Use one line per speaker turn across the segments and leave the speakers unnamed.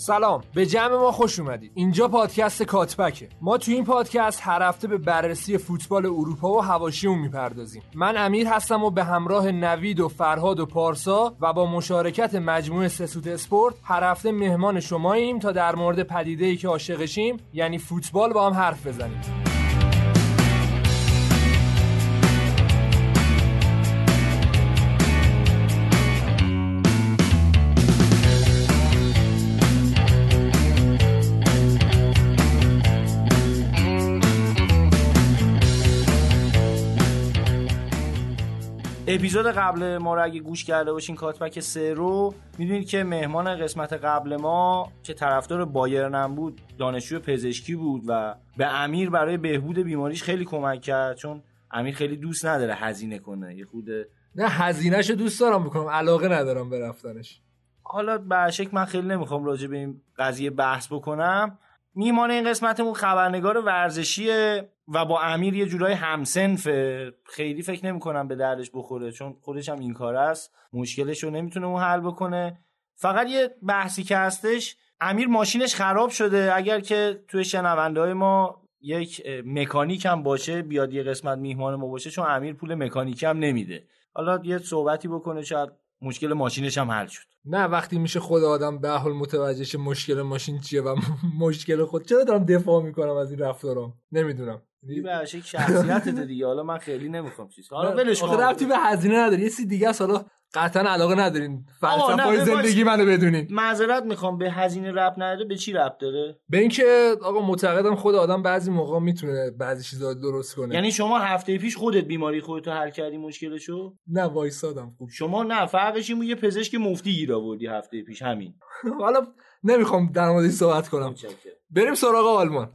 سلام، به جمع ما خوش اومدید. اینجا پادکست کاتبکه. ما تو این پادکست هر هفته به بررسی فوتبال اروپا و حواشی اون میپردازیم. من امیر هستم و به همراه نوید و فرهاد و پارسا و با مشارکت مجموعه سسوت اسپورت هر هفته مهمان شماییم تا در مورد پدیده‌ای که عاشقشیم، یعنی فوتبال، با هم حرف بزنیم.
اپیزود قبل ما رو اگه گوش کرده باشین، کاتبک 3 رو، میدونید که مهمان قسمت قبل ما که طرفدار بایرن هم بود، دانشجوی پزشکی بود و به امیر برای بهبود بیماریش خیلی کمک کرد، چون امیر خیلی دوست نداره هزینه کنه. یه خود
نه، هزینه‌شو دوست دارم بکنم، علاقه ندارم به رفتنش.
حالا به شک من خیلی نمیخوام راجع به این قضیه بحث بکنم. میهمان این قسمتمون خبرنگار ورزشیه و با امیر یه جورای همسنفه. خیلی فکر نمی‌کنم به دردش بخوره، چون خودش هم این کاره است، مشکلش رو نمیتونه اون حل بکنه. فقط یه بحثی که هستش، امیر ماشینش خراب شده. اگر که توی شنونده‌های ما یک مکانیک هم باشه بیاد یه قسمت میهمان ما باشه، چون امیر پول مکانیکی هم نمیده. حالا یه صحبتی بکنه، شاید مشکل ماشینش هم حل شد.
نه، وقتی میشه خود آدم به حال متوجه شه مشکل ماشین چیه و مشکل خود، چرا دارم دفاع میکنم از این رفتارام؟ نمیدونم.
این به شک شخصیتت دیگه. حالا من خیلی نمیخوام چیز. حالا ولش کن.
ربطی به هزینه نداره، یه چیز دیگه است. حالا قطعا علاقه ندارین فلسفه‌های زندگی منو بدونین.
معذرت میخوام، به هزینه ربط نداره. به چی ربط داره؟
به اینکه آقا معتقدم خود آدم بعضی موقع میتونه بعضی چیزا درست کنه.
یعنی شما هفته پیش خودت بیماری خودتو حل کردی مشکلشو؟
نه، وایسادم. خوب
شما نه، فرقش این بود یه پزشک مفتی گیر آوردی هفته پیش، همین.
حالا نمیخوام در موردش صحبت کنم. بریم سراغ آلمان.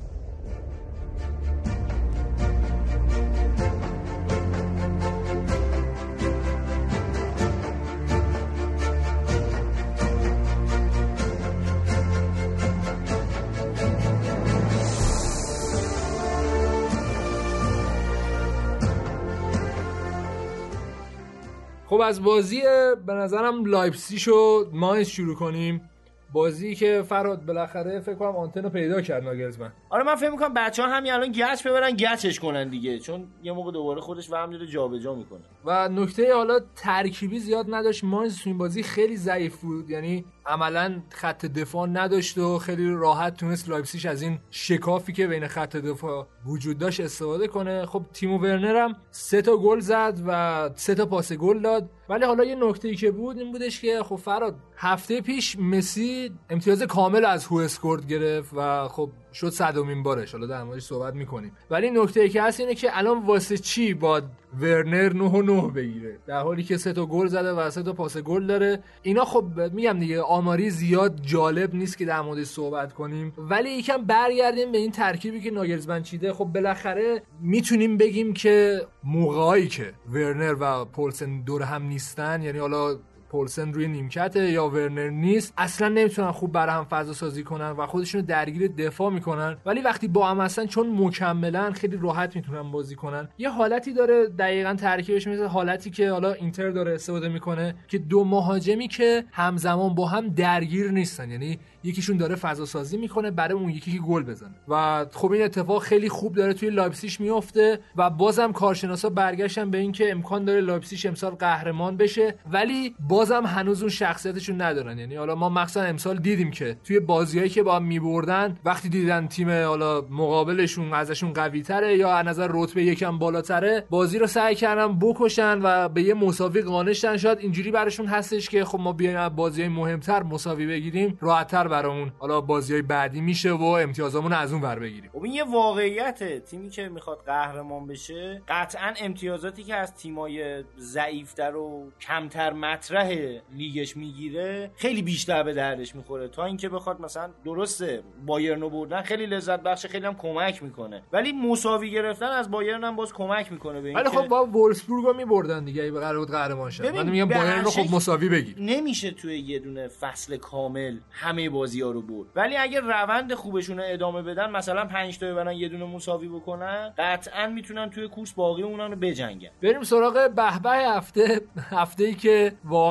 خب از بازی به نظرم لایپزیگو ما شروع کنیم. بازی که فراد بالاخره فکر کنم آنتنو پیدا کرد ناگلزمن.
آره من فکر می‌کنم بچه‌ها همین الان گچ ببرن گچش کنن دیگه، چون یه موقع دوباره خودش وهم میره جابجا میکنه.
و نکته حالا ترکیبی زیاد نداشت. ماینز تو این بازی خیلی ضعیف بود، یعنی عملاً خط دفاع نداشت و خیلی راحت تونست لایپزیگ از این شکافی که بین خط دفاع وجود داشت استفاده کنه. خب تیمو ورنر هم 3 تا گل زد و 3 تا پاس گل داد. ولی حالا یه نکته‌ای که بود این بودش که خب فراد هفته پیش مسی امتیاز کامل از هو اسکورد گرفت و خب شد 100مین بارش. حالا در موردش صحبت می‌کنیم. ولی نکته‌ای که هست اینه که الان واسه چی باید ورنر 9 و 9 بگیره در حالی که 3 تا گل زده و 3 تا پاس گل داره؟ اینا خب میگم دیگه آماری زیاد جالب نیست که در موردش صحبت کنیم. ولی یکم برگردیم به این ترکیبی که ناگلزمن چیده. خب بالاخره میتونیم بگیم که موقعی که ورنر و پولسن دور هم نیستن، یعنی حالا پولسن روی نیمکته یا ورنر نیست، اصلا نمیتونن خوب برای هم فضا سازی کنن و خودشونو درگیر دفاع میکنن. ولی وقتی با هم هستن، چون مکملن، خیلی راحت میتونن بازی کنن. یه حالتی داره دقیقاً ترکیبش مثل حالتی که حالا اینتر داره استفاده میکنه که دو مهاجمی که همزمان با هم درگیر نیستن، یعنی یکیشون داره فضا سازی میکنه برای اون یکی که گل بزنه. و خب این اتفاق خیلی خوب داره توی لایپزیگ میفته و بازم کارشناسا برگشتن به این که امکان داره لایپزیگ امسال قهرمان بشه، ولی بازم هنوز اون شخصیتشون ندارن. یعنی حالا ما مثلا امسال دیدیم که توی بازیایی که با هم میبردن، وقتی دیدن تیم حالا مقابلشون ازشون قوی‌تره یا از نظر رتبه یکم بالاتره، بازی رو سعی کردن بکشن و به یه مساوی قانع شدن. شاید اینجوری براشون هستش که خب ما بیایم بازیای مهمتر مساوی بگیریم، راحت‌تر برامون حالا بازیای بعدی میشه و امتیازامون از اون ور بگیریم.
خب این یه واقعیته. تیمی که میخواد قهرمان بشه قطعاً امتیازاتی که از تیمای ضعیف‌تر و کمتر مطرح لیگش میگیره خیلی بیشتر به دردش میخوره تا اینکه بخواد مثلا درسته بایرنو بردن خیلی لذت بخشه، خیلی هم کمک میکنه، ولی مساوی گرفتن از بایرن هم باز کمک میکنه به
ولی خب با وولفسبورگو میبردن دیگه اگه قرار بود قهرمان شه. من میگم بایرن رو خب مساوی بگیر.
نمیشه توی یه دونه فصل کامل همه بازی‌ها رو برد، ولی اگه روند خوبشون رو ادامه بدن، مثلا 5 تا ببرن یه دونه مساوی بکنن، قطعاً میتونن توی کورس باقی اونها رو بجنگن.
بریم سراغ بهبه هفته‌ای که واقعا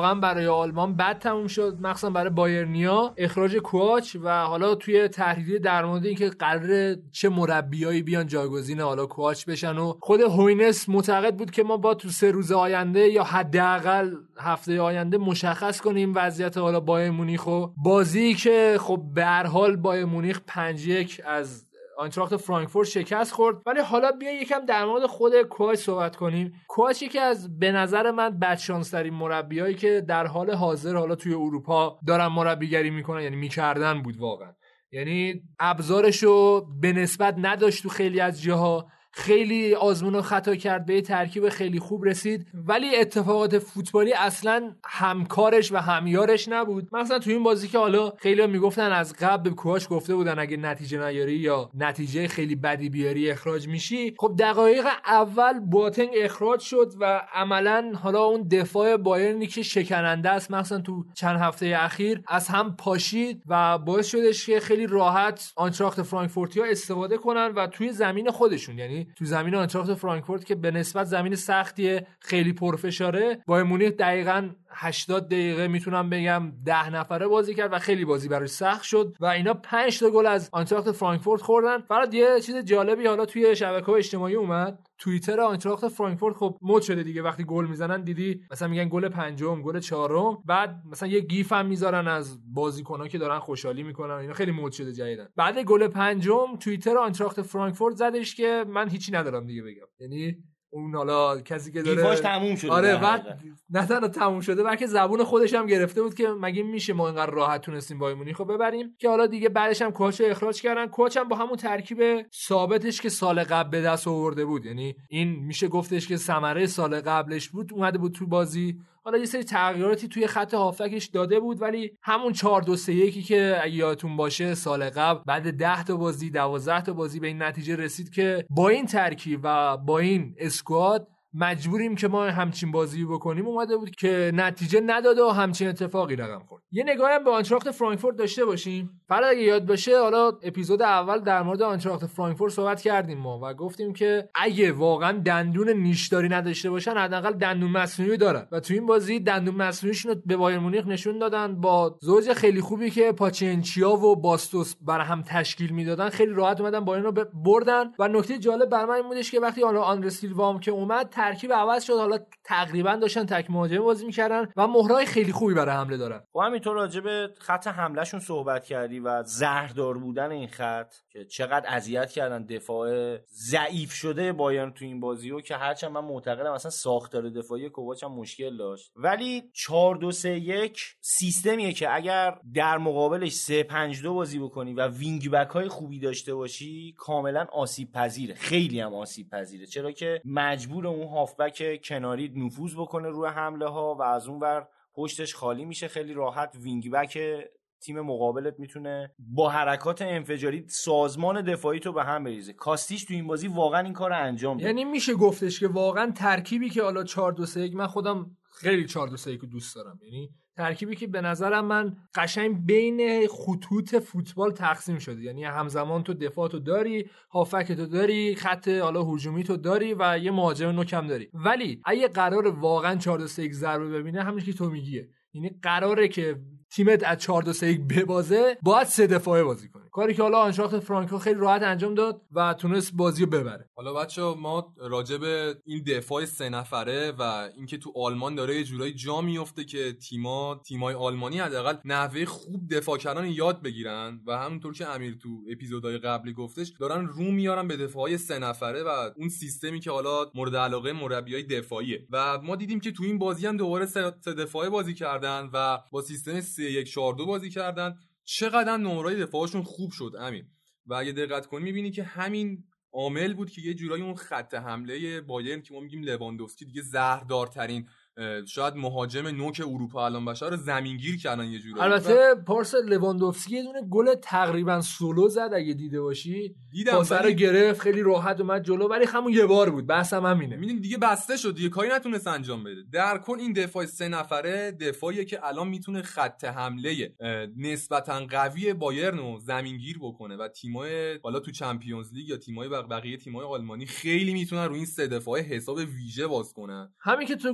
واقعا برای آلمان بد تموم شد، مخصوصا برای بایرنیا، اخراج کواچ و حالا توی تحلیل در مورد اینکه قراره چه مربیایی بیان جایگزین حالا کواچ بشن و خود هوینس معتقد بود که ما با تو 3 روز آینده یا حداقل هفته آینده مشخص کنیم وضعیت حالا بایر مونیخ و بازی که خب به هر حال بایر مونیخ 5-1 از آینتراخت فرانکفورت شکست خورد. ولی حالا بیا یکم در مورد خود کواچ صحبت کنیم. کواچ یکی از به نظر من بدشانس‌ترین مربیایی که در حال حاضر حالا توی اروپا دارن مربیگری میکنن، یعنی میکردن بود واقعا. یعنی ابزارشو به نسبت نداشت تو خیلی از جاها، خیلی آزمون و خطا کرد، به ترکیب خیلی خوب رسید ولی اتفاقات فوتبالی اصلا همکارش و همیارش نبود. مثلا تو این بازی که حالا خیلی‌ها میگفتن از قبل به کواچ گفته بودن اگه نتیجه نیاری یا نتیجه خیلی بدی بیاری اخراج میشی، خب دقایق اول بواتنگ اخراج شد و عملاً حالا اون دفاع بایرنی که شکننده است مثلا تو چند هفته اخیر از هم پاشید و باعث شدش که خیلی راحت آینتراخت فرانکفورتیا استفاده کنن و توی زمین خودشون، یعنی تو زمین آینتراخت فرانکفورت که به نسبت زمین سختیه، خیلی پرفشاره، بایر مونیخ دقیقاً 80 دقیقه میتونم بگم 10 نفره بازی کرد و خیلی بازی براش سخت شد و اینا 5 تا گل از آینتراخت فرانکفورت خوردن. فرات یه چیز جالبی حالا توی شبکه‌های اجتماعی اومد، توییتر آینتراخت فرانکفورت خب مد شده دیگه، وقتی گل میزنن دیدی مثلا میگن گل پنجم، گل چهارم، بعد مثلا یه گیف هم میذارن از بازیکنان که دارن خوشحالی میکنن، اینا خیلی مد شده جدیدن. بعد گل پنجم توییتر آینتراخت فرانکفورت زدش که من هیچی ندارم دیگه بگم، یعنی اون حالا کسی که داره
دیفاش تموم شده.
آره بعد نه تنها تموم شده بلکه زبون خودش هم گرفته بود که مگه میشه ما اینقدر راحت تونستیم بایر مونیخ رو ببریم، که حالا دیگه بعدش هم کوچ رو اخراج کردن. کوچ هم با همون ترکیب ثابتش که سال قبل به دست آورده بود، یعنی این میشه گفتش که ثمره سال قبلش بود، اومده بود تو بازی. حالا یه سری تغییراتی توی خط هافکش داده بود ولی همون 4-2-3-1 که اگه یادتون باشه سال قبل بعد 10 تا بازی 12 تا بازی به این نتیجه رسید که با این ترکیب و با این اسکواد مجبوریم که ما همچین بازی بکنیم، اومده بود که نتیجه نداده و همچین اتفاقی رقم خورد. یه نگاهی هم به آینتراخت فرانکفورت داشته باشیم. فردا اگه یاد باشه حالا اپیزود اول در مورد آینتراخت فرانکفورت صحبت کردیم ما و گفتیم که اگه واقعا دندون نیشداری نداشته باشن حداقل دندون مصنوعی دارن و تو این بازی دندون مصنوعیشون رو به بایر مونیخ نشون دادن با زوج خیلی خوبی که پاچنچیا و باستوس برای هم تشکیل میدادن، خیلی راحت اومدن بایرن رو بردن. و نکته جالب برای من این بودش که وقتی حالا آندر سیلوا که اومد ترکیب عوض شد، حالا تقریبا داشتن تک مهاجم بازی میکردن و مهرای خیلی خوبی برای حمله دارن.
و همینطور راجع به خط حملهشون صحبت کردی و زهردار بودن این خط که چقدر اذیت کردن دفاع ضعیف شده بایرن تو این بازی رو، که هرچند من معتقدم اصلا ساختار دفاعی کوواچ هم مشکل داشت، ولی 4-2-3-1 سیستمیه که اگر در مقابلش 3-5-2 بازی بکنی و وینگ بک های خوبی داشته باشی کاملا آسیب پذیره، خیلی هم آسیب پذیره، چرا که مجبور اون هافبک کناری نفوذ بکنه روی حمله ها و از اون ور پشتش خالی میشه، خیلی راحت وینگ بک تیم مقابلت میتونه با حرکات انفجاری سازمان دفاعی تو به هم بریزه. کاستیش تو این بازی واقعا این کارو انجام داد.
یعنی میشه گفتش که واقعا ترکیبی که حالا 4-2-3-1 من خودم خیلی 4-2-3-1 رو دوست دارم، یعنی ترکیبی که به نظرم من قشنگ بین خطوط فوتبال تقسیم شده، یعنی همزمان تو دفاعتو داری، هافکتو داری، خط حالا هجومی تو داری و یه مهاجم نوکم داری. ولی اگه قرار واقعا 4-2-3-1 ضربه ببینه همونش که تو میگیه، یعنی قراره که تیمت از 4-2-3-1 ببازه باید 3 دفاعه بازی کنه، کاری که حالا آینتراخت فرانکفورت خیلی راحت انجام داد و تونست بازی رو ببره.
حالا بچه‌ها ما راجع به این دفاع 3 نفره و اینکه تو آلمان داره یه جورایی جا میفته که تیمای آلمانی حداقل نحوه خوب دفاع کردن یاد بگیرن و همونطور که امیر تو اپیزودهای قبلی گفتش دارن رو میارن به دفاعی 3 نفره و اون سیستمی که حالا مورد علاقه مربیای دفاعیه و ما دیدیم که تو این بازی هم دوباره 3 دفاعه بازی کردن و با سیستم 3-1-4-2 بازی کردن. چقدر نمرای دفاعشون خوب شد امیر، و اگه دقت کنی میبینی که همین عامل بود که یه جورایی اون خط حمله بایرن که ما میگیم لواندوفسکی دیگه زهردارترین شاید مهاجم نوک اروپا الان باشه رو زمینگیر کردن یه جورایی.
البته پارس لواندوفسکی یه دونه گل تقریبا سولو زد اگه دیده باشی، پاسه رو گرفت خیلی راحت اومد جلو، ولی همون یه بار بود، بحثم همینه.
میدونی دیگه بسته شد دیگه، کاری نتونست انجام بده. در کل این دفاع 3 نفره دفاعیه که الان میتونه خط حمله نسبتا قوی بایرن رو زمینگیر بکنه و تیمای حالا تو چمپیونز لیگ یا تیمای بقیه تیمای آلمانی خیلی میتونن روی این 3 دفاعه حساب ویژه باز کنن.
همین که تو گفتی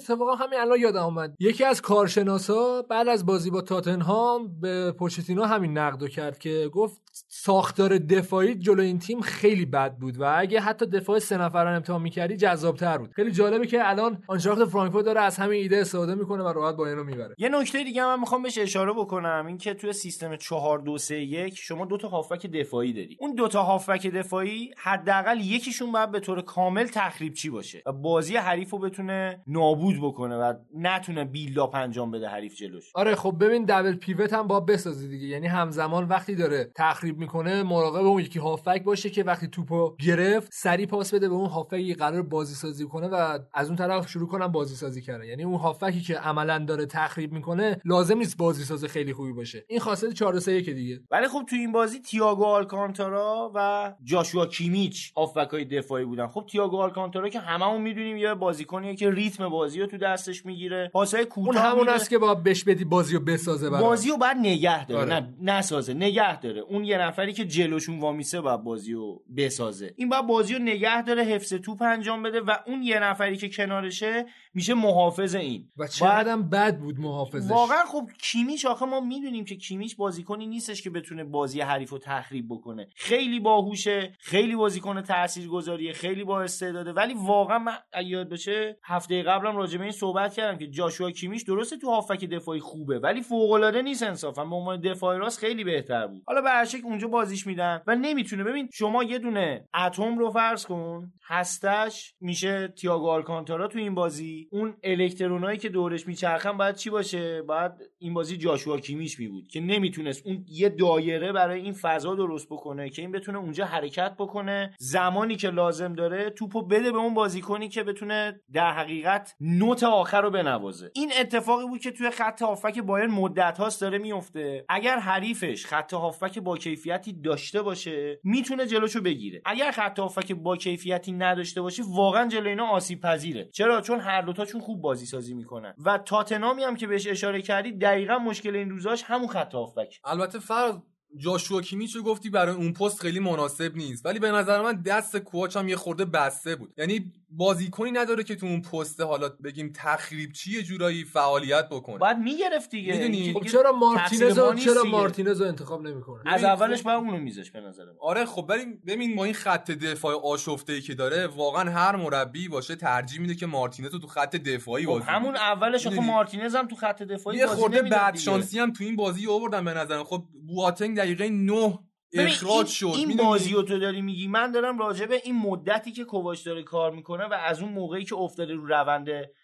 اتفاقا همین الان یادم اومد یکی از کارشناسا بعد از بازی با تاتنهام به پوچتینو همین نقدو کرد که گفت ساختار دفاعی جلوی این تیم خیلی بد بود و اگه حتی دفاع 3 نفرن امتحان می‌کردی جذاب‌تر بود. خیلی جالبه که الان آنچراخت فرانکفورت داره از همین ایده استفاده میکنه و راحت بایرن رو میبره.
یه نکته دیگه من میخوام بهش اشاره بکنم، این که توی سیستم 4-2-3-1 شما 2 تا هافبک دفاعی داری. اون 2 تا هافبک دفاعی حداقل یکیشون باید به طور کامل تخریبچی باشه و بازی حریفو بتونه نابود بکنه و نتونه بیلداپ انجام بده حریف جلوش.
آره خب ببین دبل پیوت هم باید بسازی دیگه، یعنی همزمان وقتی داره تخریب میکنه مراقب اون یکی هافبک باشه که وقتی توپو گرفت سریع پاس بده به اون هافبکی قرار بازی سازی کنه و از اون طرف شروع کنن بازی سازی کردن. یعنی اون هافبکی که عملاً داره تخریب میکنه لازم نیست بازی ساز خیلی خوبی باشه. این خاصیت 4-3-1 دیگه.
ولی خب تو این بازی تییاگو آلکانتارا و جاشوا کیمیچ هافبکای دفاعی بودن. خب تییاگو آلکانتارا که هممون میدونیم یه بازیکنیه که ریتم بازی رو تو دستش میگیره، پاسای کوتاه
اون همون است که باید بهش بدی بازی رو بسازه،
بازی رو بعد نگه داره.
آره.
نه نسازه، نگه داره. اون یه نفری که جلوشون وامیسه باید بازی رو بسازه، این باید بازی رو نگه داره، حفظ توپ انجام بده و اون یه نفری که کنارشه میشه محافظ این.
و چقدرم بد بود محافظش
واقعا. خب کیمیچ آخه ما میدونیم که کیمیچ بازیکنی نیستش که بتونه بازی حریف رو تخریب بکنه. خیلی باهوشه، خیلی بازیکن تاثیرگذاریه، خیلی با استعداده، ولی واقعا من یاد باشه هفته قبلم راجع به این صحبت کردم که جاشوا کیمیچ درسته تو هافک دفاعی خوبه ولی فوق العاده نیست انصافا. به عنوان دفاع راست خیلی بهتر بود. حالا به هر شکل اونجا بازیش میدن و نمیتونه. ببین شما یه دونه اتم رو فرض کن، هستش میشه تییاگو آلکانتارا تو این بازی، اون الکترونایی که دورش میچرخن باید چی باشه؟ باید این بازی جاشوا کیمیچ می بود که نمیتونست اون یه دایره برای این فضا درست بکنه که این بتونه اونجا حرکت بکنه، زمانی که لازم داره توپو بده به اون بازیکنی که بتونه در حقیقت نوت آخر رو بنوازه. این اتفاقی بود که توی خط هافبک بایرن مدت هاست داره میفته. اگر حریفش خط هافبک با کیفیتی داشته باشه میتونه جلوشو بگیره. اگر خط هافبک با کیفیتی نداشته باشه واقعا جلوی اینا آسیب پذیره. چرا؟ چون هر دو تاشون خوب بازی سازی میکنن و تاتنهامی هم که بهش اشاره کردی دقیقاً مشکل این روزاش همون خط هافبک.
البته فرق جاشوا کیمیچو گفتی برای اون پست خیلی مناسب نیست، ولی به نظر من دست کوچ هم یه خورده بسته بود. یعنی بازیکنی نداره که تو اون پست حالا بگیم تخریبچی یه جورایی فعالیت بکنه.
باید میگرفت دیگه.
میدونی
خب چرا مارتینز رو انتخاب نمیکنه؟
از اولش باید اونو میذاش به نظر من.
آره خب ولی ببین با این خط دفاع آشفته‌ای که داره واقعا هر مربی باشه ترجیح میده که مارتینز رو تو خط دفاعی بازی کنه.
همون اولش آخه مارتینز هم تو خط دفاعی
یه
بازی
خورده
نمیداد.
بعد شانسی هم تو این بازی آوردن به نظرم. خب بواتنگ دقیقه 9 اخراج شد.
این بازی رو تو داری میگی، من دارم راجع به این مدتی که کوواچ داره کار میکنه و از اون موقعی که افتاده رو روند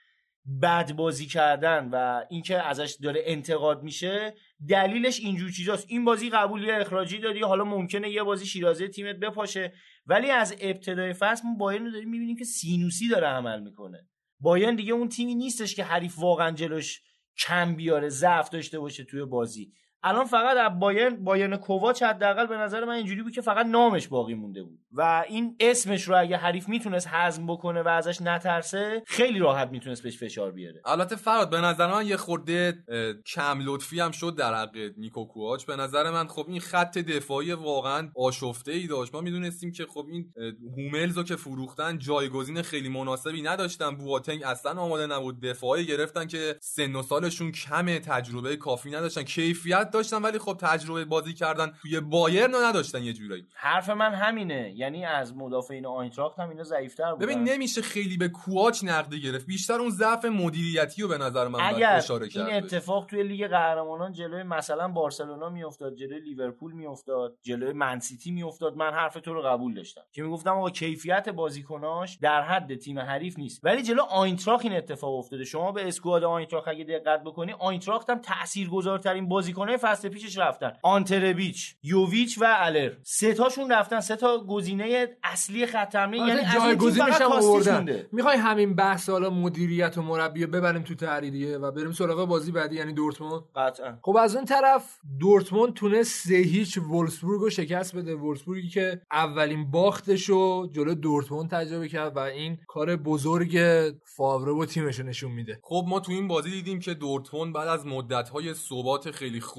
بد بازی کردن و اینکه ازش داره انتقاد میشه دلیلش اینجور چیزاست. این بازی قبولی اخراجی دادی، حالا ممکنه یه بازی شیرازه تیمت بپاشه، ولی از ابتدای فصل ما بایرن رو داریم میبینیم که سینوسی داره عمل میکنه. بایرن دیگه اون تیمی نیستش که حریف واقعا جلوش کم بیاره، ضعف داشته باشه توی بازی. الان فقط از بایرن کوواچ حداقل به نظر من اینجوری بود که فقط نامش باقی مونده بود و این اسمش رو اگه حریف میتونست هضم بکنه و ازش نترسه خیلی راحت میتونست بهش فشار بیاره.
البته فراد به نظر من یه خورده کم لطفی هم شد در حق نیکو کوواچ. به نظر من خب این خط دفاعی واقعا آشفته‌ای داشت. ما میدونستیم که خب این هوملزو که فروختن جایگزین خیلی مناسبی نداشتن. بواتنگ اصلا آماده نبود. دفاعی گرفتن که سن و سالشون کمه، تجربه کافی نداشتن، کیفیت داشتن ولی خب تجربه بازی کردن توی بایرن نداشتن یه جورایی.
حرف من همینه، یعنی از مدافعین آینتراخت هم اینا ضعیف‌تر بودن.
ببین نمیشه خیلی به کوواچ نقد گرفت، بیشتر اون ضعف مدیریتی رو به نظر من اشاره کرد.
این اتفاق توی لیگ قهرمانان جلوی مثلا بارسلونا میافتاد، جلوی لیورپول میافتاد، جلوی منسیتی میافتاد، من حرف تو رو قبول داشتم که میگفتم آقا کیفیت بازیکناش در حد تیم حریف نیست، ولی جلو آینتراخت این اتفاق افتاده. شما به اسکواد آینتراخت اگه دقت بکنی، آینتراخت هم تاثیرگذارترین بازیکن‌های فصل پیشش رفتن. آنتربیچ، یوویچ و الر، سه تاشون رفتن، سه تا گزینه اصلی خط حمله، یعنی
جایگزینش هم آوردن. میخوای همین بحث حالا مدیریت و مربی ببریم تو تحریریه و بریم سراغ بازی بعدی یعنی دورتموند؟
قطعا.
خب از اون طرف دورتموند تونست 3-0 وولفسبورگ رو شکست بده. وولفسبورگی که اولین باختشو جلو دورتموند تجربه کرد و این کار بزرگ فاوره و تیمش نشون میده.
خب ما تو این بازی دیدیم که دورتموند بعد از مدت‌های ثبات خیلی خوب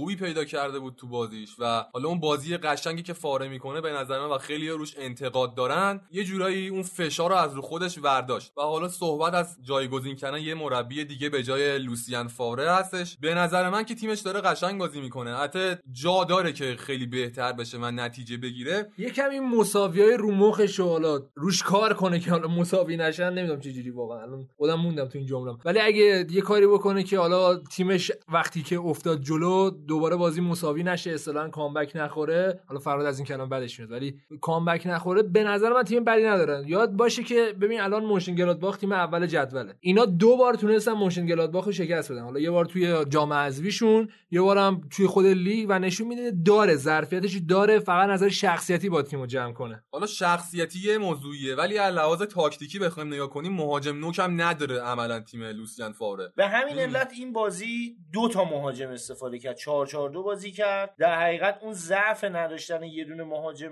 خوبی پیدا کرده بود تو بازیش و حالا اون بازی قشنگی که فاره میکنه به نظر من و خیلی روش انتقاد دارن یه جورایی اون فشار رو از رو خودش برداشت و حالا صحبت از جایگزین کردن یه مربی دیگه به جای لوسیان فاوره هستش. به نظر من که تیمش داره قشنگ بازی میکنه، حتی جا داره که خیلی بهتر بشه و نتیجه بگیره.
یکم این مساویای رو مخش حالا روش کار کنه که حالا مساوی نشن. نمیدونم چه جوری واقعا، الان خودم موندم تو این جمله، ولی اگه یه کاری بکنه که حالا تیمش وقتی که افتاد جلو دوباره بازی مساوی نشه، اصلا کامبک نخوره، حالا فراد از این کلام بدش میاد ولی کامبک نخوره، به نظر من تیم بدی نداره. یاد باشه که ببین الان موشنگلادباخ تیم اول جدوله، اینا 2 بار تونستن موشنگلادباخ رو شکست بدن، حالا یه بار توی جام حذفیشون، یه بارم توی خود لیگ، و نشون میده داره ظرفیتش داره، فقط نظر شخصیتی با تیمو جمع کنه.
حالا شخصیتی یه موضوعیه ولی از لحاظ تاکتیکی بخوایم نگاه کنیم مهاجم نوک هم نداره عملا تیم لوسیان فاوره.
به همین علت این بازی 2 تا مهاجم استفاده کرد، 4-4-2 بازی کرد. در حقیقت اون ضعف نداشتن یه دونه مهاجم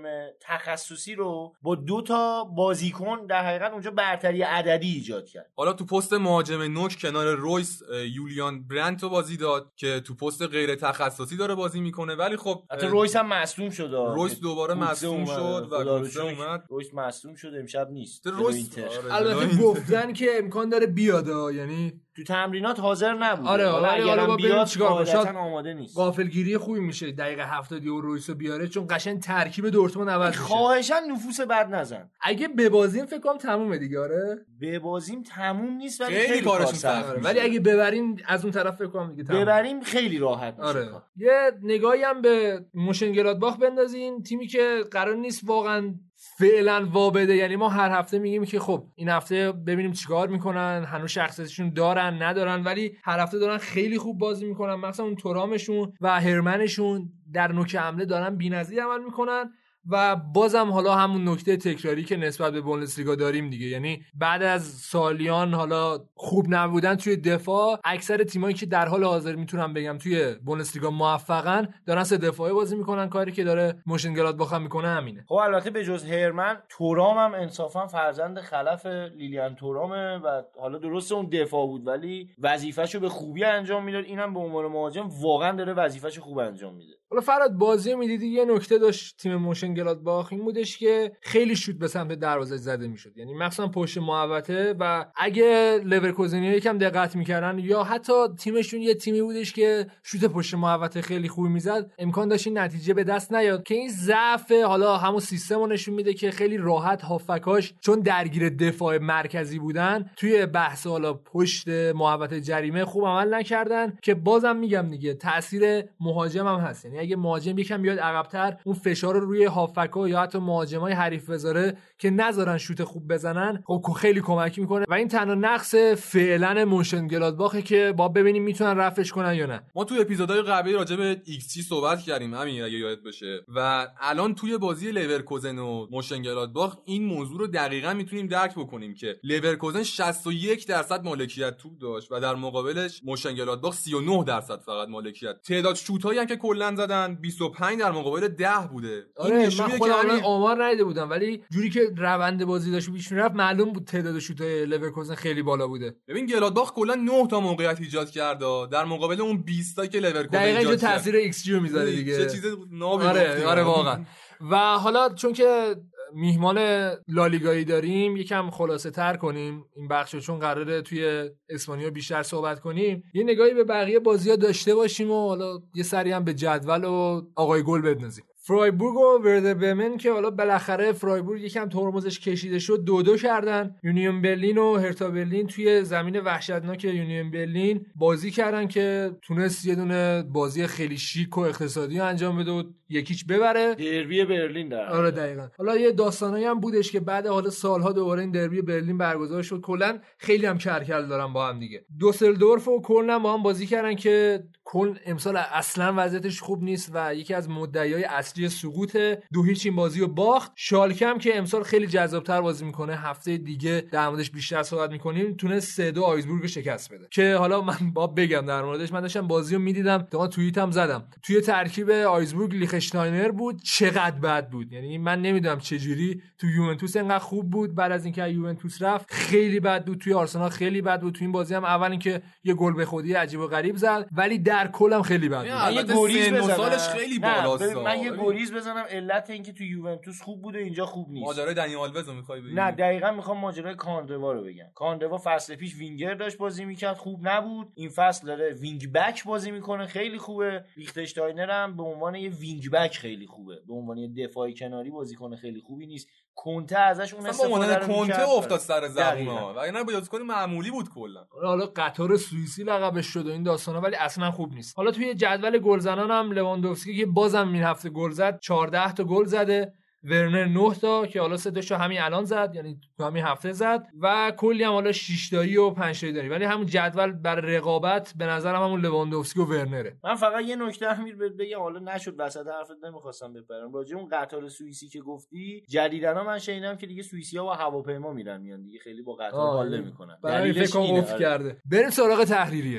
تخصصی رو با 2 تا بازیکن در حقیقت اونجا برتری عددی ایجاد کرد.
حالا تو پست مهاجم نوک کنار رویس یولیان برنت رو بازی داد که تو پست غیر تخصصی داره بازی میکنه، ولی خب
حتی رویس هم مصدوم شد.
رویس دوباره مصدوم شد و گوسه اومد.
رویس مصدوم شد، امشب نیست.
رویس
البته گفتن که امکان داره بیاد، یعنی
تو تمرینات حاضر نبود.
آره حالا بیاد چیکار کنه،
آماده نیست.
غافلگیری خوبی میشه دقیقه 70 و رویسو بیاره، چون قشنگ ترکیب دورتموند عوض میشه.
خواهشاً نفوس بد نزن.
اگه ببازیم فکر کنم تمومه دیگه. آره
ببازیم تموم نیست ولی
خیلی کارشون سخته،
ولی اگه ببریم از اون طرف فکر کنم دیگه تمومه.
ببریم خیلی راحت میشه.
آره. یه نگاهی هم به موشنگلادباخ بندازین، تیمی که قرار نیست واقعا فعلا وابده، یعنی ما هر هفته میگیم که خب این هفته ببینیم چیکار میکنن، هنوز شخصیتشون دارن ندارن، ولی هر هفته دارن خیلی خوب بازی میکنن، مثلا اون تورامشون و هرمنشون در نوک حمله دارن بی‌نظیر عمل میکنن. و بازم حالا همون نکته تکراری که نسبت به بوندسلیگا داریم دیگه، یعنی بعد از سالیان حالا خوب نبودن توی دفاع، اکثر تیمایی که در حال حاضر میتونم بگم توی بوندسلیگا موفقن دارن 3 دفاعی بازی میکنن. کاری که داره موشنگلادباخ هم میکنه همینه.
خب البته به جز هرمن، تورام هم انصافا فرزند خلف لیلیان تورامه و حالا درسته اون دفاع بود ولی وظیفه‌شو به خوبی انجام میداد. اینم به عنوان مهاجم واقعا داره وظیفه‌شو خوب انجام میده.
حالا فراد بازی میدیدی یه نکته داشت تیم موشنگلادباخ، این بودش که خیلی شوت به سمت دروازه زده میشد، یعنی مثلا پشت محوطه، و اگه لورکوزنیا یکم دقت میکردن یا حتی تیمشون یه تیمی بودش که شوت پشت محوطه خیلی خوبی میزد، امکان داشت این نتیجه به دست نیاد، که این ضعف حالا همون سیستم رو نشون میده که خیلی راحت هافکاش چون درگیر دفاع مرکزی بودن توی بحث حالا پشت محوطه جریمه خوب عمل نکردن، که بازم میگم دیگه تاثیر مهاجم هم هست. یعنی اگه مهاجم یکم بیاد عقب‌تر اون فشار رو روی هافکا یا حتی مهاجمای حریف بذاره که نذارن شوت خوب بزنن، خب خیلی کمک میکنه و این تنها نقص فعلا موشنگلادباخه که با ببینیم میتونن رفعش کنن یا نه.
ما تو اپیزودهای قبلی راجع به XG صحبت کردیم همین اگه یادت باشه، و الان توی بازی لیورکوزن و موشنگلادباخ این موضوع رو دقیقاً میتونیم درک بکنیم که لیورکوزن 61% مالکیت توپ داشت و در مقابلش موشنگلادباخ 39% فقط مالکیت. تعداد شوت‌هایی هم که کلاً زدن 25 در مقابل 10 بوده.
آره من خودم آمار ندیده بودم ولی جوری که روند بازی داشت پیش میرفت معلوم بود تعداد شوت‌های لیورکوزن خیلی بالا بوده.
ببین گلادباخ کلا 9 تا موقعیت ایجاد کرد در مقابل اون 20 تا که لیورکوزن ایجاد کرد.
دقیقاً تاثیر ایکس جی میذاره دیگه.
چه چیز نابی.
آره واقعا. و حالا چون که میهمان لالیگایی داریم یکم خلاصه تر کنیم این بخشو، چون قراره توی اسپانیا بیشتر صحبت کنیم، یه نگاهی به بقیه بازی‌ها داشته باشیم و حالا یه سری هم به جدول و آقای گل بندازیم. فرایبورگ و وردر برمن که حالا بالاخره فرایبورگ یکم ترمزش کشیده شد 2-2 کردن. یونیون برلین و هرتا برلین توی زمین وحشتناک یونیون برلین بازی کردن که تونست یه دونه بازی خیلی شیک و اقتصادی انجام بده و 1-0 ببره.
دربی برلین در
آره دقیقاً. حالا یه داستانایی هم بودش که بعد حالا سالها دوباره این دربی برلین برگزار شد، کلا خیلی هم کرکل دارن با هم دیگه. دوسلدورف و کلن با هم بازی کردن که کلن امسال اصلا وضعیتش خوب نیست و یکی از مدعیای اصلی سقوطه. 2-0 این بازی رو باخت. شالکه هم که امسال خیلی جذاب‌تر بازی میکنه، هفته دیگه در موردش بیشتر صحبت میکنیم، تونست 3-2 آیزبورگ رو شکست بده. که حالا من بگم در موردش، من داشتم بازی رو میدیدم، تا توییتم زدم، توی ترکیب آیزبورگ لیخشتاینر بود، چقدر بد بود. یعنی من نمیدونم چه جوری تو یوونتوس انقدر خوب بود، بعد از اینکه یوونتوس رفت خیلی بد بود، توی آرسنال خیلی بد بود. تو این بازی هم اول اینکه یه گل به خودی عجیب و غریب زد، ولی در در کلم خیلی بد بود.
من یه گریز بزنم،
سالش خیلی بالاست.
من یه گریز بزنم علت اینکه تو یوونتوس خوب بوده اینجا خوب نیست.
ماجرای دنی آلوز رو می‌خوای بگی؟
نه دقیقاً میخوام ماجرای کاندروا رو بگم. کاندروا فصل پیش وینگر داشت بازی میکرد خوب نبود، این فصل داره وینگ بک بازی میکنه خیلی خوبه. لیختشتاینر هم به عنوان یه وینگ بک خیلی خوبه، به عنوان یه دفاعی کناری بازیکن خیلی خوبی نیست. کنته ازش اون استفاده رو
کنته افتاد سر زبونا و اینا بازیکن معمولی بود کلا.
حالا قطار سوئیسی لقبش شد و این داستانا، ولی اصلا خوب نیست. حالا توی جدول گلزنان هم لواندوفسکی که بازم این هفته گل زد، 14 تا گل زده، ورنر 9 تا که حالا 3 تاشو همین الان زد، یعنی تو همین هفته زد، و کلی هم حالا 6 تایی و 5 تایی داری، ولی همون جدول برای رقابت به نظرم همون لواندوفسکی و ورنره.
من فقط یه نکته امیر بگم، حالا نشد وسط حرفت نمیخواستم بپرم، راجع اون قطار سوئیسی که گفتی جدیداً من شنیدم که دیگه سوئیسی‌ها با هواپیما میرن میان دیگه، خیلی با قطار حال نمیکنن.
دلیلش فکر کنم افت کرده. بریم سراغ تحریریه.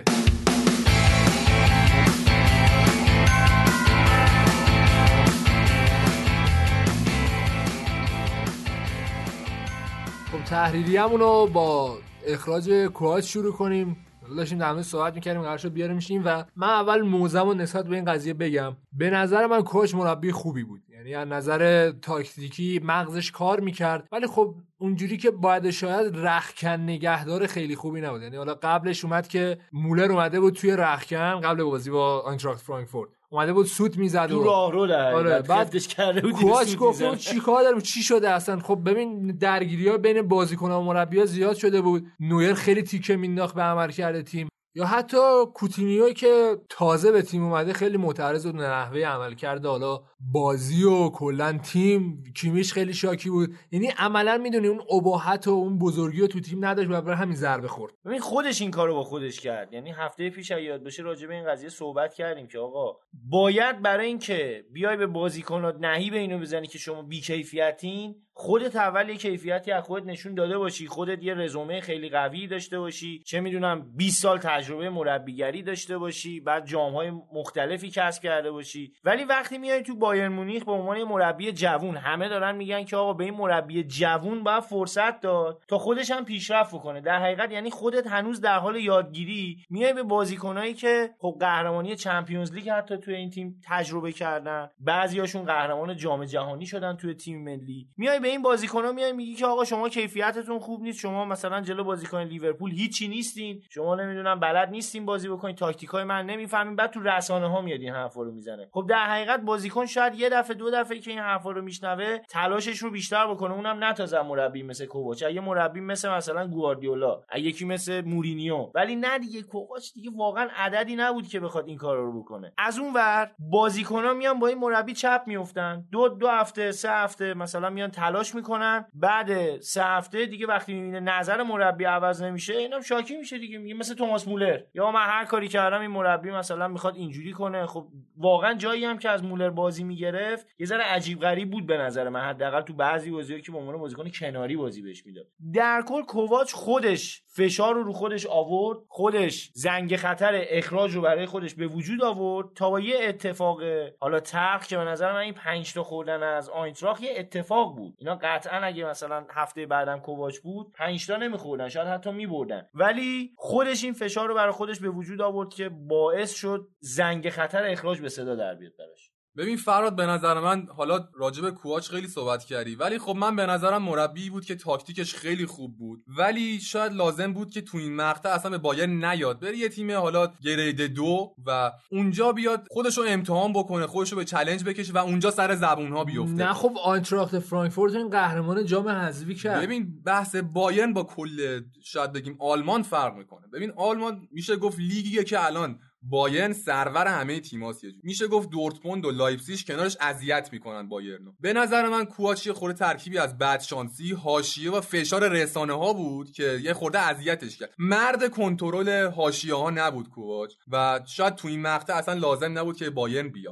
تحریریمونو با اخراج کوچ شروع کنیم. داشتیم در مورد صحبت می‌کردیم قرار شد بیاریمشیم و من اول موضعمو نسبت به این قضیه بگم. به نظر من کوچ مربی خوبی بود، یعنی از نظر تاکتیکی مغزش کار میکرد، ولی خب اونجوری که باید شاید رختکن نگهدار خیلی خوبی نبود. یعنی حالا قبلش اومد که مولر اومده بود توی رختکن قبل بازی با آینتراخت فرانکفورت، اومده بود سوت میزد
و راه رو
آره بعدش کرده بود کوچ گفت چیکار داریم چی شده اصلا. خب ببین درگیری‌ها بین بازیکن‌ها و مربی‌ها زیاد شده بود، نویر خیلی تیکه مینداخت به عملکرد تیم، یا حتی کوتینیو که تازه به تیم اومده خیلی معترض بود نحوه عملکرد حالا بازی و کلا تیم، کیمیش خیلی شاکی بود. یعنی عملا میدونی اون اباحت و اون بزرگی رو تو تیم نداشت و برای همین ضربه خورد.
ببین خودش این کارو با خودش کرد. یعنی هفته پیش یاد باشه راجع به این قضیه صحبت کردیم که آقا باید برای اینکه بیای به بازیکنات نهی به اینو بزنی که شما بی‌کیفیتین، خودت اول یه کیفیتی از خودت نشون داده باشی، خودت یه رزومه خیلی قوی داشته باشی، چه میدونم 20 سال تجربه مربیگری داشته باشی، بعد جام‌های مختلفی کسب کرده باشی. ولی وقتی میای تو بایرن مونیخ به عنوان مربی جوون، همه دارن میگن که آقا به این مربی جوون باید فرصت داد تا خودش هم پیشرفت کنه. در حقیقت یعنی خودت هنوز در حال یادگیری میای به بازیکنایی که خب قهرمانی چمپیونز لیگ حتی توی این تیم تجربه کردن، بعضیاشون قهرمان جام جهانی شدن توی تیم ملی، میای به این بازیکن‌ها میای میگی که آقا شما کیفیتتون خوب نیست، شما مثلا جلو بازیکن لیورپول هیچی نیستین، شما نمیدونم بلد نیستین بازی بکنین، تاکتیکای من نمیفهمین، بعد تو رسانه‌ها میاد این حرفا رو میزنه. خب در حقیقت بازیکن شاید یه دفعه دو دفعه که این حرفا رو میشنوه تلاشش رو بیشتر بکنه، اونم نه تا مربی مثل کوواچ، اگه مربی مثلا گواردیولا، اگه یکی مثل مورینیو، ولی نه دیگه کوواچ دیگه واقعا عددی نبود که بخواد این کارا رو بکنه. از اون ور بازیکن‌ها میان با این مربی چپ میافتن، دو هفته سه هفته مثلا میان تلاش میکنن، بعد 3 هفته دیگه وقتی میبینه نظر مربی عوض نمیشه اینم شاکی میشه دیگه، میگه مثل توماس مولر، یا من هر کاری کردم این مربی مثلا میخواد اینجوری کنه. خب واقعا جایی هم که از مولر بازی میگرفت یه ذره عجیب غریب بود به نظر من، حداقل تو بعضی بازی‌ها که به عنوان بازیکن کناری بازی بهش میداد. در کل کوواچ خودش فشار رو خودش آورد، خودش زنگ خطر اخراج رو برای خودش به وجود آورد تا با یه اتفاق حالا تلخ که به نظر من این 5 تا خوردن از آینتراخت یه اتفاق بود. اینا قطعا اگه مثلا هفته بعدم کوواچ بود 5 تا نمیخوردن، شاید حتی میبردن، ولی خودش این فشار رو برای خودش به وجود آورد که باعث شد زنگ خطر اخراج به صدا در بیاد براش.
ببین فراد، به نظر من حالا راجع به کوواچ خیلی صحبت کردی، ولی خب من به نظرم مربی بود که تاکتیکش خیلی خوب بود، ولی شاید لازم بود که تو این مقطع اصلا به بایرن نیاد، بره یه تیم حالا گرید 2 و اونجا بیاد خودشو امتحان بکنه، خودشو به چالش بکشه و اونجا سر زبونها بیفته.
نه خب آینتراخت فرانکفورت این قهرمان جام حذفی کرد.
ببین بحث بایرن با کل شاید بگیم آلمان فرق میکنه. ببین آلمان میشه گفت لیگیه که الان بایرن سرور همه تیماست، میشه گفت دورتموند و لایپزیگ کنارش اذیت میکنن بایرنو. به نظر من کوواچ خورده ترکیبی از بدشانسی، حاشیه و فشار رسانه‌ها بود که یه خورده اذیتش کرد. مرد کنترل حاشیه‌ها نبود کوواچ و شاید تو این مقطع اصلا لازم نبود که بایرن بیاد.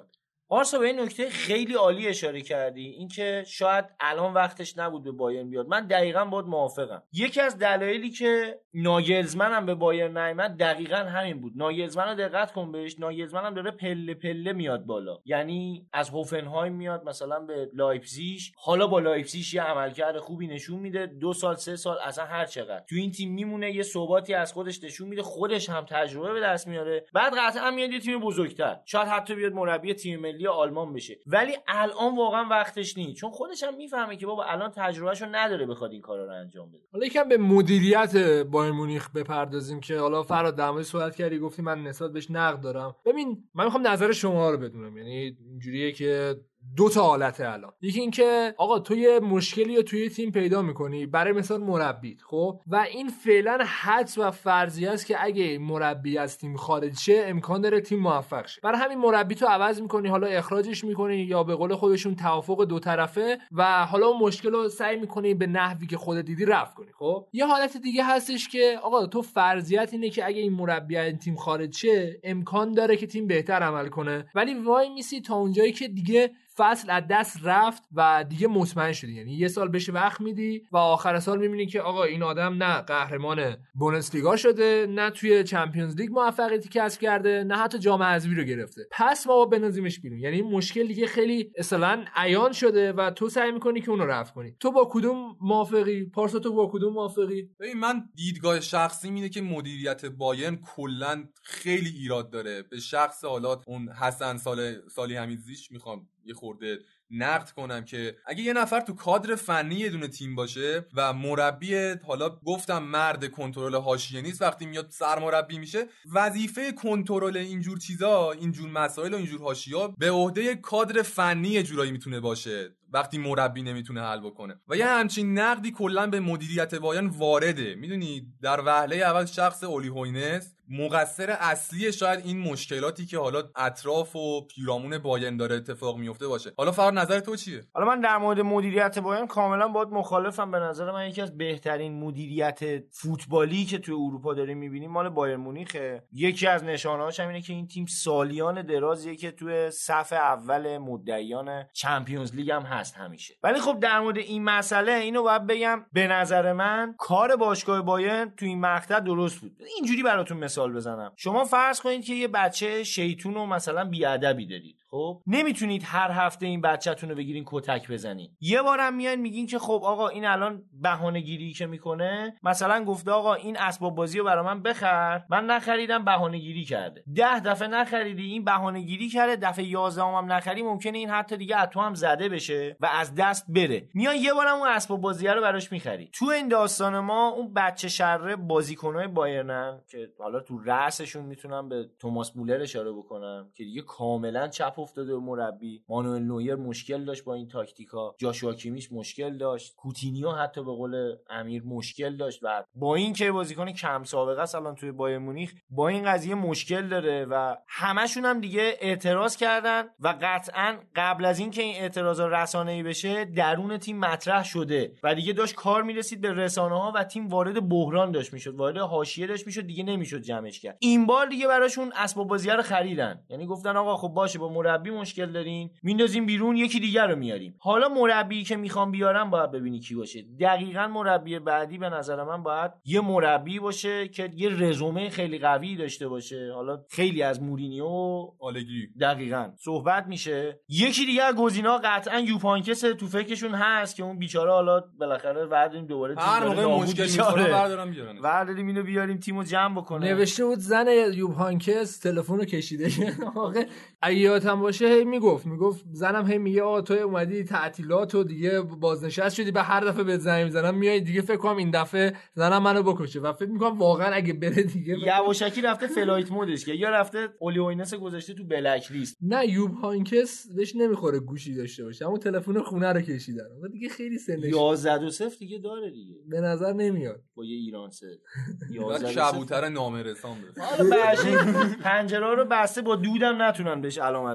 آرسا به این نکته خیلی عالی اشاره کردی، اینکه شاید الان وقتش نبود به بایرن بیاد. من دقیقاً باهات موافقم. یکی از دلایلی که ناگلزمن هم به بایرن نیامد دقیقاً همین بود. ناگلزمن رو دقت کن بهش، ناگلزمن هم داره پله پله میاد بالا، یعنی از هوفنهایم میاد مثلا به لایپزیگ، حالا با لایپزیگ یه عملکرد خوبی نشون میده، 2 سال 3 سال اصلا هر چقدر تو این تیم میمونه، یه ثباتی از خودش نشون میده، خودش هم تجربه به دست میاره، بعد قطعا میاد یه تیم بزرگتر، شاید حتی بیاد مربی تیم ملی آلمان بشه. ولی الان واقعا وقتش نیست، چون خودش هم میفهمه که بابا الان تجربهشو نداره بخواد این کارا رو انجام بده.
حالا یکم به مدیریت بایر مونیخ بپردازیم که حالا فراد در موردش صحبت کردی، گفتی من نسبت بهش نقد دارم. ببین من میخوام نظر شما رو بدونم، یعنی اینجوریه که 2 تا حالته الان. یکی این که آقا تو یه مشکلی رو توی تیم پیدا میکنی، برای مثال مربی، خب، و این فعلا حدس و فرضیه است که اگه مربی از تیم خارج شه امکان داره تیم موفق شه. برای همین مربی تو عوض میکنی، حالا اخراجش میکنی یا به قول خودشون توافق 2 طرفه، و حالا اون مشکل رو سعی میکنی به نحوی که خودت دیدی رفع کنی. خب یه حالت دیگه هستش که آقا تو فرضیت اینه که اگه این مربی از تیم خارج شه امکان داره که تیم بهتر عمل کنه، ولی وای میسی تا اونجایی که دیگه فصل از دست رفت و دیگه مطمئن شدی، یعنی یه سال بهش وقت میدی و آخر سال میبینی که آقا این آدم نه قهرمان بوندسلیگا شده، نه توی چمپیونز لیگ موفقیتی کسب کرده، نه حتی جام حذفی رو گرفته، پس ما بنازیمش بیرون. یعنی این مشکل دیگه خیلی اصلا عیان شده و تو سعی میکنی که اونو رفع کنی. تو با کدوم موافقی؟ پارسا تو با کدوم موافقی؟
ببین من دیدگاه شخصی اینه که مدیریت بایرن کلا خیلی ایراد داره. به شخص حالات اون حسن سالی حمیدزیش میخوام یه خورده نقد کنم که اگه یه نفر تو کادر فنی یه دونه تیم باشه و مربی، حالا گفتم مرد کنترل حاشیه نیست، وقتی میاد سرمربی میشه وظیفه کنترل اینجور چیزا، اینجور مسائل و اینجور حاشیه‌ها به عهده کادر فنی یه جورایی میتونه باشه وقتی مربی نمیتونه حل بکنه. و یه همچین نقدی کلا به مدیریت بایرن وارده. میدونی در وهله اول شخص اولی هوینس مقصر اصلی شاید این مشکلاتی که حالا اطراف و پیرامون بایرن داره اتفاق میفته باشه. حالا فرض نظر تو چیه؟
حالا من در مورد مدیریت بایرن کاملا باهات مخالفم. به نظر من یکی از بهترین مدیریت فوتبالی که توی اروپا داریم میبینیم مال بایرن مونیخه. یکی از نشانه‌هاش هم اینه که این تیم سالیان درازیه که توی صف اول مدعیان چمپیونز لیگ هم هست همیشه. ولی خب در مورد این مسئله اینو باید بگم، به نظر من کار باشگاه بایرن توی این مقطع درست بود. اینجوری براتون مثال بزنم، شما فرض کنید که یه بچه شیطون و مثلا بیادبی دارید، خب نمیتونید هر هفته این بچه‌تون رو بگیرین کتک بزنین. یه بارم میان میگین که خب آقا این الان بهانه‌گیری که میکنه، مثلا گفته آقا این اسباب بازی رو برای من بخر، من نخریدم، بهانه‌گیری کرده. 10 دفعه نخریدی، این بهانه‌گیری کرده، دفعه 11 هم نخری، ممکنه این حتی دیگه از تو هم زده بشه و از دست بره. میان یه بارم اون اسباب بازی رو براش میخری. تو این داستان ما اون بچه شره بازیکن‌های بایرنن که حالا تو رأسشون میتونم به توماس مولر اشاره بکنم که دیگه کاملا چپ افتاده به مربی. مانوئل نویر مشکل داشت با این تاکتیکا، جاشوا کیمیش مشکل داشت، کوتینیو حتی به قول امیر مشکل داشت و با این که بازیکن کم سابقه است الان توی بایر مونیخ با این قضیه مشکل داره و همشون هم دیگه اعتراض کردن و قطعا قبل از این که این اعتراضا رسانه‌ای بشه درون تیم مطرح شده و دیگه داشت کار میرسید به رسانه‌ها و تیم وارد بحران داشت میشد، وارد حاشیه داشت میشد، دیگه نمیشد جمعش کرد. این بار دیگه براشون اسباب بازی رو خریدن، یعنی گفتن آقا خب باشه با مربی مشکل دارین، میندازیم بیرون، یکی دیگر رو میاریم. حالا مربی که میخوام بیارم باید ببینی کی باشه. دقیقاً مربی بعدی به نظر من باید یه مربی باشه که یه رزومه خیلی قوی داشته باشه. حالا خیلی از مورینیو و
آلگری
دقیقاً صحبت میشه. یکی دیگه از گزینه‌ها قطعاً یوپانکس تو فکرشون هست که اون بیچاره حالا بالاخره وردیم دوباره تیم
هر موقع مشکل میخوره بردارم بیارن،
وردیم اینو بیاریم تیمو جمع بکنه.
نوشته بود زن یوپانکس تلفنو کشیده. آخه اگه یادم باشه هی میگفت زنم هی میگه آقا تو اومدی تعطیلات و دیگه بازنشست شدی، به هر دفعه بهت زنگ میزنم میای دیگه، فکر کنم این دفعه زنم منو بکشه و فکر میکنم واقعا اگه بره دیگه
یواشکی رفته فلایت مودش که یا رفته اولیوینس گذاشته تو بلک لیست.
نه یوپانکس بهش نمیخوره گوشی داشته باشه، اما تلفن خونه رو کشیدن و دیگه خیلی سنش
11-0 دیگه داره دیگه،
به نظر نمیاد
با یه ایران سه
11 کبوتر نامرسان بس.
حالا بچه پنجره رو بسته با دودم نتونن بهش علامت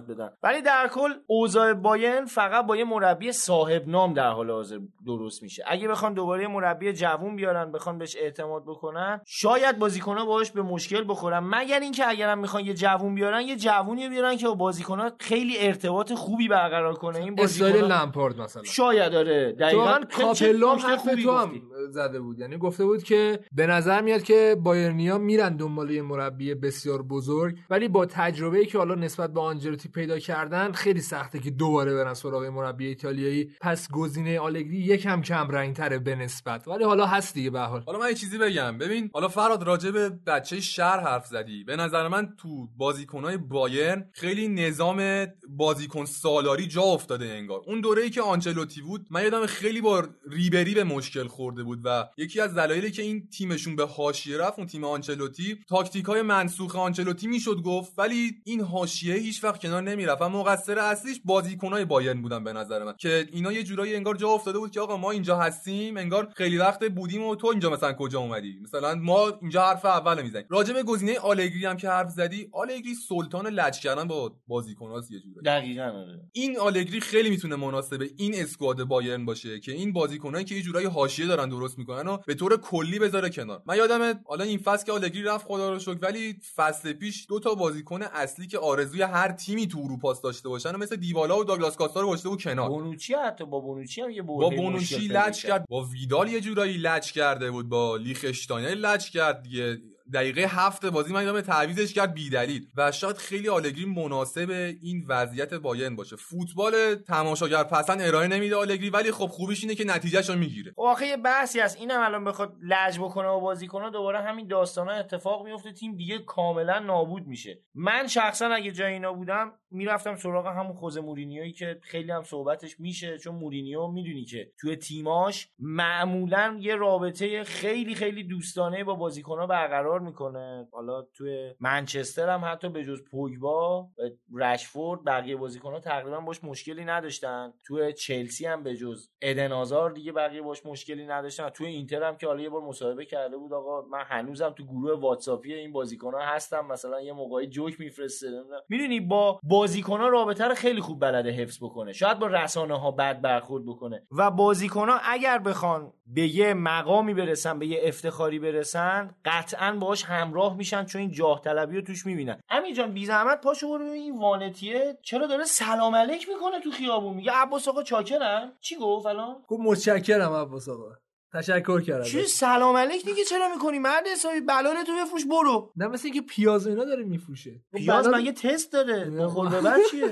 بدن. ولی در کل اوضاع بایرن فقط با یه مربی صاحب نام در حال حاضر درست میشه. اگه بخوان دوباره مربی جوون بیارن، بخوان بهش اعتماد بکنن، شاید بازیکن‌ها باهاش به مشکل بخورن، مگر اینکه اگرم میخوان یه جوون بیارن، یه جوونی بیارن که با بازیکن‌ها خیلی ارتباط خوبی برقرار کنه. این
بازیکن لمپارد مثلا
شاید داره.
دقیقاً کاپلو حرف تو هم زده بود، یعنی گفته بود که به نظر میاد که بایرنیا میرن دنبال یه مربی بسیار بزرگ، ولی با تجربه‌ای که حالا نسبت به آنجلوتی پیدا کردن خیلی سخته که دوباره برن سراغ مربی ایتالیایی. پس گزینه آلگری یکم کم رنگ‌تره به نسبت، ولی حالا هست دیگه به هر حال.
حالا من یه چیزی بگم. ببین حالا فراد راجع به بچه شهر حرف زدی. به نظر من تو بازیکن‌های بایرن خیلی نظام بازیکن سالاری جا افتاده انگار. اون دوره‌ای که آنچلوتی بود من یادم خیلی با ریبری به مشکل خورده بود و یکی از دلایلی که این تیمشون به حاشیه رفت، اون تیم آنچلوتی، تاکتیک‌های منسوخ آنچلوتی میشد گفت، ولی این حاشیه هیچ وقت کنار نمیرفت و مقصر اصلیش بازیکن‌های بایرن بودن به نظر من، که اینا یه جورایی انگار جا افتاده بود که آقا ما اینجا هستیم، انگار خیلی وقت بودیم و تو اینجا مثلا کجا اومدی، مثلا ما اینجا حرف اول میزنیم. راجع به گزینه آلگری هم که حرف زدی، آلگری سلطان لج کردن با بازیکناست یه جوری.
دقیقاً
این آلگری خیلی میتونه مناسب این اسکواد بایرن باشه که این بازیکنایی که یه جورایی حاشیه دارن درست میکنن و به طور کلی بذاره کنار. من یادمه حالا این فصل که آلگری رفت خدا رو شکر، ولی فصل پیش دو تا بازیکن اصلی که آرزوی هر تیمی تو اروپا داشته باشن مثل دیبالا و داگلاس کاستا رو گذاشته بود کنار.
بونوچی حتی با بونوچی هم یه
با بونوچی لج کرد، با ویدال یه جورایی لج کرده بود، با لیخشتاینر لج کرد دیگه. دقیقه 7 بازی من یادم تعویضش کرد بی‌دلیل و شاید خیلی آلگری مناسب این وضعیت بایرن باشه. فوتبال تماشاگر پسند ارائه نمیده آلگری، ولی خب خوبیش اینه که نتیجهشو میگیره.
آخه یه بحثی هست، اینم الان بخواد لج بکنه و بازیکن‌ها دوباره همین داستانا اتفاق میفته، تیم دیگه کاملا نابود میشه. من شخصا اگه جای اینا بودم میرفتم سراغ همون خوزه مورینیویی که خیلی هم صحبتش میشه، چون مورینیو میدونی که توی تیماش معمولا یه رابطه خیلی خیلی دوستانه با بازیکن‌ها برقرار میکنه. حالا توی منچستر هم حتی به جز پوگبا و رشفورد بقیه بازیکن‌ها تقریبا باش مشکلی نداشتن. توی چلسی هم به جز ایدن آزار دیگه بقیه باش مشکلی نداشتن. توی اینتر هم که حالا یه بار مصاحبه کرده بود، آقا من هنوزم تو گروه واتساپی این بازیکن‌ها هستم، مثلا یه موقعی جوک میفرسته. میدونی با بازیکن‌ها رابطه رو خیلی خوب بلده حفظ بکنه، شاید با رسانه‌ها بد برخورد بکنه و بازیکن‌ها اگر بخوان به یه مقامی برسن، به یه افتخاری برسن، قطعاً باهاش همراه میشن، چون این جاه طلبی رو توش میبینن. امین جان بی زحمت پاشو برو ببین این وانتیه چرا داره سلام علیک میکنه تو خیابون، میگه عباس آقا چاکرم. چی گفت الان؟
گفت متشکرم عباس آقا، تشکر کردم.
چی سلام علیک دیگه چرا میکنی مرد حسابی؟ بلال تو بفروش برو.
نه مثل اینکه پیاز اینا داره میفروشه.
پیاز مگه تست داره؟ بخور ببر چیه؟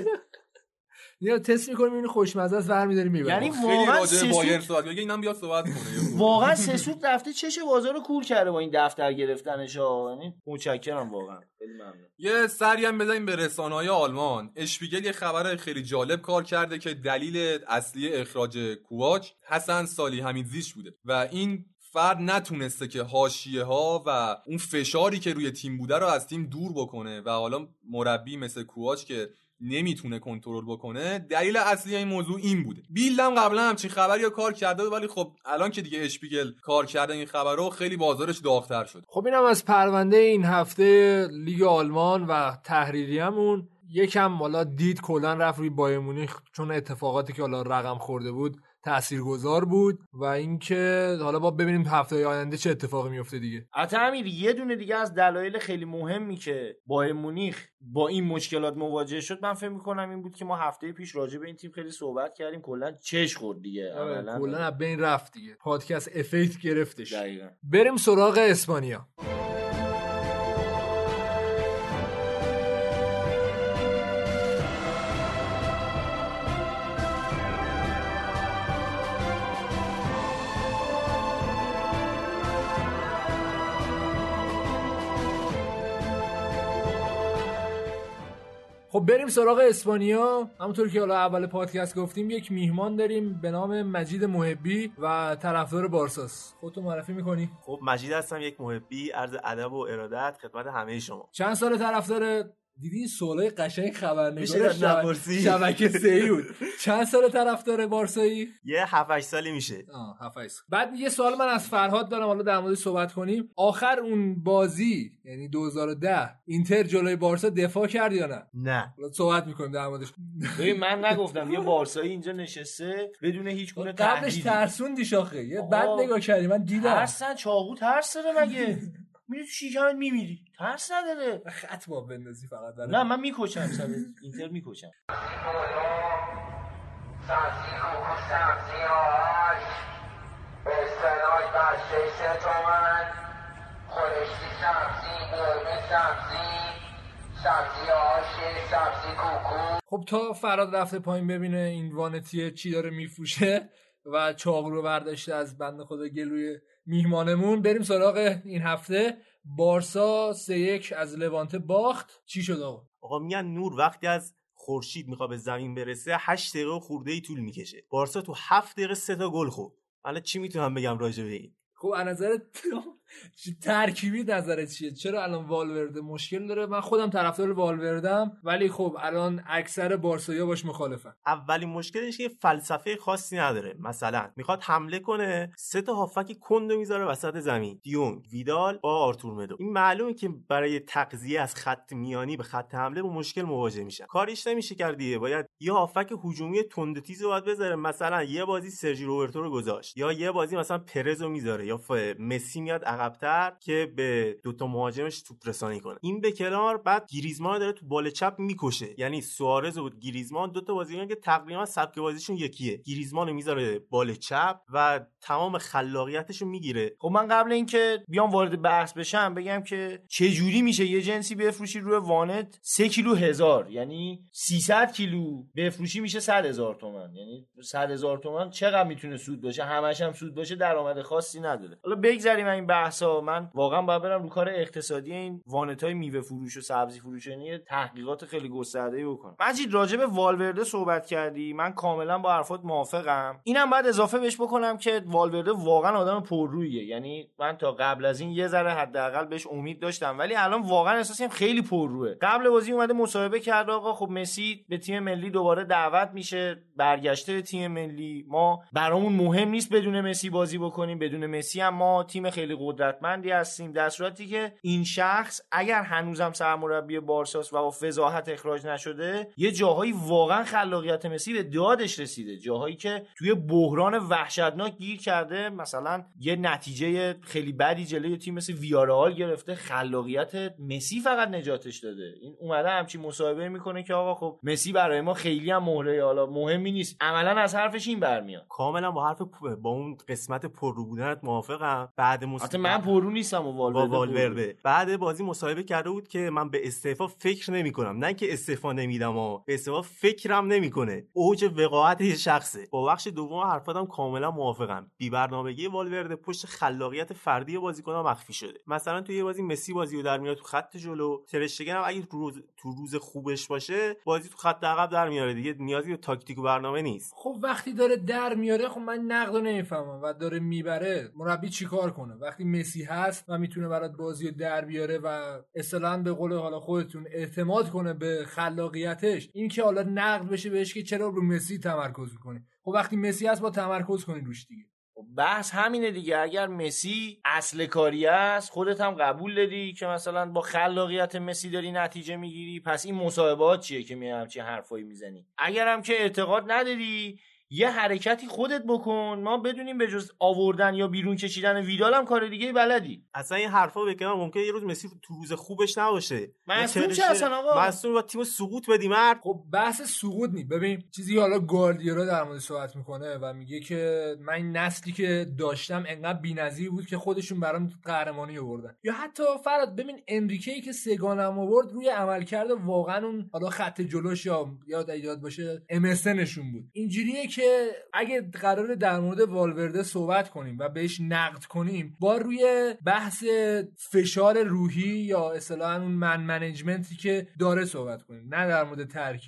یا تست می‌کنیم اینو خوشمزه است برمی‌داریم میبریم.
یعنی واقعا
خیلی بایرن صحبت میگه اینم بیاد صحبت کنه.
واقعا سسود رفته چش بازار رو کور کرده با این دفتر گرفتنش ها. یعنی متشکرم واقعا، خیلی ممنون.
یه سری هم بزنیم به رسانه‌های آلمان. اشپیگل یه خبر خیلی جالب کار کرده که دلیل اصلی اخراج کوواچ حسن صالح‌حمیدزیش بوده و این فرد نتونسته که حاشیه‌ها و اون فشاری که روی تیم بوده رو از تیم دور بکنه و حالا مربی مثل کوواچ که نمیتونه کنترل بکنه، دلیل اصلی این موضوع این بوده. بیلدم قبلا همچین خبری رو کار کرده بود، ولی خب الان که دیگه اشپیگل کار کرده این خبر رو خیلی بازارش داغ‌تر شد.
خب اینم از پرونده این هفته لیگ آلمان و تحریریمون. یکم حالا دید کلا رفت روی بایر مونیخ، چون اتفاقاتی که حالا رقم خورده بود تاثیرگذار بود و اینکه حالا با ببینیم هفته آینده چه اتفاقی میفته دیگه.
البته امیر یه دونه دیگه از دلایل خیلی مهمی که بایر مونیخ با این مشکلات مواجه شد، من فکر می‌کنم این بود که ما هفته پیش راجع به این تیم خیلی صحبت کردیم، کلا چش خورد دیگه،
کلا بین رفت دیگه، پادکست افکت گرفتش.
دقیقاً.
بریم سراغ اسپانیا. خب بریم سراغ اسپانیا. همونطور که حالا اول پادکست گفتیم یک میهمان داریم به نام مجید محبی و طرفدار بارساست. خودتو معرفی میکنی؟
خب مجید هستم، یک محبی، عرض ادب و ارادت خدمت همه شما.
چند سال طرفدار دیدی سوالای قشنگ
میشه
خبرنگار شبکه سیود چند سال طرفدار بارسایی؟
یه 7-8 سالی میشه.
7-8 سال. بعد یه سوال من از فرهاد دارم، حالا در موردش صحبت کنیم. آخر اون بازی یعنی 2010 اینتر جلوی بارسا دفاع کرد یا نه؟
نه.
حالا صحبت میکنیم در موردش.
ببین من نگفتم یه بارسایی اینجا نشسته بدون هیچ گونه
قبلش ترسوندی شاخه یه بد نگاه کردی من دیدم.
ترسن چاقو ترس داره مگه؟ میری تو شیشمت میمیری، ترس نداره.
خط با بندازی فقط داره.
نه من میکشم سر اینتر میکشم.
خب تا فراد رفته پایین ببینه این وانتیه چی داره میفروشه و چاقو رو برداشته از بنده خدا گلوی میهمانمون، بریم سراغ این هفته. بارسا 3-1 از لوانته باخت. چی شد
آقا میگن نور وقتی از خورشید میخواد به زمین برسه 8 دقیقه خورده ای طول میکشه. بارسا تو 7 دقیقه 3 تا گل خورد. حالا چی میتونم بگم راجع به این؟
خب از نظرت ترکیبی نظرت چیه؟ چرا الان والورده مشکل داره؟ من خودم طرفدار والوردم ولی خب الان اکثر بارسایا باش مخالفن.
اولین مشکلش که فلسفه خاصی نداره. مثلا میخواد حمله کنه 3 تا هافک کندو میذاره وسط زمین، دیونگ، ویدال با آرتور مدو. این معلومه که برای تغذیه از خط میانی به خط حمله با مشکل مواجه میشن. کاریش نمیشه کردیه، باید یه هافک هجومی تند تیز رو باید بذاره. مثلا یه بازی سرژی روبرتو رو گذاشت یا یه بازی مثلا پرز رو میذاره یا مسی میاد عقب‌تر که به دوتا مهاجمش توپ رسانی کنه. این به کنار بعد گریزمان داره تو بال چپ میکشه. یعنی سوارز و گریزمان دوتا بازیکنن که تقریبا سبک بازیشون یکیه. گریزمانو میذاره بال چپ و تمام خلاقیتشو میگیره.
خب من قبل اینکه بیام وارد بحث بشم بگم که چه جوری میشه یه جنسی بفروشی روی وانت 3 کیلو 1000، یعنی 300 کیلو بفروشی میشه 100,000 تومان. یعنی 100,000 تومان چقدر میتونه سود باشه؟ همش هم سود باشه درآمد خاصی نداره. حالا بگذریم این بحثا. من واقعا باید برم رو کار اقتصادی این وانتای میوه فروش و سبزی فروش، یعنی تحقیقات خیلی گسترده‌ای بکنم. مجید راجع به والورده صحبت کردی، من کاملا با حرفات موافقم. اینم بعد اضافه بهش بکنم که والورده واقعا آدم پررویه. یعنی من تا قبل از این یه ذره حداقل بهش امید داشتم ولی الان واقعا احساسم خیلی پرروه. قبل بازی اومده مصاحبه کرد آقا خب مسی به تیم ملی دوباره دعوت میشه، برگشته تیم ملی، ما برامون مهم نیست بدون مسی بازی بکنیم، بدون مسی هم ما تیم خیلی قدرتمندی هستیم. در صورتی که این شخص اگر هنوزم سرمربی بارساست و با فضاحت اخراج نشده، یه جاهایی واقعا خلاقیت مسی به دادش رسیده، جاهایی که توی بحران وحشتناک گیر کرده. مثلا یه نتیجه خیلی بدی جلوی تیم مثل ویارال گرفته، خلاقیت مسی فقط نجاتش داده. این اومده همچین مصاحبه میکنه که آقا خب مسی برای ما خیلی هم مهره حالا مهمی نیست. عملا از حرفش این برمیاد.
کاملا با حرف با اون قسمت پررو بودنت موافقم. بعد
من پررو نیستم و
والورده بعد بازی مصاحبه کرده بود که من به استعفا فکر نمی‌کنم. نه که استعفا نمیدم و به استعفا فکرم نمیکنه. اوج وقاحت یه شخصه. با بخش دوم حرفاتم کاملا موافقم. بی برنامگی والورده پشت خلاقیت فردی بازیکن‌ها مخفی شده. مثلا تو یه بازی مسی بازیو در میاره تو خط جلو، ترشتگن هم اگه تو روز خوبش باشه بازی تو خط عقب در میاره دیگه، نیازی به تاکتیک و برنامه نیست.
خب وقتی داره در میاره خب من نقدو نمیفهمم و داره میبره مربی چیکار کنه؟ وقتی مسی هست و میتونه برات بازیو در بیاره و اصلا به قول حالا خودتون اعتماد کنه به خلاقیتش، این که حالا نقد بشه بهش که چرا رو مسی تمرکز میکنی؟ خب وقتی مسی هست با تمرکز کنی روش دیگه.
بحث همینه دیگه. اگر مسی اصل کاری است خودت هم قبول دادی که مثلا با خلاقیت مسی داری نتیجه میگیری، پس این مصاحبهات چیه که میام همچین حرفایی میزنی؟ اگر هم که اعتقاد نداری یه حرکتی خودت بکن، ما بدونیم به جز آوردن یا بیرون کشیدن ویدال هم کار دیگه بلدی.
اصلا این حرفا بکنم ممکنه یه روز مسی تو روز خوبش نباشه.
معصوم چه اصلا آقا؟
معصوم و تیم سقوط بدی مرد.
خب بحث سقوط نی. ببین چیزی حالا گواردیولا در مورد صحبت میکنه و میگه که من این نسلی که داشتم انقدر بی‌نظیر بود که خودشون برام قهرمانی آوردن. یا حتی فرض ببین انریکه‌ای که سگانم آورد روی عملکرد واقعا اون حالا خط جلوش یا یاد باشه MSN نشون بود. اینجوریه که اگه قراره در مورد والورده صحبت کنیم و بهش نقد کنیم با روی بحث فشار روحی یا اصطلاحاً اون منیجمنتی که داره صحبت کنیم، نه در مورد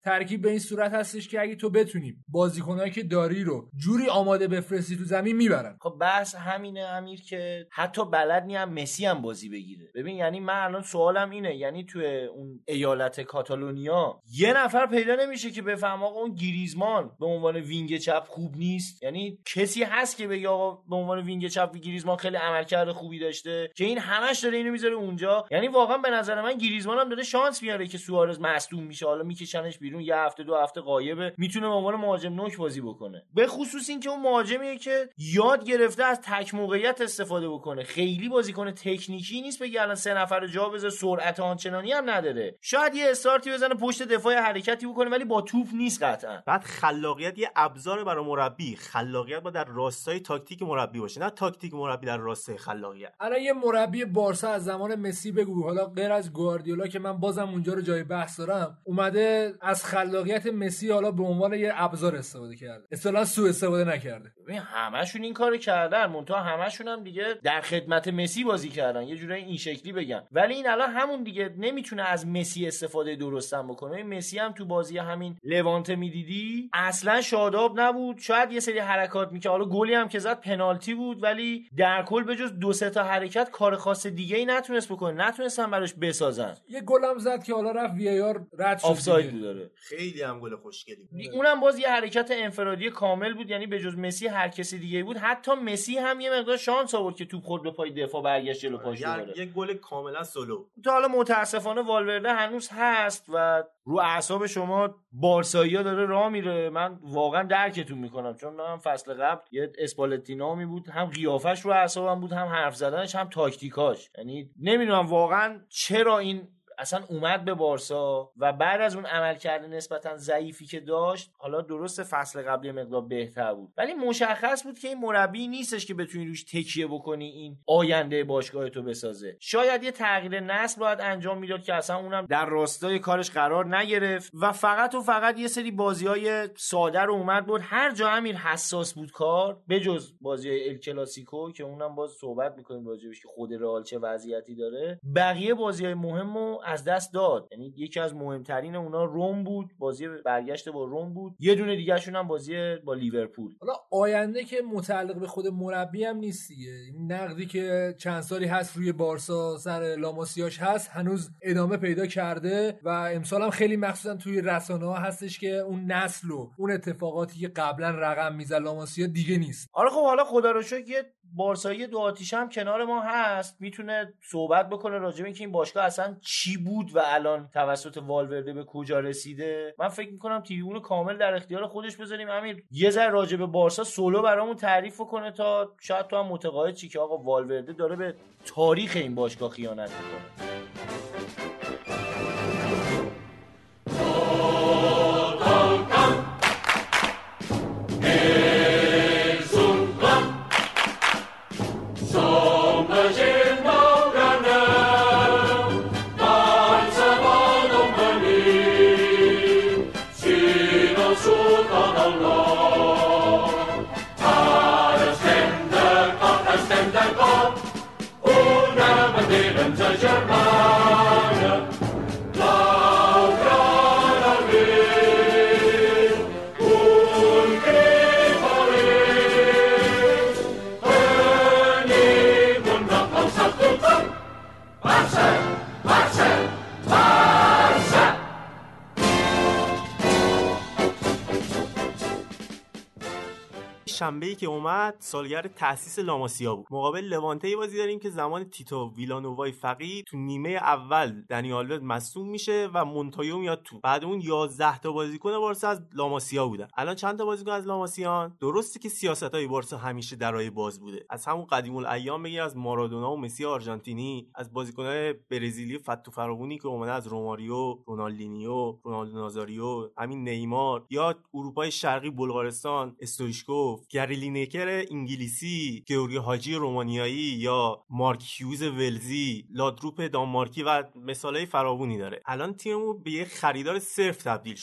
ترکیب به این صورت هستش که اگه تو بتونی بازیکنایی که داری رو جوری آماده بفرستی تو زمین میبرن.
خب بحث همینه امیر که حتی بلد نی هم مسی هم بازی بگیره. ببین یعنی من الان سوالم اینه، یعنی تو اون ایالت کاتالونیا یه نفر پیدا نمیشه که بفهم آقا اون گریزمان به عنوان وینگ چپ خوب نیست؟ یعنی کسی هست که بگه آقا به عنوان وینگ چپ گریزمان خیلی عملکرد خوبی داشته که این همش داره اینو میذاره اونجا؟ یعنی واقعا به نظر من گریزمان هم داره شانس میاره که سوارز مصدوم میشه، حالا میکشنش بیرون، یه هفته دو هفته غایبه، میتونه به عنوان مهاجم نوک بازی بکنه. به خصوص اینکه اون مهاجمیه که یاد گرفته از تک موقعیت استفاده بکنه، خیلی بازیکن تکنیکی نیست بگی الان سه نفر جا بذار، سرعت آنچنانی هم نداره، شاید یه استارتی بزنه پشت دفاع حرکتی بکنه ولی با توپ نیست قطعا.
بعد خلاقیت یه ابزار برای مربی، خلاقیت با در راستای تاکتیک مربی باشه، نه تاکتیک مربی در راستای خلاقیت.
الان یه مربی بارسا از زمان مسی بگو، حالا غیر از گواردیولا که من بازم اونجا رو جای بحث دارم، اومده از خلاقیت مسی حالا به عنوان یه ابزار استفاده کرده، اصلا سوء استفاده نکرده.
ببین همشون این کارو کردن، منتها همشون هم دیگه در خدمت مسی بازی کردن، یه جورایی این شکلی بگم. ولی این الان همون دیگه نمیتونه از مسی استفاده درستم بکنه. مسی هم تو بازی همین لوانته میدیدی اصلا شاداب نبود، شاید یه سری حرکات میکنه، حالا گلی هم که زد پنالتی بود، ولی در کل به جز دو سه تا حرکت کار خاص دیگه ای نتونست بکنه، نتونستن براش بسازن.
یه گل هم زد که حالا رفت وی آر رد شد،
آفساید بود. داره
خیلی هم گل خوشگلی بود.
اونم باز یه حرکت انفرادی کامل بود، یعنی به جز مسی هر کسی دیگه بود. حتی مسی هم یه مقدار شانس آورد که توپ خورد به پای دفاع برگشت جلو پاش دوباره.
یه گل کاملا سولو.
تا حالا متاسفانه والورده هنوز هست و رو اعصاب شما بارسایی‌ها داره راه میره. من واقعا درکتون میکنم، چون من فصل قبل یه اسپالتی نامی بود، هم قیافش رو اعصابم بود، هم حرف زدنش، هم تاکتیکاش. یعنی نمیدونم واقعا چرا این اصلا اومد به بارسا و بعد از اون عملکرد نسبتا ضعیفی که داشت، حالا درست فصل قبلی مقدار بهتر بود ولی مشخص بود که این مربی نیستش که بتونی روش تکیه بکنی این آینده باشگاه تو بسازه. شاید یه تغییر نسل باید انجام میداد که اصلا اونم در راستای کارش قرار نگرفت و فقط یه سری بازی‌های ساده رو اومد بود. هر جا امیر حساس بود کار، بجز بازی‌های ال کلاسیکو که اونم باز صحبت می‌کنیم راجعش که خود رئال چه وضعیتی داره، بقیه بازی‌های مهمو از دست داد. یعنی یکی از مهمترین اونا روم بود، بازی برگشت با روم بود، یه دونه دیگه شون هم بازی با لیورپول.
حالا آینده که متعلق به خود مربی هم نیست دیگه، این نقدی که چند سالی هست روی بارسا سر لاماسیاش هست هنوز ادامه پیدا کرده و امسال هم خیلی مخصوصا توی رسانه‌ها هستش که اون نسل و اون اتفاقاتی که قبلا رقم میزد لاماسیا دیگه نیست.
آره خب حالا خدا رو شکر یه بارسایی دو آتیشه هم کنار ما هست، میتونه صحبت بکنه راجع به اینکه این باشگاه اصلا چی بود و الان توسط والورده به کجا رسیده. من فکر میکنم تریبون کامل در اختیار خودش بذاریم امیر یه ذره راجع به بارسا سولو برامون تعریف کنه تا شاید تو هم متقاعد چی که آقا والورده داره به تاریخ این باشگاه خیانت میکنه.
شنبه‌ای که اومد سالگرد تأسیس لاماسیا بود. مقابل لوانته بازی داریم که زمان تیتو ویلانووای فقید تو نیمه اول دنی آلوز مصدوم میشه و مونتایو میاد تو. بعد اون 11 تا بازیکن بارسا از لاماسیا بودن. الان چند تا بازیکن از لاماسیا؟ درسته که سیاستای بارسا همیشه درای باز بوده. از همون قدیم الایام بگیر، از مارادونا و مسی آرژانتینی، از بازیکن‌های برزیلی فتو فراوونی که اومده از روماریو، رونالدینیو، رونالدو نازاریو، همین نیمار، یا اروپای شرقی بلغارستان استویشکوف، گری لینکر انگلیسی، گیورگی حاجی رومانیایی یا مارک هیوز ولزی، لادروپ دانمارکی و مثالای فراوونی داره. الان تیممون به یه خریدار صرف تبدیل شده.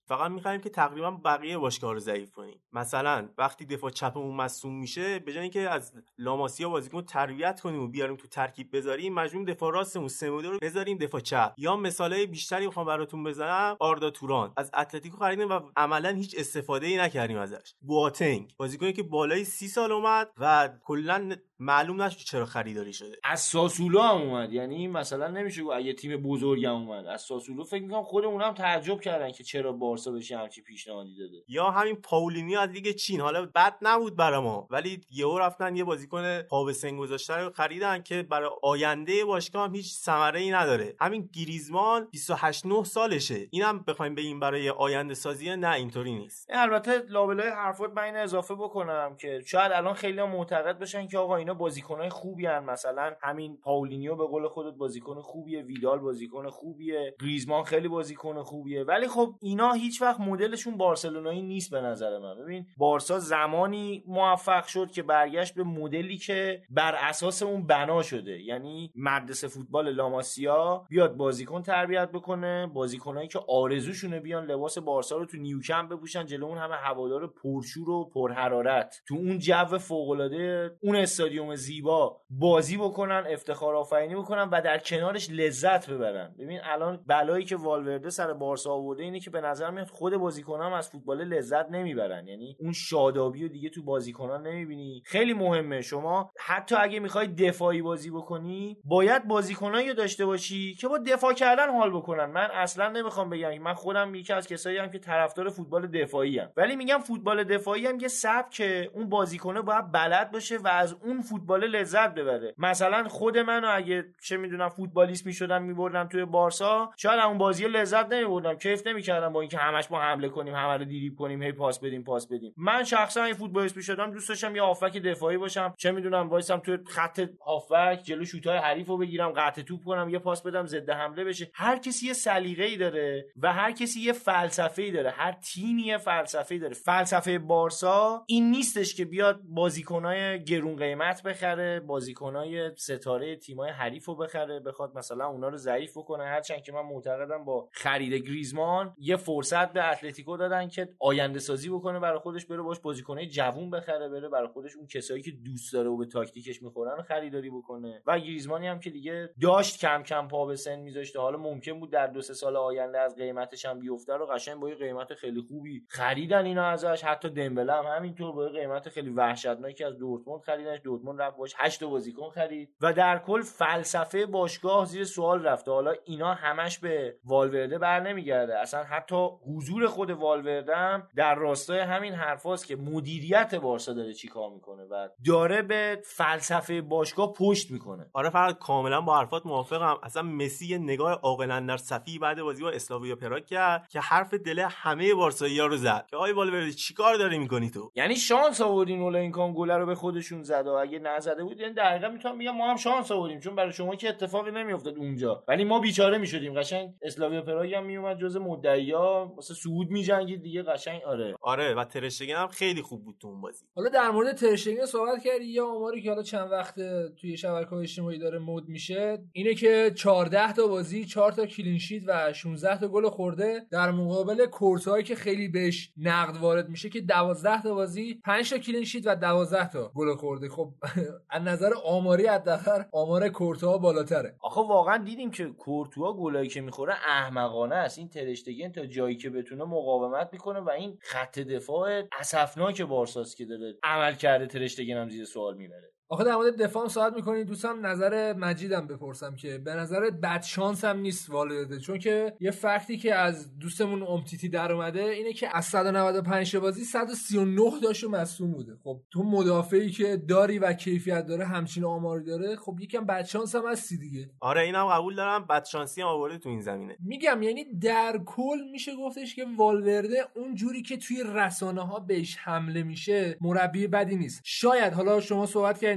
فقط می‌خوایم که تقریبا بقیه باشگاه‌ها رو ضعیف کنیم. مثلا وقتی دفاع چپمون مصدوم میشه، به جای اینکه از لاماسیا بازیکن تربیت کنیم و بیاریم تو ترکیب بذاریم، مجبوریم دفاع راستمون سمودو رو بذاریم دفاع چپ. یا مثالای بیشتری میخوام براتون بزنم، آردا توران از اتلتیکو خریدیم و عملاً هیچ استفاده‌ای نکردیم ازش. بواتنگ بازیکنی که بالای 30 سال اومد و کلاً معلوم نشد چرا خریداری شده.
از ساسولو هم اومد، یعنی مثلا نمیشه گفت اگه تیم بزرگی هم اومد از ساسولو، فکر میکنم خود اونها هم تعجب کردن که چرا بارسا بهش همچین پیشنهادی داده.
یا همین پاولینی از لیگ چین، حالا بد نبود برای ما، ولی یهو رفتن یه بازیکن پا به سن گذاشته رو خریدن که برای آینده باشگاه هم هیچ ثمره‌ای نداره. همین گریزمان 28 9 سالشه، اینم بخوایم بگیم برای آینده سازی، نه اینطوری نیست.
البته لابلای حرفات من اینو اضافه بکنم که شاید الان خیلی‌ها معتقد بشن که آقا اینا بازیکنای خوبی ان، مثلا همین پاولینیو به قول خودت بازیکن خوبیه، ویدال بازیکن خوبیه، گریزمان خیلی بازیکن خوبیه، ولی خب اینا هیچ وقت مدلشون بارسلونایی نیست به نظر من. ببین بارسا زمانی موفق شد که برگشت به مدلی که بر اساس اون بنا شده، یعنی مدرسه فوتبال لاماسیا بیاد بازیکن تربیت بکنه، بازیکنایی که آرزوشونه بیان لباس بارسا رو تو نیوکمپ بپوشن جلو اون همه هوادار پرشور و پرحرارت، تو اون جو فوق‌العاده اون استادیوم زیبا بازی بکنن، افتخار آفرینی بکنن و در کنارش لذت ببرن. ببین الان بلایی که والورده سر بارسا آورده اینه که به نظر میاد خود بازیکن‌ها هم از فوتبال لذت نمیبرن، یعنی اون شادابی رو دیگه تو بازیکن‌ها نمیبینی. خیلی مهمه شما حتی اگه میخوای دفاعی بازی بکنی باید بازیکنایی داشته باشی که با دفاع کردن حال بکنن. من اصلا نمیخوام بگم، من خودم یکی از کسایی ام که طرفدار فوتبال دفاعی ام، ولی میگم فوتبال دفاعی هم یه سبکه، اون بازیکنه باید بلد باشه و از اون فوتبال لذت ببره. مثلا خود منو اگه چه میدونم فوتبالیست میشدم میبردم توی بارسا، شاید اون بازی لذت نمیبردم، کیف نمیکردم با اینکه همش ما حمله کنیم، همه رو دریبل کنیم، هی پاس بدیم. من شخصا این فوتبالیست میشدم دوست داشتم یه هافبک دفاعی باشم، چه میدونم وایسم توی خط هافبک جلو شوتای حریفو بگیرم، قطع توپ کنم، یه پاس بدم ضد حمله بشه. هر کسی یه سلیقه‌ای داره و هر کسی یه فلسفه‌ای داره، هر تیمی یه فلسفه‌ای داره. فلسفه بارسا این نیستش که بیاد بازیکنای گرون قیمت بخره، بازیکنای ستاره تیمای حریفو بخره، بخواد مثلا اونا رو ضعیف بکنه. هرچند که من معتقدم با خرید گریزمان یه فرصت به اتلتیکو دادن که آینده سازی بکنه برای خودش، بره باش بازیکنای جوون بخره، بره برای خودش اون کسایی که دوست داره و به تاکتیکش میخورن رو خریداری بکنه. و گریزمانی هم که دیگه داشت کم کم پا به سن میذاشته، حالا ممکن بود در 2-3 سال آینده از قیمتش هم بیفته، رو قشنگ با یه قیمت خیلی خوبی خریدن اینا ازش. حتی دمبله هم همینطور با یه قیمت خیلی وحشتناکی از دورتموند خریدنش، دورتموند رفت باش 8 بازیکن خرید و در کل فلسفه باشگاه زیر سوال رفته. حالا اینا همش به والورده برنمیگرده، اصلا حتی حضور خود والورده هم در راستای همین حرفاست که مدیریت بارسا داره چیکار میکنه و داره به فلسفه باشگاه پشت میکنه.
آره فرق کاملا با حرفات موافقم. اصلا مسی یه نگاه عاقلانه در صفی بعد بازی با اسلاویا پراگ کرد که حرف دل همه بارسایی‌ها رو زد که آی والورده چیکار داری میکنی تو؟
یعنی شانس آوردین ولی این کام گل رو به خودشون زد و اگه نزده بود یعنی دقیقاً میتونم بگم ما هم شانس آوردیم، چون برای شما که اتفاقی نمیافتاد اونجا، ولی ما بیچاره میشدیم. قشنگ اسلاویا پراگ هم میومد جز مدعیا واسه صعود میجنگید دیگه قشنگ.
آره و ترشتگن هم خیلی خوب بود تو اون بازی.
حالا در مورد ترشتگن صحبت کردی، یا آماری که حالا چند وقت توی شبکه‌های اجتماعی داره مود میشه اینه که 14 تا بازی 4 تا کلین شیت و 16 تا گل خورده، در مقابل کورتوایی که خیلی بهش نقد وارد میشه که 12 تا بازی 5 تا کلین شیت و 12 تا گل خورده. خب از نظر آماری حداقل آمار کورتوا بالاتره.
آخه واقعا دیدیم که کورتوا گلایی که میخوره احمقانه است. این ترشتگن تا جایی که بتونه مقاومت میکنه و این خط دفاع اسفناک بارساست که داره عمل کرده ترشتگن هم زیر سوال میبره.
آخه در مورد دفاع صحبت می‌کنی، دوستم نظر مجیدم بپرسم که به نظرت بد شانس هم نیست والورده؟ چون که یه فکتی که از دوستمون امتیتی در اومده اینه که از 195 بازی 139 تاشو مصدوم بوده. خب تو مدافعی که داری و کیفیت داره همچین آماری داره، خب یکم بد شانس هم هستی دیگه.
آره اینم قبول دارم، بد شانسی هم آورده تو این زمینه.
میگم یعنی در کل میشه گفتش که والورده اون جوری که توی رسانه‌ها بهش حمله میشه مربی بدی نیست. شاید حالا شما صحبت کردین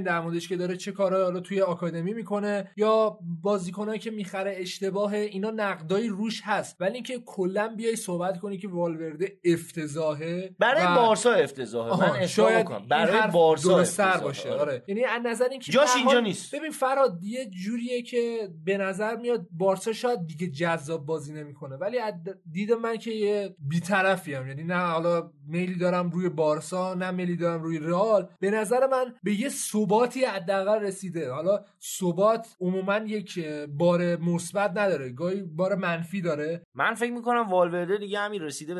در موردش که داره چه کارهایی حالا توی آکادمی میکنه یا بازیکنایی که میخره اشتباه، اینا نقدایی روش هست، ولی اینکه کلا بیای صحبت کنی که والورده افتضاحه
برای بارسا افتضاحه، من اصلا میگم برای بارسا
درست‌تر باشه. آره یعنی از نظر اینکه
جاش اینجا نیست.
ببین فراد یه جوریه که به نظر میاد بارسا شاید دیگه جذاب بازی نمیکنه، ولی از دید من که یه بی‌طرفیام، یعنی نه حالا میلی دارم روی بارسا نه میلی دارم روی رئال، به نظر من به یه ثباتی حداقل رسیده. حالا ثبات عموما یک بار مثبت نداره، گاهی بار منفی داره.
من فکر میکنم والورده دیگه همین رسیده به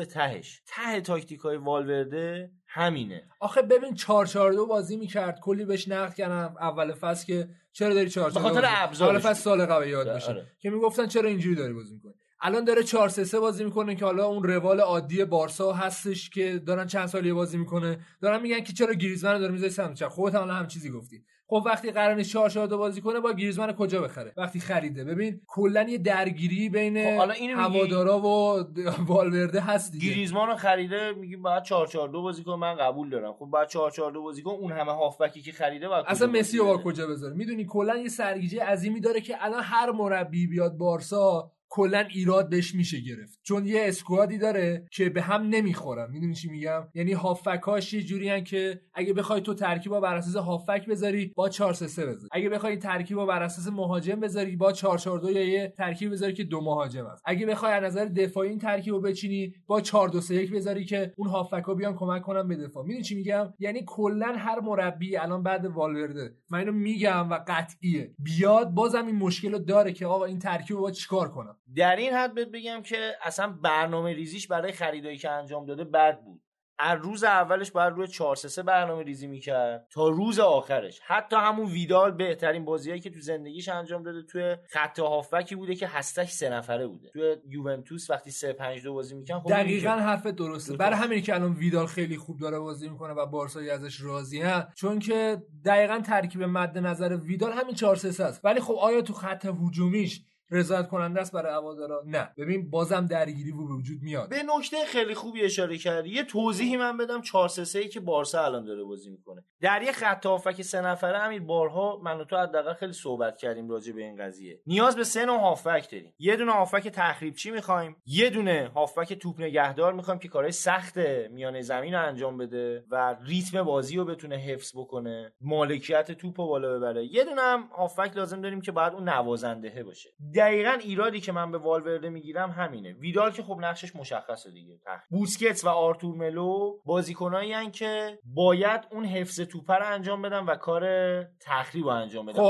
ته تاکتیکای والورده همینه.
آخه ببین 4-4-2 بازی میکرد، کلی بهش نقد کردم اول فصل که چرا داری 4-4-2
به خاطر ابزارش،
اول فصل سال قبل یاد بشه که میگفتن چرا اینجوری داری بازی میکنی. الان داره 4-3-3 بازی میکنه که حالا اون روال عادی بارسا هستش که دارن چند سالی بازی میکنه، دارن میگن که چرا گریزمان رو داره میذاری سمت چپ. خودت الان هم چیزی گفتی. خب وقتی قراره 4-4-2 بازی کنه با گریزمان کجا بخره وقتی خریده؟ ببین کلا یه درگیری بین هوادارا و والورده هست دیگه.
گریزمان رو خریده میگیم باید 4-4-2 بازی کنه، من قبول دارم. خب باید 4-4-2 بازی کنه، اون همه هافبکی که خریده باید
اصلا مسی رو با کجا بذاره؟ میدونی کلا یه سرگیجه عظیمی داره که الان هر مربی بیاد بارسا کلا ایراد بهش میشه گرفت، چون یه اسکوادی داره که به هم نمیخورن. میدونی چی میگم؟ یعنی هافکاش یه جوریان که اگه بخوای تو ترکیبا بر اساس هافک بذاری با 4-3-3 بذاری، اگه بخوای ترکیبا بر اساس مهاجم بذاری با 4-4-2 یا یه ترکیب بذاری که دو مهاجم است، اگه بخوای از نظر دفاعی این ترکیبو بچینی با 4-2-3-1 بذاری که اون هافکا بیان کمک کنن به دفاع. میدونی چی میگم؟ یعنی کلا هر مربی الان بعد والورده، من اینو میگم و قطعیه، بیاد بازم این مشکلو داره که آقا این ترکیبو با چیکار کنم.
در این حد بهت بگم که اصلا برنامه ریزیش برای خریدایی که انجام داده بد بود. از روز اولش باید روی 4-3-3 برنامه ریزی میکرد تا روز آخرش. حتی همون ویدال بهترین بازیایی که تو زندگیش انجام داده توی خط هافبکی بوده که هستش 3 نفره بوده. توی یوونتوس وقتی 3-5-2 بازی میکنن خب
دقیقاً حرف درسته. برای همین که الان ویدال خیلی خوب داره بازی میکنه و بارسایی ازش راضیه، چون که دقیقاً ترکیب مد نظر ویدال همین 4-3-3 است. ولی خب آیا تو خط هجومیش رضایت کننده است برای هوادارا؟ نه. ببین بازم درگیری به وجود میاد.
به نکته خیلی خوبی اشاره کردی. یه توضیحی من بدم 4-3-3 که بارسا الان داره بازی میکنه. در یه خط هافک 3 نفره همین بارها من و تو حداقل خیلی صحبت کردیم راجع به این قضیه. نیاز به 3 نوع هافک داریم. یه دونه هافک تخریبچی میخوایم، یه دونه هافک توپ نگهدار میخوایم که کارهای سخت میانه زمین رو انجام بده و ریتم بازی رو بتونه حفظ بکنه، مالکیت توپو بالا ببره. یه دونه هم هافک لازم داریم که بعد اون نوازنده باشه. دقیقاً ایرادی که من به والورده میگیرم همینه. ویدال که خب نقشش مشخصه دیگه. بوسکتس و آرتور ملو بازیکنایی ان که باید اون حفظ توپ رو انجام بدن و کار تخریب رو انجام بدن.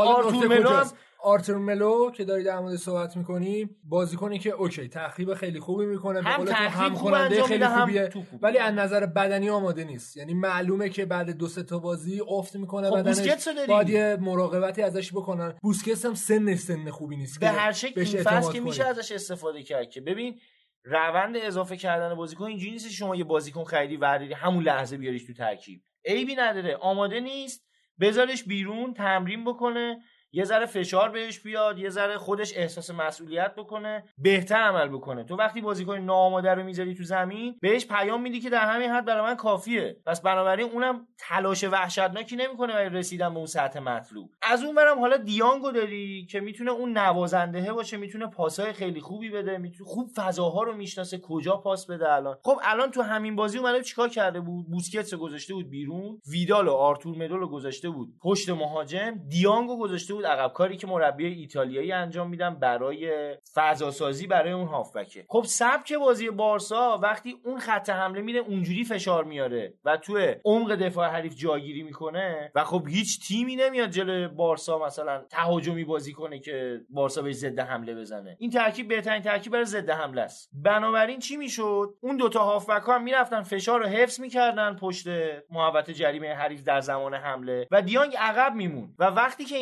آرتور ملو که داری در مورد صحبت می‌کنی، بازیکنی که اوکی تخریب خیلی خوبی میکنه، به قول تو هم کننده خیلی خوبیه، ولی از نظر بدنی آماده نیست. یعنی معلومه که بعد 2-3 تا بازی افت میکنه
خب
بدنش، باید یه مراقبتی ازش بکنن. بوسکتس هم سن خوبی نیست
به هر شکل این فصل که میشه ازش استفاده کرد. که ببین روند اضافه کردن بازیکن اینجوری نیست شما یه بازیکن خریدی وردی همون لحظه بیاریش تو ترکیب. عیبی نداره، آماده نیست بذارش بیرون تمرین بکنه، یه ذره فشار بهش بیاد، یه ذره خودش احساس مسئولیت بکنه، بهتر عمل بکنه. تو وقتی بازیکن ناآماده رو میذاری تو زمین بهش پیام میدی که در همین حد برای من کافیه. پس بنابراین اونم تلاش وحشتناکی نمیکنه برای رسیدن به اون سطح مطلوب. از اون برم حالا دیانگو داری که میتونه اون نوازنده باشه، میتونه پاسای خیلی خوبی بده، میتونه خوب فضاها رو میشناسه کجا پاس بده. الان تو همین بازی اومده چیکار کرده بود؟ بوسکتس رو گذاشته بود بیرون، ویدال و آرتور ملو رو گذاشته بود پشت مهاجم، دیانگو گذاشته بود عقب. کاری که مربی ایتالیایی انجام میدن برای فضا سازی برای اون هافبکه. خب سبک بازی بارسا وقتی اون خط حمله میره اونجوری فشار میاره و تو عمق دفاع حریف جاگیری میکنه و خب هیچ تیمی نمیاد جلوی بارسا مثلا تهاجمی بازی کنه که بارسا بهش ضد حمله بزنه. این ترکیب بهترین ترکیب برای ضد حمله است. بنابراین چی میشد؟ اون دوتا هافبک ها میرفتن فشار رو حفظ میکردن پشت محوطه جریمه حریف در زمان حمله و دیانگ عقب میمون و وقتی که اینا ضد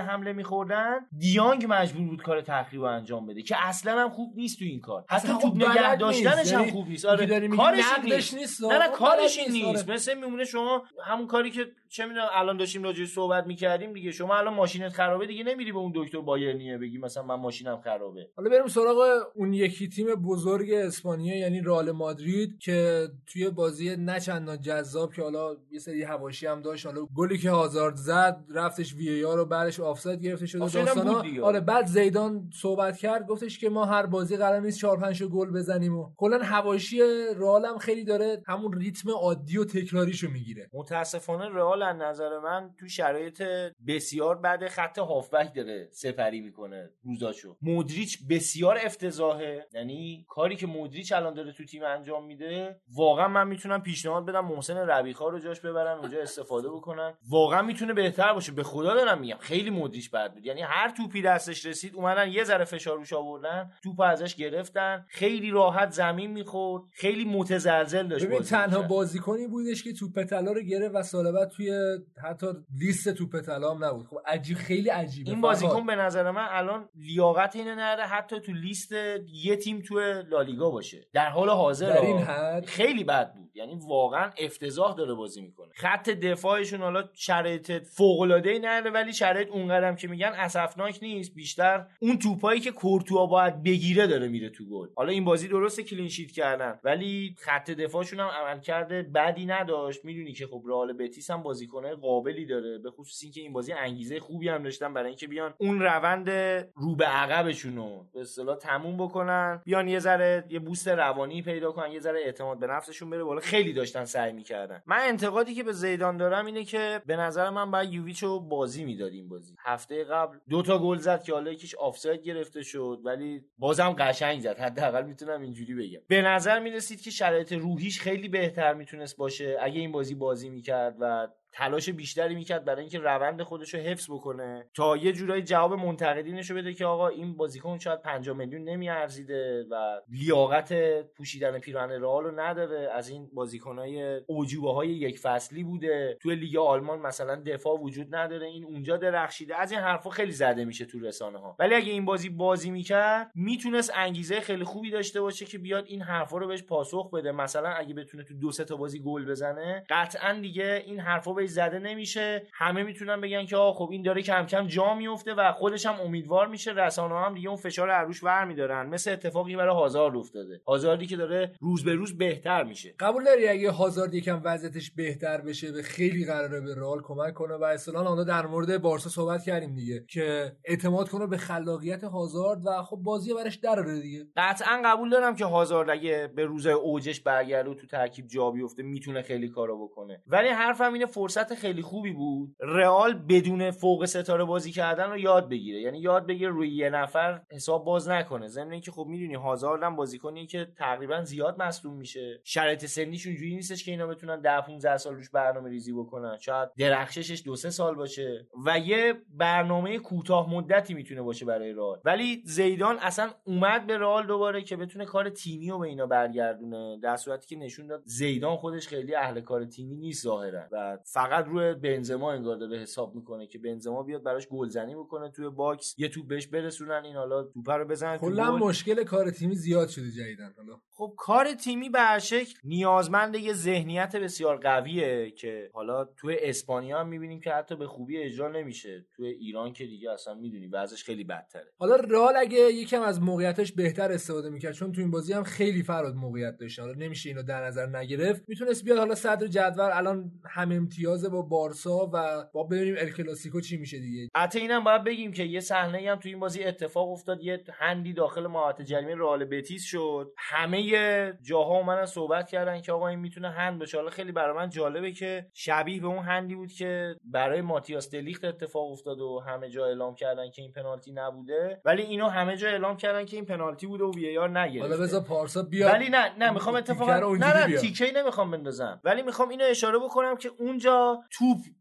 حمله میخوردن دیانگ مجبور بود کار تخریب انجام بده که اصلا هم خوب نیست تو این کار، حتی توپ نگه داشتنش هم خوب نیست. آره کارش نیست. نه کارش نیست. مثلا میمونه شما همون کاری که چه میدونم الان داشتیم راجعش صحبت میکردیم دیگه، شما الان ماشینت خرابه دیگه نمیری به اون دکتر بایرنیه بگی مثلا من ماشینم خرابه.
حالا بریم سراغ اون یکی تیم بزرگ اسپانیا یعنی رئال مادرید که توی بازی نه چندان جذاب که حالا یه سری حواشی هم داشت، حالا گلی که هازارد زد رفتش وی ار رو بعدش آفساید گرفته شد داستانا. آره بعد زیدان صحبت کرد گفتش که ما هر بازی قرار نیست 4 5 گل بزنیم و کلا حواشی رئال هم خیلی داره همون ریتم عادی و تکراریشو میگیره.
متاسفانه رئال از نظر من تو شرایط بسیار بعد خط هافبک داره سپری میکنه روزاشو. مودریچ بسیار افتضاحه، یعنی کاری که مودریچ الان داره تو تیم انجام میده واقعا من میتونم پیشنهاد بدم محسن ربیخا رو جاش ببرن اونجا استفاده بکنن، واقعا میتونه بهتر باشه. به خدا دارم میگم خیلی مودریچ بد بود، یعنی هر توپی دستش رسید اومدن یه ذره فشار روش آوردن توپو ازش گرفتن، خیلی راحت زمین میخورد، خیلی متزلزل داشت.
ببین تنها بازیکنی بودش که توپ طلا رو گرفت و سال بعد توی حتی لیست توپ طلا هم نبود. خب عجیب خیلی عجیبه
این بازیکن به نظر من الان لیاقت اینو نداره حتی تو لیست یه تیم تو لالیگا باشه در حال حاضر.
در این حد
خیلی بد بود، یعنی واقعا افتضاح داره بازی میکنه. خط دفاعشون حالا شرایط فوق العاده ای نداره ولی شرایط اونقدرم که میگن اسفناک نیست، بیشتر اون توپایی که کورتوا باید بگیره داره میره تو گل. حالا این بازی درسته کلین شیت کردن ولی خط دفاعشون هم عملکرد بدی نداشت. میدونی که خب رئال بتیس هم بازیکنای قابلی داره، به خصوص اینکه این بازی انگیزه خوبی هم داشتن برای اینکه بیان اون روند رو به عقبشون رو به اصطلاح تموم بکنن، بیان یه ذره یه بوست روانی پیدا کنن، یه ذره اعتماد به نفسشون بره بالا. خیلی داشتن سعی میکردن. من انتقادی که به زیدان دارم اینه که به نظر من باید یوویچو بازی میداد. این بازی هفته قبل 2 تا گل زد که حالا یکیش آفساید گرفته شد ولی بازم قشنگ زد، حداقل میتونم اینجوری بگم. به نظر میرسید که شرایط روحیش خیلی بهتر میتونست باشه اگه این بازی میکرد و تلاش بیشتری میکرد برای اینکه روند خودش رو حفظ بکنه تا یه جورایی جواب منتقدینش رو بده که آقا این بازیکن شاید 5 میلیون نمیارزیده و لیاقت پوشیدن پیراهن رئال رو نداره، از این بازیکنای اوجوبه‌های یک فصلی بوده، توی لیگ آلمان مثلا دفاع وجود نداره، این اونجا درخشیده. از این حرفا خیلی زده میشه تو رسانه‌ها. ولی اگه این بازی میکرد میتونست انگیزه خیلی خوبی داشته باشه که بیاد این حرفا رو بهش پاسخ بده. مثلا اگه بتونه تو 2-3 تا بازی گل بزنه قطعاً دیگه این حرفا زده نمیشه، همه میتونن بگن که خب این داره کم کم جا میفته و خودش هم امیدوار میشه، رسانه‌ها هم دیگه اون فشار عروش برمی‌دارن. مثل اتفاقی برای هازارد افتاده، هازاردی که داره روز به روز بهتر میشه.
قبول داری اگه هازارد یکم وضعیتش بهتر بشه به خیلی قراره به رئال کمک کنه و اصلا اون در مورد بارسا صحبت کردیم دیگه که اعتماد کنه به خلاقیت هازارد و خب بازی براش دراره دیگه.
قطعا قبول دارم که هازارد اگه به روزای اوجش برگرده و تو ترکیب جا بیفته میتونه خیلی کارا بکنه، ولی حرفم اینه فرصت خیلی خوبی بود رئال بدون فوق ستاره بازی کردن رو یاد بگیره، یعنی یاد بگیره روی یه نفر حساب باز نکنه. ضمن اینکه خب میدونی هازارد هم بازیکنیه که تقریبا زیاد مصدوم میشه، شرایط سنیش اونجوری نیستش که اینا بتونن 10-15 سال روش برنامه‌ریزی بکنن، شاید درخششش 2-3 سال باشه و یه برنامه کوتاه مدتی میتونه باشه برای رئال. ولی زیدان اصلا اومد به رئال دوباره که بتونه کار تیمی رو به اینا برگردونه، در صورتی که نشون داد زیدان خودش خیلی اهل کار تیمی نیست ظاهرا و فقط روی بنزما انگار داره حساب میکنه که بنزما بیاد براش گلزنی بکنه توی باکس، یه توپ بهش برسونن این حالا توپ رو بزنن.
کلا مشکل کار تیمی زیاد شده جدیدن. حالا
خب کار تیمی به هر شکل نیازمند یه ذهنیت بسیار قویه که حالا توی اسپانیا هم میبینیم که حتی به خوبی اجرا نمیشه، توی ایران که دیگه اصلا میدونی وضعش خیلی بدتره.
حالا رئال اگه یکم از موقعیتش بهتر استفاده میکرد، چون تو این بازی هم خیلی فراد موقعیت داشت، حالا نمیشه اینو در نظر نگرفت، میتونست بیاد حالا صدر جدول الان هم امتیاز با بارسا و با ببینیم ال کلاسیکو چی میشه دیگه.
البته اینم باید بگیم که یه صحنه‌ای هم تو این بازی اتفاق افتاد، یه هندی داخل محوطه جریمه رئال بتیس شد، همه جاها اومدن صحبت کردن که آقا این میتونه هند باشه. حالا خیلی برای من جالبه که شبیه به اون هندی بود که برای ماتیاس دلیخت اتفاق افتاد و همه جا اعلام کردن که این پنالتی نبوده، ولی اینو همه جا اعلام کردن که این پنالتی بوده و وی آر نگرفته.
حالا بذار پارسا بیاد.
ولی نه میخوام اتفاقا نه تیکه‌ای نمیخوام بندازم، ولی میخوام اینو اشاره بکنم که اونجا توپ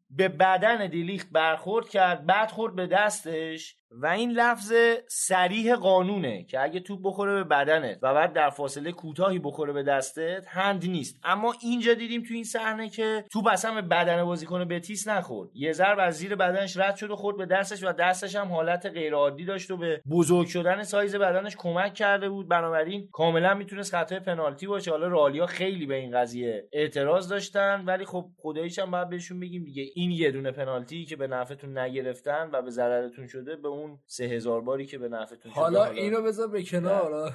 به بدن دیلیخت برخورد کرد، بعد خورد به دستش و این لفظ صریح قانونه که اگه توپ بخوره به بدنت و بعد در فاصله کوتاهی بخوره به دستت هند نیست. اما اینجا دیدیم تو این صحنه که توپ اصلا به بدن بازیکن بتیس نخورد، یه ضرب از زیر بدنش رد شد و خورد به دستش و دستش هم حالت غیر عادی داشت و به بزرگ شدن سایز بدنش کمک کرده بود، بنابراین کاملا میتونست خطای پنالتی باشه. حالا رئالیا خیلی به این قضیه اعتراض داشتن، ولی خب خداییش هم باید بهشون بگیم دیگه این یه دونه پنالتی که به نفعتون نگرفتن و به ضررتون شده به اون 3000 باری که به نفعتون شده.
حالا اینو بذار به کنار،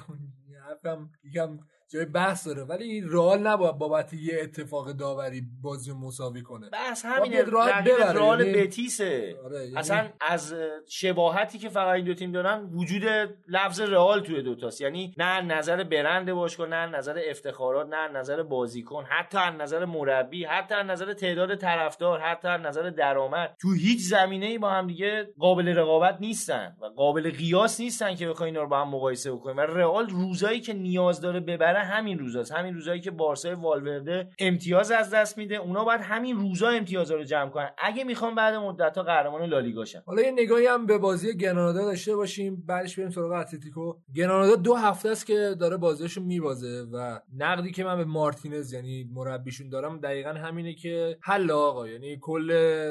یکم جای بحث داره، ولی رئال نباید بابت یه اتفاق داوری بازی مساوی کنه.
بس همینه، رئال بتیسه. اصلا از شباهتی که فقط این دو تیم دارن وجود لفظ رئال توی دوتاست، یعنی نه نظر برند باشگاه، نه نظر افتخارات، نه نظر بازیکن، حتی از نظر مربی، حتی از نظر تعداد طرفدار، حتی از نظر درآمد، تو هیچ زمینه‌ای با هم دیگه قابل رقابت نیستن و قابل قیاس نیستن که بخواید اینا رو با هم مقایسه بکنیم. و رئال روزایی که نیاز داره ببره همین روزاست، همین روزایی که بارسای والورده امتیاز از دست میده، اونا باید همین روزا امتیازا رو جمع کنن اگه میخوان بعد مدت‌ها قهرمان لالیگا شن.
حالا یه نگاهی هم به بازی گرانادا داشته باشیم، بعدش بریم سراغ اتلتیکو. گرانادا 2 هفته است که داره بازیشو میبازه و نقدی که من به مارتینز یعنی مربیشون دارم دقیقاً همینه که حل آقا، یعنی کل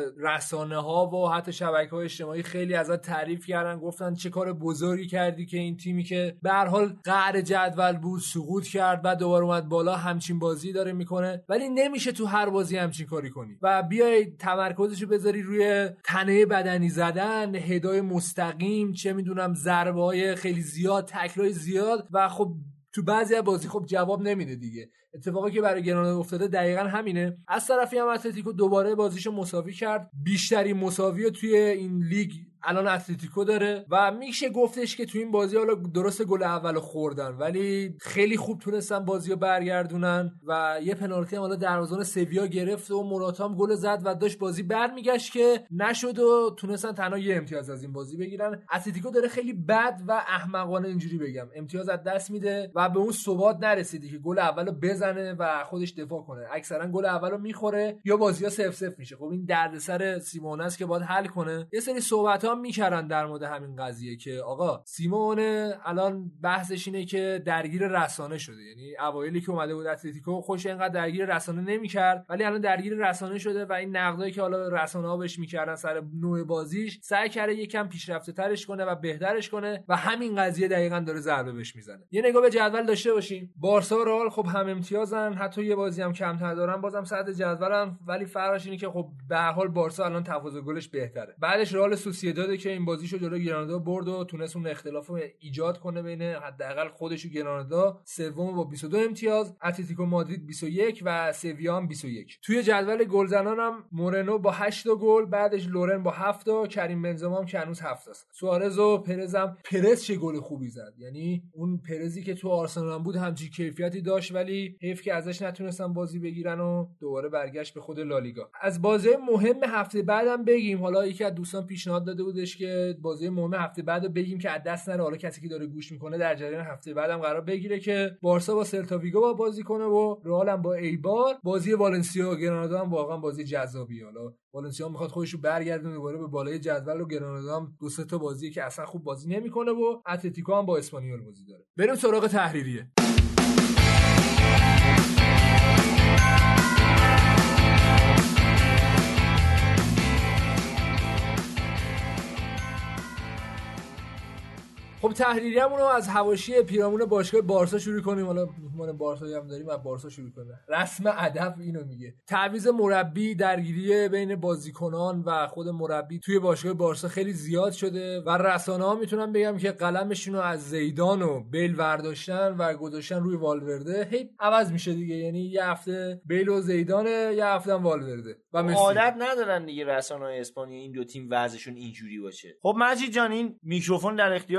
رسانه‌ها و حتی شبکه‌های اجتماعی خیلی ازت تعریف کردن، گفتن چه کار بزرگی کردی که این تیمی که به هر حال قهر جدول بود سقوط کرد بعد دوباره اومد بالا، همچین بازی داره میکنه. ولی نمیشه تو هر بازی همچین کاری کنی و بیای تمرکزشو بذاری روی تنه بدنی زدن، هدای مستقیم، چه میدونم ضربه‌های خیلی زیاد، تکلای زیاد و خب تو بعضی از بازی خب جواب نمیده دیگه. اتفاقی که برای گرانادا افتاده دقیقاً همینه. از طرفی هم اتلتیکو دوباره بازیشو مساوی کرد، بیشترین مساوی توی این لیگ الان اتلتیکو داره و میشه گفتش که تو این بازی حالا درست گل اولو خوردن ولی خیلی خوب تونستن بازیو برگردونن و یه پنالتی هم حالا دروازه‌بان سویا گرفت و موراتا هم گل زد و داشت بازی برمیگشت که نشد و تونستن تنها یه امتیاز از این بازی بگیرن. اتلتیکو داره خیلی بد و احمقانه اینجوری بگم امتیاز از دست میده و به اون ثبات نرسیده که گل اولو بزنه و خودش دفاع کنه. اکثرا گل اولو میخوره یا بازی‌ها 0-0 میشه. خب این دردسر سیمونه است که باید حل کنه. یه سری صحبت‌ها میکردن در مورد همین قضیه که آقا سیمونه الان بحثش اینه که درگیر رسانه شده، یعنی اوایلی که اومده بود اتلتیکو خوش اینقدر درگیر رسانه نمیکرد ولی الان درگیر رسانه شده و این نقدایی که حالا رسانه‌ها بهش میکردن سر نوع بازیش سعی کرده یکم پیشرفته ترش کنه و بهترش کنه و همین قضیه دقیقاً داره ضربه بهش میزنه. یه نگاه به جدول داشته باشیم، بارسا و رئال خب هم امتیازن، حتی یه بازی هم کمتر دارن، بازم صدر جدولن، ولی فرقش اینه که خب به هر حال بارسا الان تفاضل گلش بهتره. بعدش رئال سوسییداد که این بازیشو جلوی گرانادا برد و تونست اون اختلافو ایجاد کنه بین حداقل خودش و گرانادا، سوم با 22 امتیاز، اتلتیکو مادرید 21 و سویا هم 21. توی جدول گلزنان هم مورنو با 8 گل، بعدش لورن با 7 تا، کریم بنزما هم که هنوز 7 است. سوارز و پرز هم، پرز چه گل خوبی زد، یعنی اون پرزی که تو آرسنال هم بود همچین کیفیتی داشت ولی حیف که ازش نتونستن بازی بگیرن و دوباره برگشت به خود لالیگا. از بازی مهم هفته بعدم بگیم، حالا یکی از دوستان پیشنهاد داده بودش که بازی مهم هفته بعدو بگیم که از دست نره، حالا کسی که داره گوش میکنه در جریان هفته بعدم قرار بگیره که بارسا با سلتا ویگو با بازی کنه و رئال هم با ایبار. بازی والنسیا و گرانادا هم واقعا بازی جذابیه. حالا والنسیا میخواد خودش رو برگردونه دوباره به بالای جدول و گرانادا هم دو سه تا بازی که اصلا خوب بازی نمیکنه و اتلتیکو هم با اسپانیول بازی داره. بریم سراغ تحریریه. خب تحریریمون رو از حواشی پیرامون باشگاه بارسا شروع کنیم. حالا مهمان بارسا هم داریم، از بارسا شروع کنیم. رسم ادب اینو میگه. تعویض مربی، درگیری بین بازیکنان و خود مربی توی باشگاه بارسا خیلی زیاد شده و رسانه‌ها میتونن بگم که قلمشون رو از زیدان و بیل ورداشتن و گذاشتن روی والورده. هی عوض میشه دیگه، یعنی یه هفته بیل و زیدان، یه هفته هم والورده و مسی.
عادت ندارن دیگه رسانه‌های اسپانیا این دو تیم وضعشون اینجوری باشه. خب مجید جان این میکروفون در اختیار شما.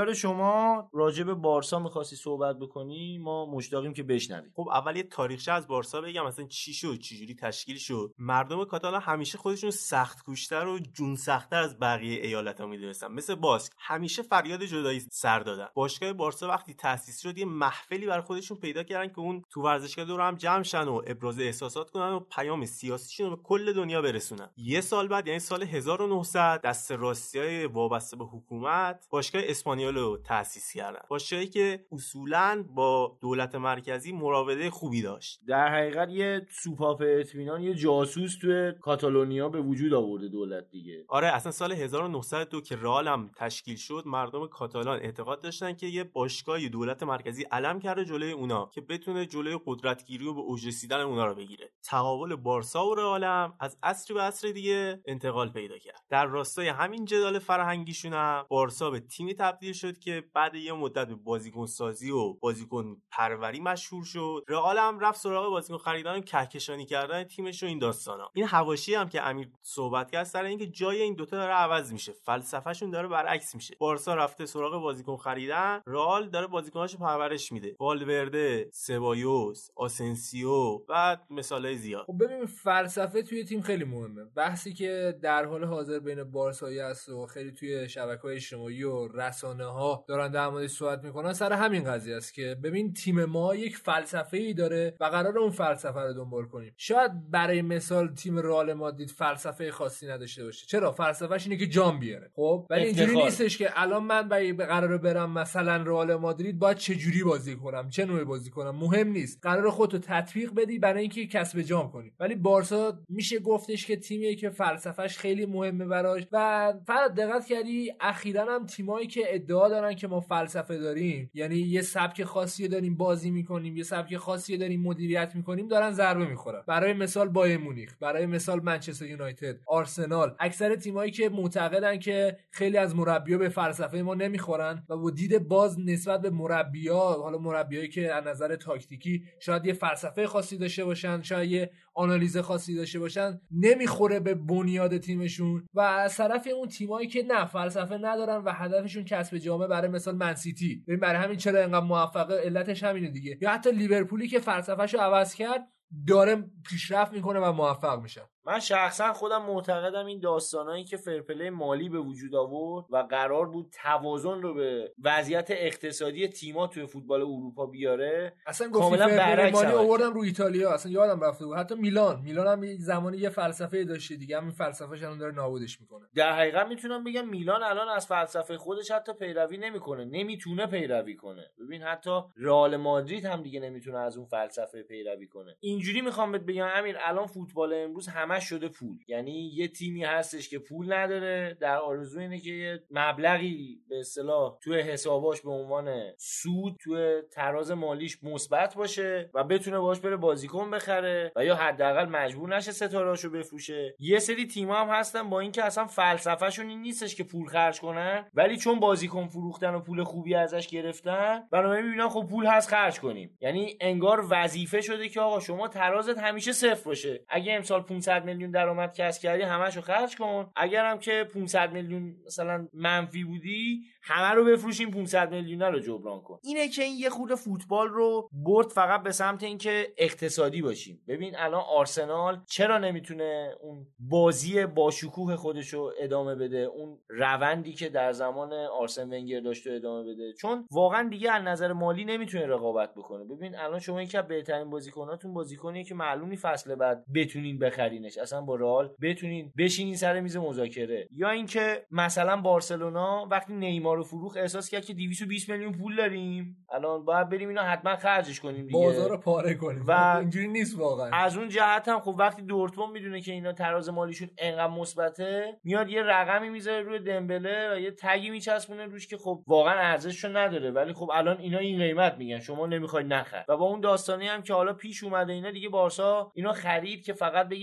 شما راجع به بارسا می‌خواستی صحبت بکنی، ما مشتاقیم که بشنویم.
خب اول یه تاریخچه از بارسا بگم، مثلا چی شد، چجوری تشکیل شد. مردم کاتالان همیشه خودشون سخت کوشتر و جون سخت‌تر از بقیه ایالت‌ها می‌دونستن، مثل باسک همیشه فریاد جدایی سر دادن. باشگاه بارسا وقتی تأسیس شد یه محفلی برای خودشون پیدا کردن که اون تو ورزشگاه دور هم جمع شن و ابراز احساسات کنن و پیام سیاسیشون رو به کل دنیا برسونن. یه سال بعد یعنی سال 1900 دست راستیای وابسته به حکومت باشگاه اسپانیول رو تأسیس کردن. باشگاهی که اصولاً با دولت مرکزی مراوده خوبی داشت.
در حقیقت یه سوپاپ اطمینان، یه جاسوس توی کاتالونیا به وجود آورده دولت دیگه.
آره اصلا سال 1902 که رئال هم تشکیل شد مردم کاتالان اعتقاد داشتن که یه باشگاهی دولت مرکزی علم کرده جلوی اونا که بتونه جلوی قدرتگیری و به اوج رسیدن اونا رو بگیره. تقابل بارسا و رئال هم از عصری به عصر دیگه انتقال پیدا کرد. در راستای همین جدال فرهنگیشون هم بارسا به تیمی تبدیل شد که بعد یه مدت به بازیکن سازی و بازیکن پروری مشهور شد. رئال هم رفت سراغ بازیکن خریدن و کهکشانی کردن تیمش و این داستانا. این حواشی هم که امیر صحبت کرد سر اینکه جای این دوتا داره عوض میشه، فلسفه‌شون داره برعکس میشه. بارسا رفته سراغ بازیکن خریدن، رئال داره بازیکناشو پرورش میده. والورده، سبایوس، آسنسیو و مثالای زیاد.
خب ببین فلسفه توی تیم خیلی مهمه. بحثی که در حال حاضر بین بارسایی است و خیلی توی شبکه‌های اجتماعی و رسانه‌ها دارن در موردش صحبت میکنن سر همین قضیه است که ببین تیم ما یک فلسفه‌ای داره و قراره اون فلسفه رو دنبال کنیم. شاید برای مثال تیم رئال مادرید فلسفه خاصی نداشته باشه. چرا؟ فلسفه‌اش اینه که جام بیاره. خب ولی اینجوری نیستش که الان من قراره برم مثلا رئال مادرید باید چه جوری بازی کنم، چه نوع بازی کنم، مهم نیست. قراره خودتو تطبیق بدی برای اینکه کسب جام کنی. ولی بارسا میشه گفتش که تیمیه که فلسفه‌اش خیلی مهمه براش و فقط دقت کردی اخیراً هم تیمایی که ادعا دارن که ما فلسفه داریم، یعنی یه سبک خاصی داریم بازی میکنیم، یه سبک خاصی داریم مدیریت میکنیم، دارن ضربه میخورن. برای مثال بایر مونیخ، برای مثال منچستر یونایتد، آرسنال، اکثر تیمایی که معتقدن که خیلی از مربی‌ها به فلسفه ما نمیخورن و با دید باز نسبت به مربی‌ها، حالا مربیایی که از نظر تاکتیکی شاید یه فلسفه خاصی داشته باشن، شاید یه آنالیز خاصی داشته باشن، نمیخوره به بنیاد تیمشون. و از طرف اون تیمایی که نه فلسفه ندارن و هدفشون کسب جامه، برای مثال منسیتی، ببین برای همین چرا اینقدر موفقه، علتش همینه دیگه. یا حتی لیورپولی که فلسفه‌شو عوض کرد داره پیشرفت میکنه و موفق میشه.
من شخصا خودم معتقدم این داستانایی که فرپلی مالی به وجود آورد و قرار بود توازن رو به وضعیت اقتصادی تیم‌ها توی فوتبال اروپا بیاره،
اصلا گفتی فرپلی مالی آوردم رو ایتالیا، اصلا یادم رفته بود. حتی میلان هم زمانی یه فلسفه داشته دیگه، همین فلسفه‌ش الان داره نابودش میکنه.
در حقیقت میتونم بگم میلان الان از فلسفه خودش حتی پیروی نمیکنه، نمیتونه پیروی کنه. ببین حتی رئال مادرید هم دیگه نمیتونه از اون فلسفه پیروی کنه. اینجوری میخوام بهت بگم امیر، الان فوتبال امروز همه شده پول. یعنی یه تیمی هستش که پول نداره، در آرزو اینه که یه مبلغی به اصطلاح توی حساباش به عنوان سود توی تراز مالیش مثبت باشه و بتونه باهاش بره بازیکن بخره و یا حداقل مجبور نشه ستارهاشو بفروشه. یه سری تیم‌ها هم هستن با اینکه اصلا فلسفه‌شون این نیستش که پول خرج کنن، ولی چون بازیکن فروختن و پول خوبی ازش گرفتن، بنابراین میبینن خب پول هست خرج کنیم. یعنی انگار وظیفه شده که آقا شما ترازت همیشه صفر باشه. اگه امسال 500 میلیون درآمد کسب کردی همه‌شو خرج کن، اگرم که 500 میلیون مثلا منفی بودی همه رو بفروشیم 500 میلیون رو جبران کن. اینه که این یه خورده فوتبال رو برد فقط به سمت اینکه اقتصادی باشیم. ببین الان آرسنال چرا نمیتونه اون بازی با شکوه خودش رو ادامه بده، اون روندی که در زمان آرسن ونگر داشت رو ادامه بده؟ چون واقعا دیگه از نظر مالی نمیتونه رقابت بکنه. ببین الان شما یکی از بهترین بازیکناتون بازیکنیه که معلومی فصل بعد بتونین بخرینش، اصلا با رئال بتونین بشینین سر میز مذاکره. یا اینکه مثلا بارسلونا وقتی نیمار رو فروخت احساس کرد که 220 میلیون پول داریم، الان باید بریم اینا حتما خرجش کنیم دیگه،
بازار رو پاره کنیم و اینجوری نیست واقعا.
از اون جهت هم خب وقتی دورتموند میدونه که اینا تراز مالیشون انقدر مثبته، میاد یه رقمی میذاره روی دمبله و یه تگی میچسبونه روش که خب واقعا ارزششو نداره، ولی خب الان اینا این قیمت میگن، شما نمیخواید نخر. و با اون داستانی هم که حالا پیش اومده اینا دیگه، بارسا اینو خرید که فقط بگه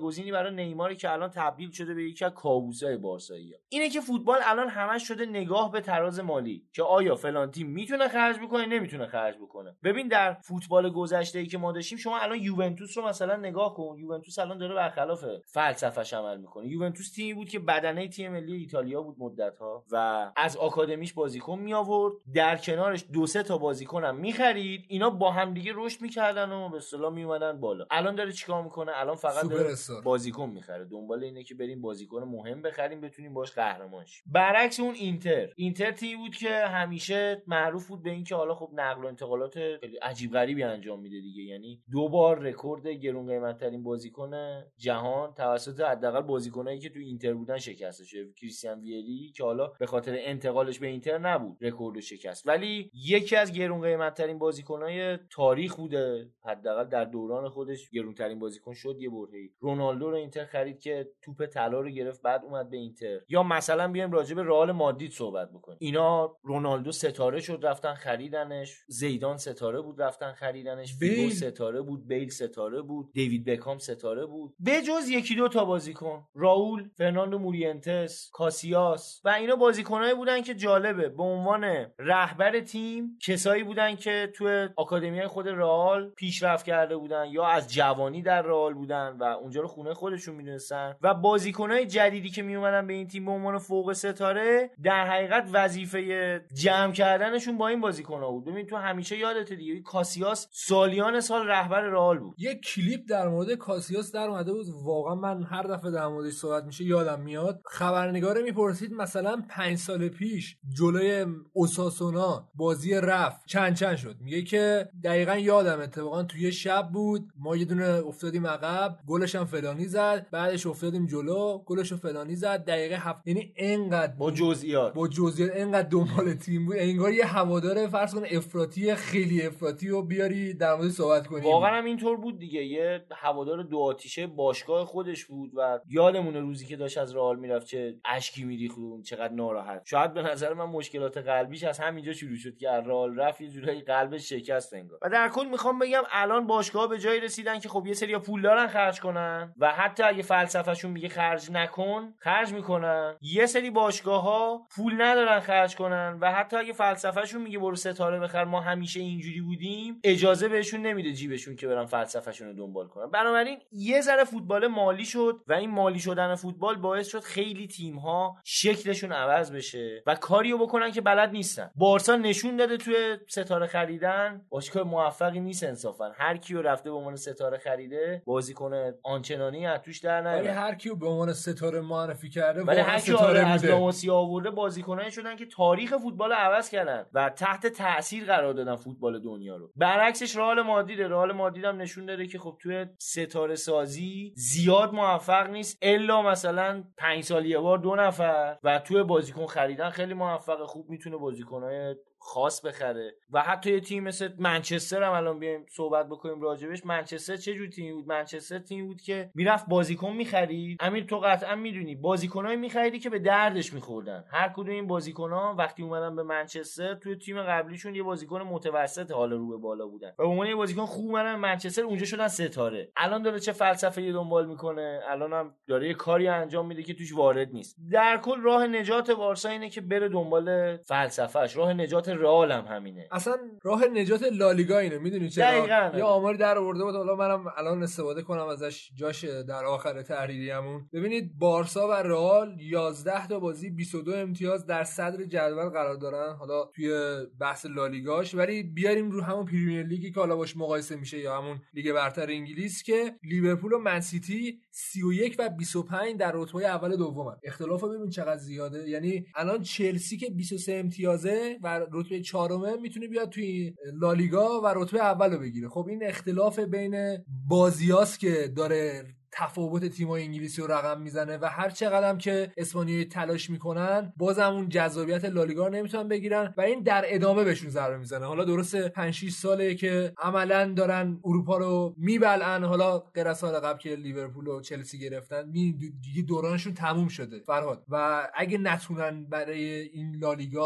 جایگزینی برای نیماری که الان تبدیل شده به یکی از کابوسای بارسایی‌ها. اینه که فوتبال الان همش شده نگاه به تراز مالی که آیا فلان تیم میتونه خرج بکنه نمیتونه خرج بکنه. ببین در فوتبال گذشته‌ای که ما داشتیم، شما الان یوونتوس رو مثلا نگاه کن. یوونتوس الان داره برخلاف فلسفه‌اش عمل میکنه. یوونتوس تیمی بود که بدنه تیم ملی ایتالیا بود مدت‌ها و از آکادمیش بازیکن می آورد، در کنارش 2-3 تا بازیکن هم می‌خرید، اینا با هم دیگه رشد می‌کردن و به اصطلاح میومدن بالا. الان داره چیکار میکنه؟ الان فقط داره بازیکن می‌خره. دنبال اینه که بریم بازیکن مهم بخریم بتونیم باش قهرمان شیم. برعکس اون اینتر تیمی بود که همیشه معروف بود به اینکه حالا خب نقل و انتقالات خیلی عجیب غریبی انجام میده دیگه. یعنی 2 بار رکورد گرون قیمت‌ترین بازیکن جهان توسط حداقل بازیکنایی که تو اینتر بودن شکسته شده. کریستیان ویری که حالا به خاطر انتقالش به اینتر نبود رکوردو شکست، ولی یکی از گرون قیمت‌ترین بازیکن‌های تاریخ بوده. حداقل در دوران خودش گرون‌ترین بازیکن شد یه برهه‌ای. رونالدو رو اینتر خرید که توپ طلا رو گرفت بعد اومد به اینتر. یا مثلا بیایم راجع به رئال مادرید صحبت بکنیم. اینا رونالدو ستاره شد رفتن خریدنش، زیدان ستاره بود رفتن خریدنش، فیگو ستاره بود، بیل ستاره بود، دیوید بکام ستاره بود، به جز یکی دو تا بازیکن، راول، فرناندو موریینتس، کاسیاس و اینا بازیکنایی بودن که جالبه به عنوان رهبر تیم کسایی بودن که تو آکادمی خود رئال پیشرفت کرده بودن یا از جوانی در رئال بودن و اونجا رو خونه خودشون میدونستن و بازیکنای جدیدی که میومدن به این تیم به عنوان فوق ستاره در حقیقت وظیفه جمع کردنشون با این بازیکن‌ها بود. ببین تو همیشه یادت دیگه کاسیاس سالیان سال رهبر رئال بود.
یه کلیپ در مورد کاسیاس در اومده بود، واقعا من هر دفعه در موردش صحبت میشه یادم میاد. خبرنگار میپرسید مثلا 5 سال پیش جلوی اوساسونا بازی رفت چند شد، میگه که دقیقاً یادم اتفاقا توی شب بود ما یه دونه افتادیم عقب، گلش هم فلانی زد، بعدش افتادیم جلو، گلشو فلانی زد، دقیقه 7. یعنی اینقدر
با جزئیات
اینقدر دنبال تیم بود، انگار یه هوادار فرض کن افراطی، خیلی افراطی رو بیاری در مورد صحبت کنیم.
واقعا هم اینطور بود دیگه. یه هوادار دو آتیشه باشگاه خودش بود و یادمونه روزی که داشت از رئال میرفت چه اشکی میریخت، چقدر ناراحت. شاید به نظر من مشکلات قلبیش از همینجا شروع شد که از رئال رفت یه جورایی قلبش شکست انگار. و در کل میخوام بگم الان باشگاه به جایی رسیدن که خب یه سری پول دارن خرج کنن و حتی اگه فلسفه‌شون میگه خرج نکن خرج میکنن. یه سری باشگاه‌ها پول ندارن خرج کنن و حتی اگه فلسفه‌شون میگه برو ستاره بخر ما همیشه اینجوری بودیم، اجازه بهشون نمیده جیبشون که برن فلسفه‌شون رو دنبال کنن. بنابراین یه ذره فوتبال مالی شد و این مالی شدن فوتبال باعث شد خیلی تیم‌ها شکلشون عوض بشه و کاریو بکنن که بلد نیستن. بارسا نشون داده توی ستاره خریدن باشگاه موفقی نیست انصافا. هر کیو رفته به عنوان ستاره خریده بازیکن آنچنانی از توش در نیومد.
ولی هر کیو به عنوان ستاره معرفی کرده
ولی
واقعا
هر کیو
ستاره
از
بوده.
لاماسیا آورده بازیکنایی شدن که تاریخ فوتبال عوض کردن و تحت تاثیر قرار دادن فوتبال دنیا رو. برعکسش رئال مادرید هم نشون داده که خب توی ستاره سازی زیاد موفق نیست الا مثلا 5 سال یه بار 2 نفر و توی بازیکن خریدن خیلی موفق، خوب میتونه بازیکنای خاص بخره. و حتی یه تیم مثل منچستر هم الان بیایم صحبت بکنیم راجبش. منچستر چه جور تیمی بود؟ منچستر تیمی بود که میرفت بازیکن میخرید. امیر تو قطعا میدونی بازیکنایی میخریدی که به دردش میخوردن. هر کدوم این بازیکن‌ها وقتی اومدن به منچستر توی تیم قبلیشون یه بازیکن متوسط حالا رو به بالا بودن و به عنوان یه بازیکن خوب اومدن منچستر اونجا شدن ستاره. الان داره چه فلسفه‌ای دنبال میکنه، الان هم داره یه کاری انجام میده که توش وارد نیست. در کل راه نجات بارسا اینه که بره دنبال فلسفه‌اش. راه نجات رئال هم همینه.
اصلا راه نجات لالیگا اینه. میدونی چرا؟ یه آماری در آورده بود، حالا منم الان استفاده کنم ازش، جاش در آخر تحریریمون. ببینید بارسا و رئال 11 تا بازی 22 امتیاز در صدر جدول قرار دارن حالا توی بحث لالیگاش. ولی بیاریم رو همون پریمیر لیگی که حالا باش مقایسه میشه یا همون لیگ برتر انگلیس که لیورپول و منسیتی 31 و 25 در رتبه اول دومن. اختلاف ببین چقدر زیاده. یعنی الان چلسی که 23 امتیازه و رتبه 4 میتونه بیاد توی لالیگا و رتبه اولو بگیره. خب این اختلاف بین بازیاست که داره تفاوت تیم‌های انگلیسی رو رقم میزنه و هر چقدر که اسپانیایی تلاش میکنن بازم اون جذابیت لالیگا رو نمیتونن بگیرن و این در ادامه بهشون ضربه میزنه. حالا درسته 5-6 ساله که عملاً دارن اروپا رو میبلعن، حالا غیر از سال قبل که لیورپول و چلسی گرفتن دیگه دورانشون تموم شده فرهاد. و اگه نتونن برای این لالیگا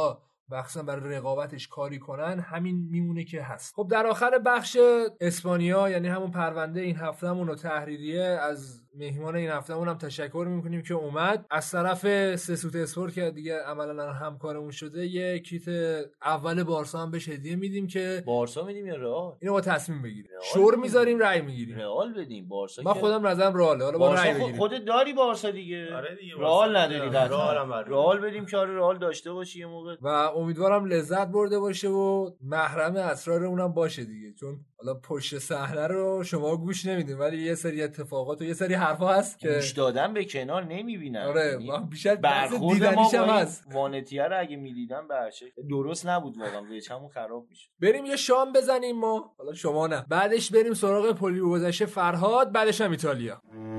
مخصوصا برای رقابتش کاری کنن، همین میمونه که هست. خب در آخر بخش اسپانیا، یعنی همون پرونده این هفتهمون و تحریریه، از مهمان این هفتهمون هم تشکر میکنیم که اومد. از طرف سسوت اسپورت که دیگه عملاً همکارمون شده، یه کیت اول بارسا هم بهش هدیه میدیم. که
بارسا میدیم یا رئال؟
اینو با تصمیم بگیریم، شور میذاریم رأی میگیریم.
رئال بدیم. بارسا
من خودم نظرم رئاله، حالا با رأی بگیریم.
خودت داری بارسا دیگه.
آره دیگه
رئال نداری
قطعا.
رئال بدیم که رئال داشته باشی یه موقع.
و امیدوارم لذت برده باشه و محرم اسرار اونم باشه دیگه، چون حالا پشت صحنه رو شما گوش نمیدین، ولی یه سری اتفاقات و یه سری حرفا هست که
گوش دادن به کنار نمیبینن.
آره بیشتر
برخورد
دیدنیش هم هست.
وانتیه رو اگه میدیدن برشه درست نبود واقعا، وجهمون خراب میشه.
بریم یه شام بزنیم ما، حالا شما نه، بعدش بریم سراغ پولیو گذشته فرهاد، بعدش هم ایتالیا.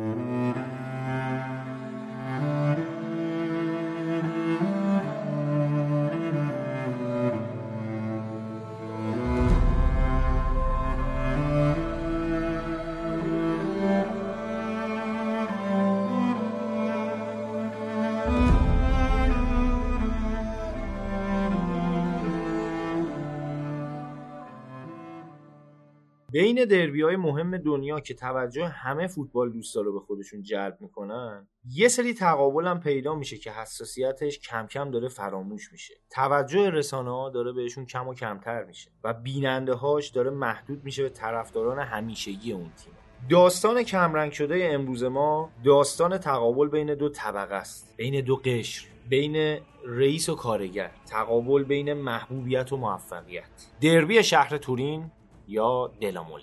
بین دربی‌های مهم دنیا که توجه همه فوتبال دوستا رو به خودشون جلب میکنن، یه سری تقابل هم پیدا میشه که حساسیتش کم کم داره فراموش میشه. توجه رسانه‌ها داره بهشون کم و کمتر میشه و بیننده‌هاش داره محدود میشه به طرفداران همیشگی اون تیم. داستان کمرنگ شده امروز ما داستان تقابل بین دو طبقه است، بین دو قشر، بین رئیس و کارگر، تقابل بین محبوبیت و موفقیت. دربی شهر تورین یا دلاموله.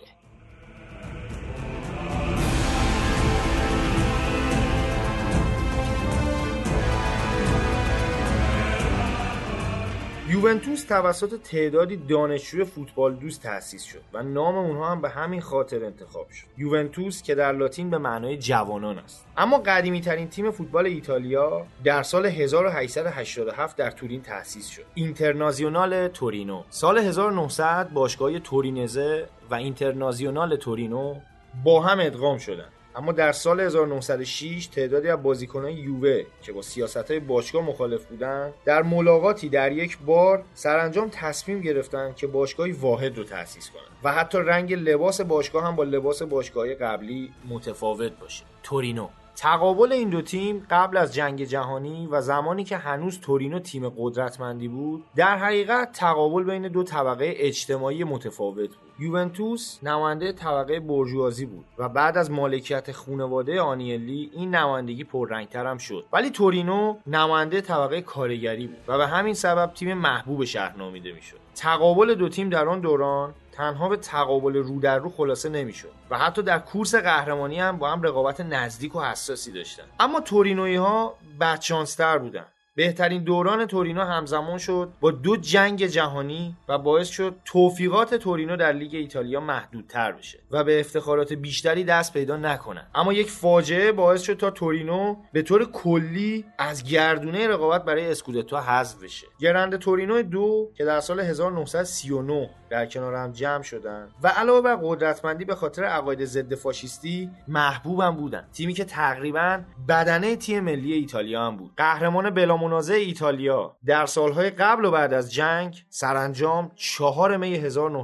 یوونتوس توسط تعدادی دانشجوی فوتبال دوست تأسیس شد و نام اونها هم به همین خاطر انتخاب شد. یوونتوس که در لاتین به معنای جوانان است. اما قدیمی ترین تیم فوتبال ایتالیا در سال 1887 در تورین تأسیس شد. اینترنازیونال تورینو. سال 1900 باشگاه تورینزه و اینترنازیونال تورینو با هم ادغام شدند. اما در سال 1906 تعدادی از بازیکنان یووه که با سیاست‌های باشگاه مخالف بودند، در ملاقاتی در یک بار سرانجام تصمیم گرفتند که باشگاهی واحد رو تأسیس کنند و حتی رنگ لباس باشگاه هم با لباس باشگاه‌های قبلی متفاوت باشه. تورینو. تقابل این دو تیم قبل از جنگ جهانی و زمانی که هنوز تورینو تیم قدرتمندی بود، در حقیقت تقابل بین دو طبقه اجتماعی متفاوت بود. یوونتوس نماینده طبقه بورژوازی بود و بعد از مالکیت خانواده آنیلی این نمایندگی پررنگ‌تر هم شد، ولی تورینو نماینده طبقه کارگری بود و به همین سبب تیم محبوب شهر نامیده میشد. تقابل دو تیم در آن دوران تنها به تقابل رو در رو خلاصه نمیشد و حتی در کورس قهرمانی هم با هم رقابت نزدیک و حساسی داشتن. اما تورینویی ها بدشانس‌تر بودن. بهترین دوران تورینو همزمان شد با دو جنگ جهانی و باعث شد توفیقات تورینو در لیگ ایتالیا محدودتر بشه و به افتخارات بیشتری دست پیدا نکنه. اما یک فاجعه باعث شد تا تورینو به طور کلی از گردونه رقابت برای اسکودتو حذف بشه. گرند تورینو 2 که در سال 1939 در کنار هم جمع شدن و علاوه بر قدرتمندی به خاطر عقاید ضد فاشیستی محبوبم بودن. تیمی که تقریباً بدنه تیم ملی ایتالیا هم بود. قهرمان بلامنازع ایتالیا در سالهای قبل و بعد از جنگ سرانجام 4 می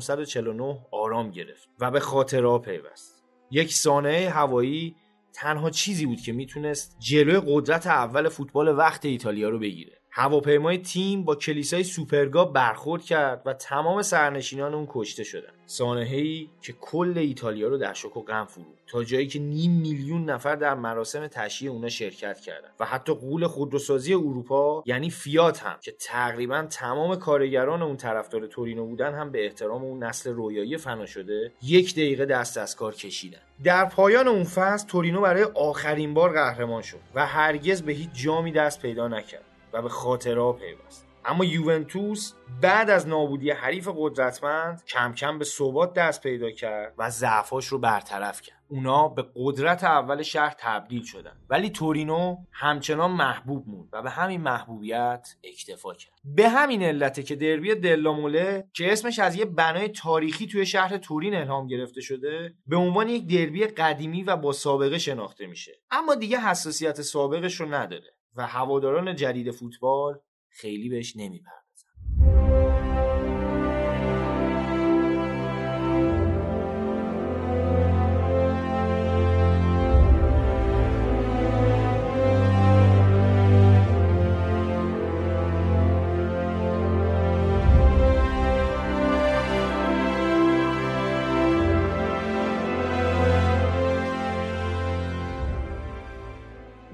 1949 آرام گرفت و به خاطرها پیوست. یک سانحه هوایی تنها چیزی بود که میتونست جلوی قدرت اول فوتبال وقت ایتالیا رو بگیره. هواپیمای تیم با کلیسای سوپرگا برخورد کرد و تمام سرنشینان اون کشته شدند. سانحه‌ای که کل ایتالیا رو در شوک و غم فرود، تا جایی که 500,000 نفر در مراسم تشییع اونا شرکت کردند و حتی غول خودروسازی اروپا یعنی فیات هم که تقریبا تمام کارگران اون طرفدار تورینو بودن هم به احترام اون نسل رویایی فنا شده 1 دقیقه دست از کار کشیدن. در پایان اون فصل تورینو برای آخرین بار قهرمان شد و هرگز به هیچ جامی دست پیدا نکرد و به خاطرها پیوست. اما یوونتوس بعد از نابودی حریف قدرتمند کم کم به ثبات دست پیدا کرد و ضعفاش رو برطرف کرد. اونا به قدرت اول شهر تبدیل شدن، ولی تورینو همچنان محبوب موند و به همین محبوبیت اکتفا کرد. به همین علته که دربی دلاموله که اسمش از یه بنای تاریخی توی شهر تورین الهام گرفته شده، به عنوان یک دربی قدیمی و با سابقه شناخته میشه، اما دیگه حساسیت سابقش رو نداره و هواداران جدید فوتبال خیلی بهش نمیپردازن.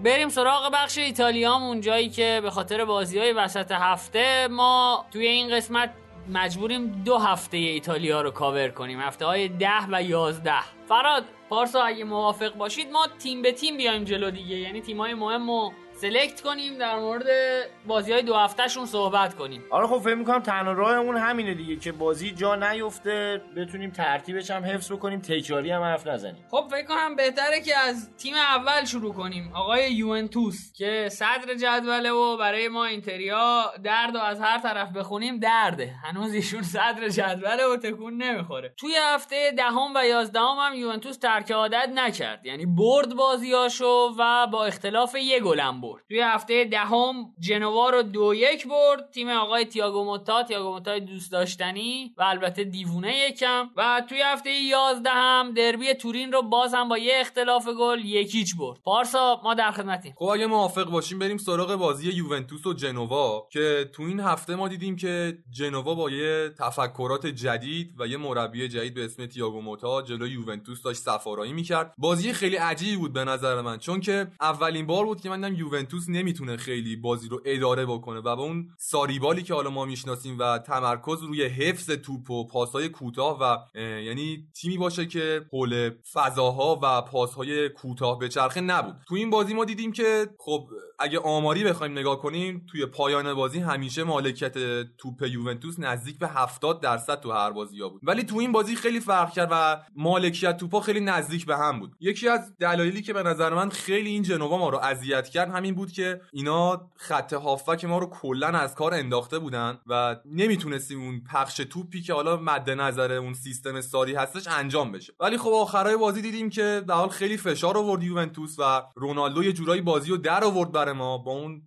بریم سراغ بخش ایتالیامون، جایی که به خاطر بازی‌های وسط هفته ما توی این قسمت مجبوریم 2 هفته ایتالیا رو کاور کنیم، هفته‌های 10 و 11. فراد، پارسا اگه موافق باشید ما تیم به تیم بیایم جلو دیگه، یعنی تیم‌های مهم رو سلکت کنیم، در مورد بازی‌های 2 هفتهشون صحبت کنیم.
آره خب فکر می‌کنم تنها راهمون همینه دیگه که بازی جا نیفته، بتونیم ترتیبش هم حفظ بکنیم، تکراری هم حرف نزنیم.
خب فکر کنم بهتره که از تیم اول شروع کنیم، آقای یوونتوس که صدر جدوله و برای ما اینتریا درد و از هر طرف بخونیم درده، هنوز ایشون صدر جدوله و تکون نمیخوره. توی هفته 10 و 11 هم یوونتوس ترک عادت نکرد، یعنی برد بازیاشو و با اختلاف 1 گل برد. توی هفته 10 جنوا رو 2-1 برد، تیم آقای تییاگو موتا دوست داشتنی و البته دیوونه یکم، و توی هفته 11 هم دربی تورین رو باز هم با 1 اختلاف گل 1-0 برد. پارسا ما در خدمتیم.
خب اگه موافق باشیم بریم سراغ بازی یوونتوس و جنوا که تو این هفته ما دیدیم که جنوا با یه تفکرات جدید و یه مربی جدید به اسم تییاگو موتا جلوی یوونتوس داشت سفارایی میکرد. بازی خیلی عجیبی بود به نظر من، چون که اولین بار بود که من دیدم یوونتوس نمیتونه خیلی بازی رو اداره بکنه و با اون ساریبالی که حالا ما میشناسیم و تمرکز روی حفظ توپ و پاسهای کوتاه و یعنی تیمی باشه که حول فضاها و پاسهای کوتاه به چرخه نبود. تو این بازی ما دیدیم که خب اگه آماری بخوایم نگاه کنیم توی پایان بازی همیشه مالکیت توپ یوونتوس نزدیک به 70% تو هر بازی‌ها بود، ولی تو این بازی خیلی فرق کرد و مالکیت توپا خیلی نزدیک به هم بود. یکی از دلایلی که به نظر من خیلی این جنوا ما رو اذیت کرد همین بود که اینا خط هافبک ما رو کلا از کار انداخته بودن و نمیتونستیم اون پخش توپی که حالا مد نظر اون سیستم ساری هستش انجام بشه. ولی خب آخرای بازی دیدیم که به حال خیلی فشار آورد یوونتوس و رونالدو یه جورایی بازی رو در آورد برای ما با اون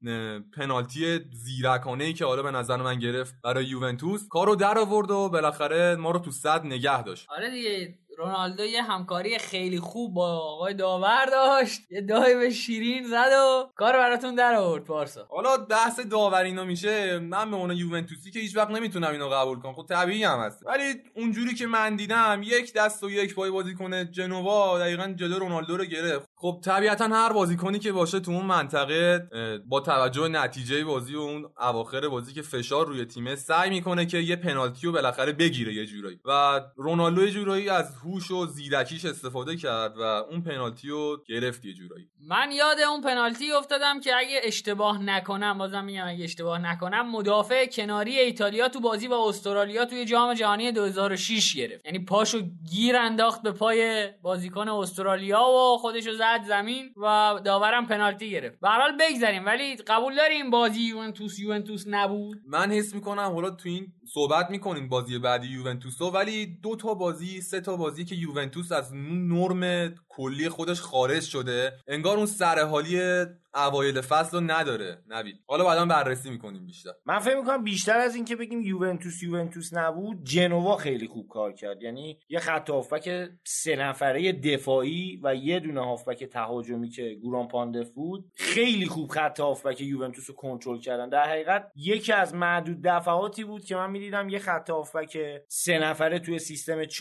پنالتی زیرکانه‌ای که حالا به نظر من گرفت برای یوونتوس، کارو در آورد و بالاخره ما رو تو صد نگه داشت.
آره دیگه، رونالدو یه همکاری خیلی خوب با آقای داور داشت، یه دایو شیرین زد و کار براتون در آورد. پارسا
حالا بحث داورینا میشه، من به اون یوونتوسی که هیچ وقت نمیتونم اینو قبول کنم، خب طبیعی هم هست، ولی اونجوری که من دیدم یک دست و یک پای بازیکن جنوا دقیقاً جلو رونالدو رو گرفت. خب طبیعتا هر بازیکنی که باشه تو اون منطقه با توجه به نتیجه بازی و اون اواخر بازی که فشار روی تیمه سعی میکنه که یه پنالتی رو بالاخره بگیره یه جورایی، و رونالدو یه جورایی از هوش و زیرکیش استفاده کرد و اون پنالتی رو گرفت یه جورایی.
من یاد اون پنالتی افتادم که اگه اشتباه نکنم، بازم میگم اگه اشتباه نکنم، مدافع کناری ایتالیا تو بازی با استرالیا توی جام جهانی 2006 گرفت، یعنی پاشو گیر انداخت به پای بازیکن استرالیا و خودشو زد زمین و داورم پنالتی گرفت. به هر حال بگذریم، ولی قبول داریم بازی یوونتوس نبود.
من حس میکنم حالا تو این صحبت میکنیم بازی بعدی یوونتوسو، ولی 2 تا بازی 3 تا بازی که یوونتوس از نرم کلی خودش خارج شده، انگار اون سرحالی اوایل فصل رو نداره. نوید حالا بعدا بررسی میکنیم بیشتر.
من فکر میکنم بیشتر از این که بگیم یوونتوس نبود، جنوا خیلی خوب کار کرد. یعنی یه خط هافبک 3 نفره دفاعی و یه دونه هافبک تهاجمی که گوران پاندف بود، خیلی خوب خط هافبک یوونتوس رو کنترل کردن. در حقیقت یکی از معدود دفعاتی بود که من میدیدم یه خط هافبک 3 نفره توی سیستم 4-3-1-2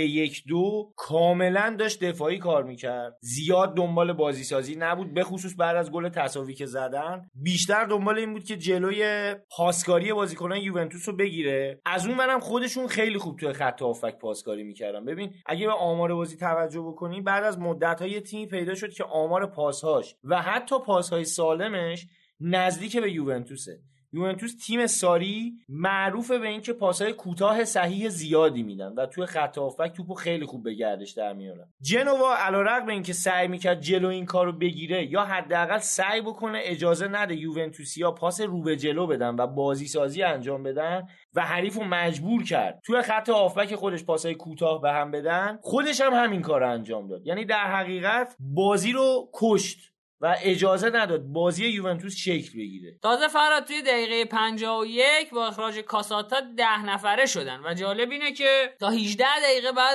کاملا داشت دفاعی کار میکرد، زیاد دنبال بازی سازی نبود، به خصوص بعد از گل تساوی که زدن بیشتر دنبال این بود که جلوی پاسکاری بازیکنان یوونتوس رو بگیره. از اون برم خودشون خیلی خوب توی خط هافبک پاسکاری میکردن. ببین اگه به آمار بازی توجه بکنی، بعد از مدت‌های تیمی پیدا شد که آمار پاسهاش و حتی پاسهای سالمش نزدیک به یوونتوسه. یوونتوس تیم ساری معروفه به این که پاسهای کوتاه صحیح زیادی میدن و توی خط هافبک توپو خیلی خوب به گردش در میارن. جنوا علیرغم اینکه سعی میکرد جلو این کارو بگیره یا حداقل سعی بکنه اجازه نده یوونتوسیا پاس رو به جلو بدن و بازی سازی انجام بدن و حریفو مجبور کرد توی خط هافبک خودش پاسهای کوتاه به هم بدن، خودش هم همین کارو انجام داد. یعنی در حقیقت بازی رو کشت و اجازه نداد بازی یوونتوس شکل بگیره.
تازه فراد توی دقیقه 51 با اخراج کاساتا 10 نفره شدن و جالب اینه که تا 18 دقیقه بعدم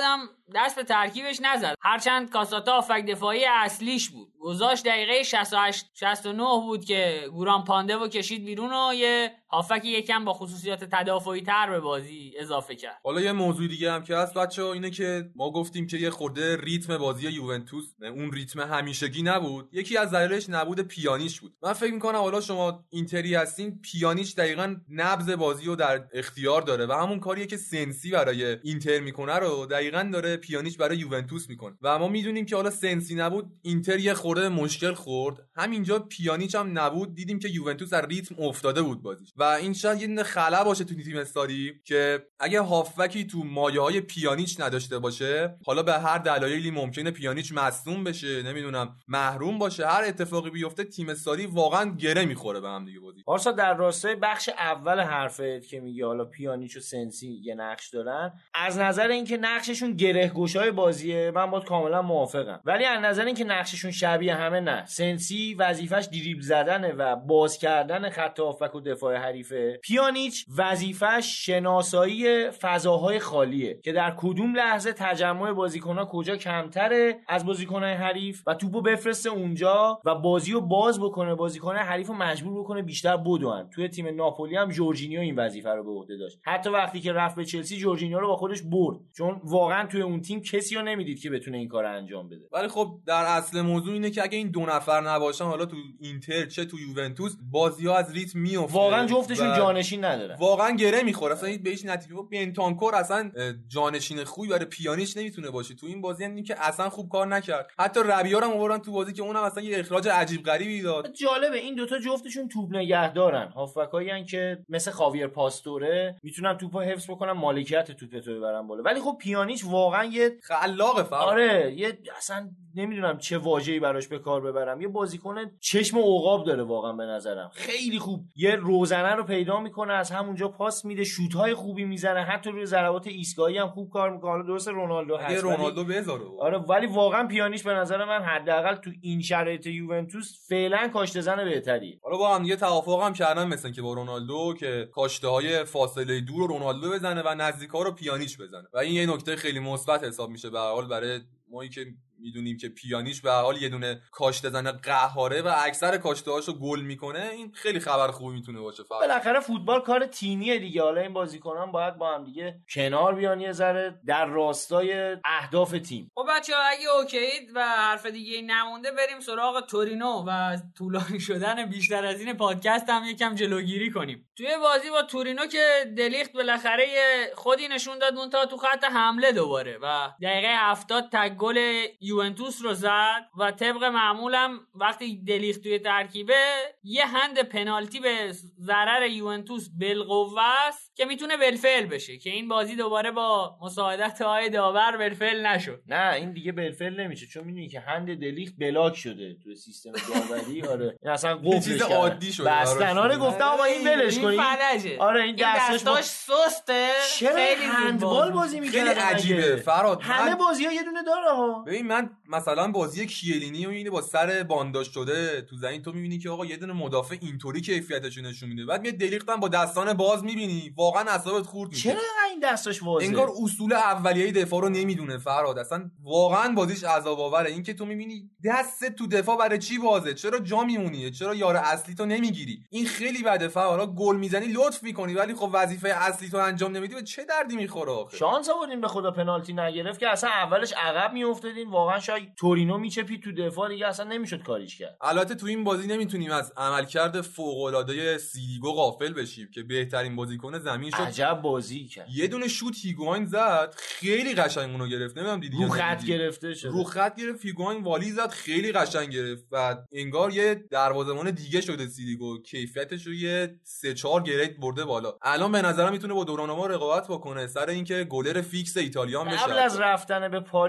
دست به ترکیبش نزد، هرچند کاساتا هافک دفاعی اصلیش بود. گذاشت دقیقه 68 69 بود که گوران پاندو کشید بیرون و یه هافک یکم با خصوصیات تدافعی تر به بازی اضافه کرد.
حالا یه موضوع دیگه هم که هست بچه‌ها اینه که ما گفتیم که یه خورده ریتم بازی یوونتوس اون ریتم همیشگی نبود. یکی از دلایلش نبود پیانیچ بود. من فکر می‌کنم حالا شما اینتری هستین، پیانیچ دقیقاً نبض بازی رو در اختیار داره و همون کاریه که سنسی برای اینتر میکنه رو دقیقاً داره پیانیچ برای یوونتوس میکنه و ما میدونیم که حالا سنسی نبود اینتر یه خورده مشکل خورد. همینجا پیانیچ هم نبود، دیدیم که یوونتوس از ریتم افتاده بود بازیش و این شاید یه خلا باشه تو تیم استاری که اگه هافکی تو مایه‌های پیانیچ نداشته باشه، حالا به هر دلایلی ممکنه پیانیچ مصدوم بشه، نمیدونم محروم باشه، هر اتفاقی بیفته تیم استاری واقعا گره میخوره به هم دیگه بازی.
پارسا در راستای بخش اول حرفت که میگه حالا پیانیچ و سنسی یه نقش دارن، از نظر اینکه نقششون گره‌گشای بازیه من باید کاملا موافقم، ولی از نظر اینکه نقششون شبیه همه نه. سنسی وظیفش دریبل زدنه و باز کردن خط هافک و دفاع حریفه. پیانیچ وظیفش شناسایی فضاهای خالیه که در کدوم لحظه تجمع بازیکن‌ها کجا کمتره از بازیکن‌های حریف و توپو بفرسته اونجا و بازیو باز بکنه، بازیکن‌های حریفو مجبور بکنه بیشتر بدون. توی تیم ناپولی هم جورجینیو این وظیفه رو به عهده داشت. حتی وقتی که رفت به چلسی جورجینیو رو با خودش برد، چون واقعا توی اون تیم کسی رو نمیدید که بتونه این کارو انجام بده.
ولی خب در اصل موضوع اینه که اگه این دو نفر نباشن، حالا تو اینتر چه تو یوونتوس، بازی‌ها از ریتم میفته.
واقعا جفتشون جانشین ندارن.
واقعا گره میخوره. اصلا بهش نتیجه بنتانکور اصلا جانشین خوبی برای پیانیچ نمیتونه باشه. تو این بازی هم که اصلا خوب کار نکرد. حتی ربیع رو هم آوردن تو بازی که اونم اصلا یه اخراج عجیب غریبی داد.
جالبه این دوتا جفتشون توپ نگهدارن، هافبکایین که مثل خاویر پاستوره میتونن توپو حفظ بکنن، مالکیت توپو ببرن بالا. ولی خب پیانیچ واقعا یه
خلاقه فقط.
آره یه اصلا نمیدونم چه واژه‌ای براش به کار ببرم، یه بازیکن چشم و عقاب داره واقعا به نظرم. خیلی خوب یه روزنه رو پیدا میکنه، از همونجا پاس میده، شوت‌های خوبی میزنه، حتی روی ضربات ایستگاهی هم خوب کار میکنه. حالا درسته رونالدو هست،
رونالدو بذاره.
آره ولی واقعا پیانیچ به نظر من حداقل تو این شرایط یوونتوس فعلا کاشته زن بهتری.
حالا با هم دیگه توافق هم کردن مثلا که با رونالدو که کاشته‌های فاصله دور رو رونالدو بزنه و نزدیک‌ها رو پیانیچ بزنه و این یه نکته خیلی مثبت حساب میشه به هر حال برای مایی که میدونیم که پیانیچ به هر حال یه دونه کاشته زنه قهاره و اکثر کاشته‌هاشو گل میکنه. این خیلی خبر خوبی میتونه باشه.
بالاخره فوتبال کار تیمیه دیگه. حالا این بازیکنان باید با هم دیگه کنار بیان یه ذره در راستای اهداف تیم.
خب بچه‌ها اگه اوکیید و حرف دیگه نمونده بریم سراغ تورینو و طولانی شدن بیشتر از این پادکست هم یکم جلوگیری کنیم. توی بازی با تورینو که دلیخت بالاخره خودی نشون داد مونتا تو خط حمله دوباره و دقیقه 70 تک گل یوونتوس رو زد و طبق معمولم وقتی دلیخت توی ترکیبه یه هند پنالتی به ضرر یوونتوس بالقوه است که میتونه بالفعل بشه که این بازی دوباره با مساعدت آقای داور بالفعل نشد.
نه این دیگه بالفعل نمیشه چون میدونی که هند دلیخت بلاک شده توی سیستم داوری. آره این اصلا قفلش
عادی شده.
بستناره گفتم آقا این ولش کنید.
آره
این
دستاش سسته.
خیلی هندبال بازی میکنه.
خیلی عجیبه فراد.
همه بازی‌ها یه دونه داره ها.
ببین من مثلا بازی کیلینی رو می‌بینی با سر بانداژ شده تو زمین، تو می‌بینی که آقا یه دونه مدافع اینطوری کیفیتش نشون میده، بعد میاد دلیخت هم با دستان باز می‌بینی واقعا اعصابت خورد میشه.
چرا این دستاش واضحه؟
انگار اصول اولیه دفاع رو نمیدونه فراد. اصلا واقعا بازیش عذاب آوره. این که تو می‌بینی دست تو دفاع برای چی بازه، چرا جا میمونی، چرا یار اصلی تو نمیگیری. این خیلی بده فراد. حالا گل میزنی لطف می‌کنی ولی خب وظیفه اصلی تو انجام نمیدی، به چه دردی می‌خوره آخه.
شانس آوردین به خدا پنالتی نگرفت که اصلا اولش عقب میافتادین، واقعا شاید تورینو میچپی تو دفاع دیگه اصلا نمیشد کاریش کرد.
البته تو این بازی نمیتونیم از عملکرد فوق‌العاده سیلیگو غافل بشیم که بهترین بازیکن زمین شد.
عجب بازی کرد.
یه دونه شوت هیگواین زد خیلی قشنگ اونو گرفت. نمیدونم دیدی
رو خط گرفته شد.
رو خط گرفت هیگواین والی زد خیلی قشنگ گرفت و انگار یه دروازه‌بان دیگه شده سیلیگو. کیفیتش رو یه 3-4 گرید برده بالا. الان به نظرم میتونه با دورانوما رقابت بکنه سر اینکه گلر فیکس ایتالیان بشه.
قبل از رفتن به پاریس خیلی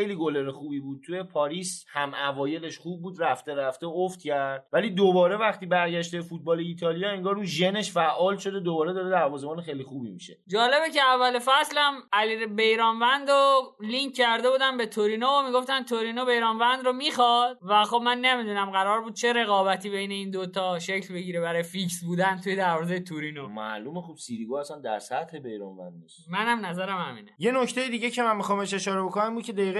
خیلی گلر خوبی بود. توی پاریس هم اوایلش خوب بود، رفته رفته افت کرد، ولی دوباره وقتی برگشته فوتبال ایتالیا انگار اون ژنش فعال شده، دوباره داره دروازه‌بان خیلی خوبی میشه.
جالبه که اول فصلم علی بیرانوند رو لینک کرده بودن به تورینو و میگفتن تورینو بیرانوند رو میخواد و خب من نمیدونم قرار بود چه رقابتی بین این دوتا شکل بگیره برای فیکس بودن توی دروازه تورینو.
معلومه خوب سیریگو اصلا در سطح بیرانوند نیست.
منم نظرم همینه.
یه نکته دیگه که من میخوام اشاره بکنم بود که دقیقه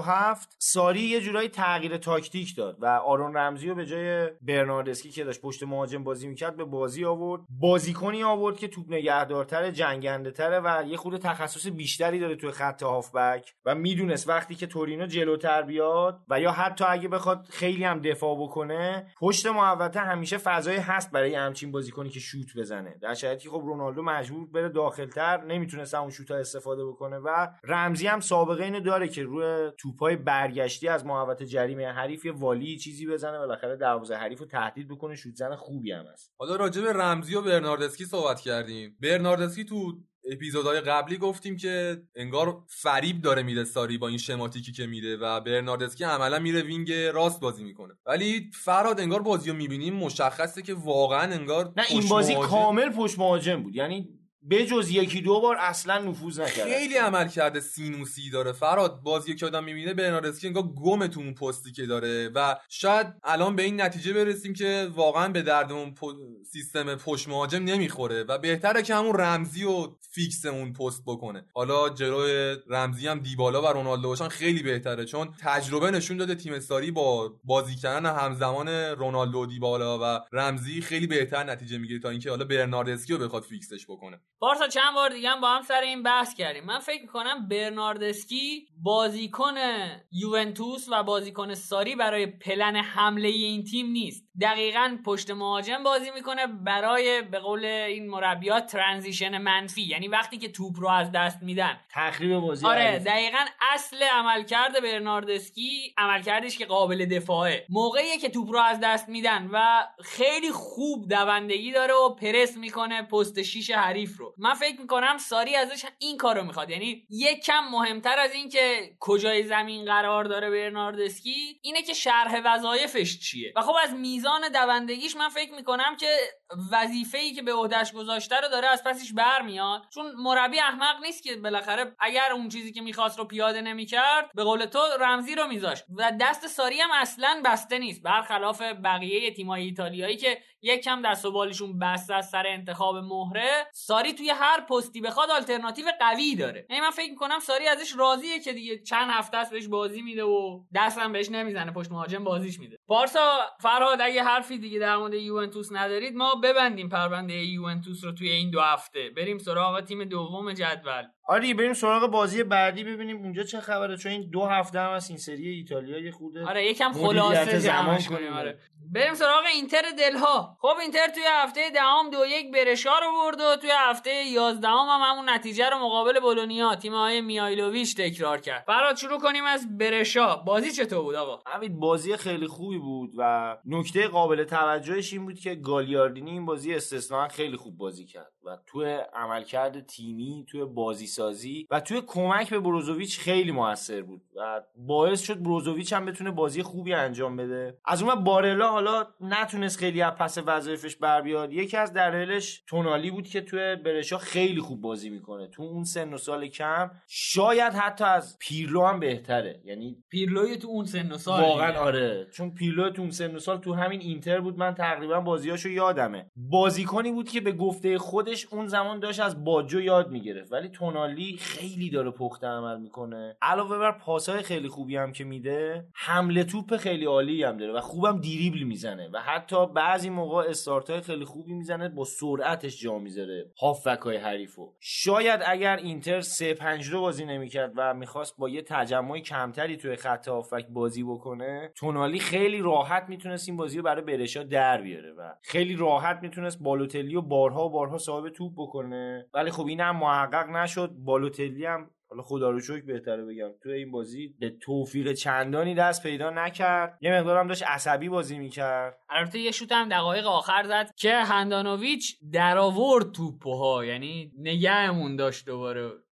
67 ساری یه جورایی تغییر تاکتیک داد و آرون رمزی رو به جای برناردسکی که داشت پشت مهاجم بازی میکرد به بازی آورد. بازیکنی آورد که توپ نگهدارتر، جنگنده تره و یه خورده تخصص بیشتری داره توی خط هافبک و میدونست وقتی که تورینو جلوتر بیاد و یا حتی اگه بخواد خیلی هم دفاع بکنه، پشت محوطه همیشه فضای هست برای همچین بازیکنی که شوت بزنه. در شرایطی که خب رونالدو مجبور بره داخل‌تر، نمیتونست اون شوت‌ها استفاده بکنه و رمزی هم سابقه اینو داره که روی توپ‌های برگشتی از محوطه جریمه حریف یه والی چیزی بزنه، بالاخره دروازه حریفو تهدید بکنه، شوت زن خوبی هم است.
حالا راجع به رمزی و برناردسکی صحبت کردیم. برناردسکی تو اپیزودهای قبلی گفتیم که انگار فریب داره میده ساری با این شماتیکی که میده و برناردسکی عملا میره وینگ راست بازی میکنه، ولی فراد انگار بازیو میبینیم مشخصه که واقعا انگار
نه این بازی کامل پشت مهاجم بود، یعنی بجز یکی دو بار اصلا نفوذ نکرد.
خیلی عمل کرده سینوسی داره فراد. بازی که آدم میبینه برناردسکی انگار گم تو اون پستی که داره و شاید الان به این نتیجه برسیم که واقعا به درد اون سیستم پشت مهاجم نمیخوره و بهتره که همون رمزی و فیکس اون پست بکنه. حالا جلوی رمزی هم دیبالا و رونالدو باشن خیلی بهتره، چون تجربه نشون داده تیم ساری با بازی کردن همزمان رونالدو، دیبالا و رمزی خیلی بهتر نتیجه میگیره تا اینکه حالا برناردسکی رو بخواد فیکسش بکنه.
بارسا چند بار دیگه هم با هم سر این بحث کردیم. من فکر میکنم برناردسکی بازیکن یوونتوس و بازیکن ساری برای پلن حمله این تیم نیست. دقیقاً پشت مهاجم بازی میکنه برای به قول این مربیات ترانزیشن منفی، یعنی وقتی که توپ رو از دست میدن
تخریب بازی.
آره دقیقاً اصل عملکرد برناردسکی عملکردش که قابل دفاعه، موقعیه که توپ رو از دست میدن و خیلی خوب دوندگی داره و پرس میکنه پست 6 حریف رو. من فکر میکنم ساری ازش این کارو میخواد، یعنی یک کم مهمتر از این که کجای زمین قرار داره برناردسکی اینه که شرح وظایفش چیه و خب از میزان دوندگیش من فکر میکنم که وظیفه‌ای که به عهده‌اش گذاشته رو داره از پسش برمیاد، چون مربی احمق نیست که بالاخره اگر اون چیزی که میخواست رو پیاده نمیکرد به قول تو رمزی رو میذاشت و دست ساری هم اصلا بسته نیست، برخلاف بقیه تیم‌های ایتالیایی که یک کم دست و بالشون بسته از سر انتخاب مهره. ساری توی هر پستی بخواد آلترناتیو قوی داره. یعنی من فکر میکنم ساری ازش راضیه که دیگه چند هفته است بهش بازی میده و دست هم بهش نمیزنه، پشت مهاجم بازیش میده. بارسا فرهاد اگه حرفی دیگه در مورد یوونتوس ندارید ما ببندیم پرونده یوونتوس رو توی این 2 هفته، بریم سراغ تیم دوم جدول.
آره بریم سراغ بازی بعدی ببینیم اونجا چه خبره، چون این 2 هفته هم از این سری ایتالیا یه خورده
آره یکم خلاصه جمعش کنیم. آره بریم سراغ اینتر دلها. خب اینتر توی هفته 10 2-1 برشا رو برد و توی هفته 11 هم همون نتیجه رو مقابل بولونیا تیم‌های میایلوویچ تکرار کرد. فرات شروع کنیم از برشا. بازی چطور بود آقا؟
همین بازی خیلی خوبی بود و نکته قابل توجهش این بود که گالیاردینی این بازی استثناا خیلی خوب بازی کرد و توی عملکرد تیمی، توی بازی سازی و توی کمک به بروزوویچ خیلی موثر بود و باعث شد بروزوویچ هم بتونه بازی خوبی انجام بده. از اون بارلا حالا نتونست خیلی از پس وظایفش بر بیاد. یکی از دلایلش تونالی بود که توی برشا خیلی خوب بازی میکنه، تو اون سن و سال کم شاید حتی از پیرلو هم بهتره، یعنی
پیرلوی تو اون سن و سال
واقعا آره، چون پیرلو تو اون سن و سال تو همین اینتر بود، من تقریبا بازیاشو یادمه. بازیکنی بود که به گفته خودش اون زمان داشت از باجو یاد میگرفت، ولی تونالی خیلی داره پخته عمل میکنه. علاوه بر پاسای خیلی خوبی هم که میده، حمله توپ خیلی عالی هم داره و خوبم دریبل میزنه و حتی بعضی موقع استارتای خیلی خوبی میزنه، با سرعتش جا میذاره هافبکای حریفو. شاید اگر اینتر 3-5-2 بازی نمیکرد و میخواست با یه تجمع کمتری توی خط هافبک بازی بکنه، تونالی خیلی راحت میتونست این بازی رو برای برشا در بیاره و خیلی راحت میتونست بالوتلی رو بارها و بارها صاحب توپ بکنه، ولی خب این هم محقق نشد. بالوتلی هم حالا خدا رو شکر بهتره بگم توی این بازی به توفیق چندانی دست پیدا نکرد، یه مقدارم داشت عصبی بازی میکرد.
البته یه شوت هم دقایق آخر زد که هندانویچ در آورد توپوها، یعنی نگهمون داشت دوباره.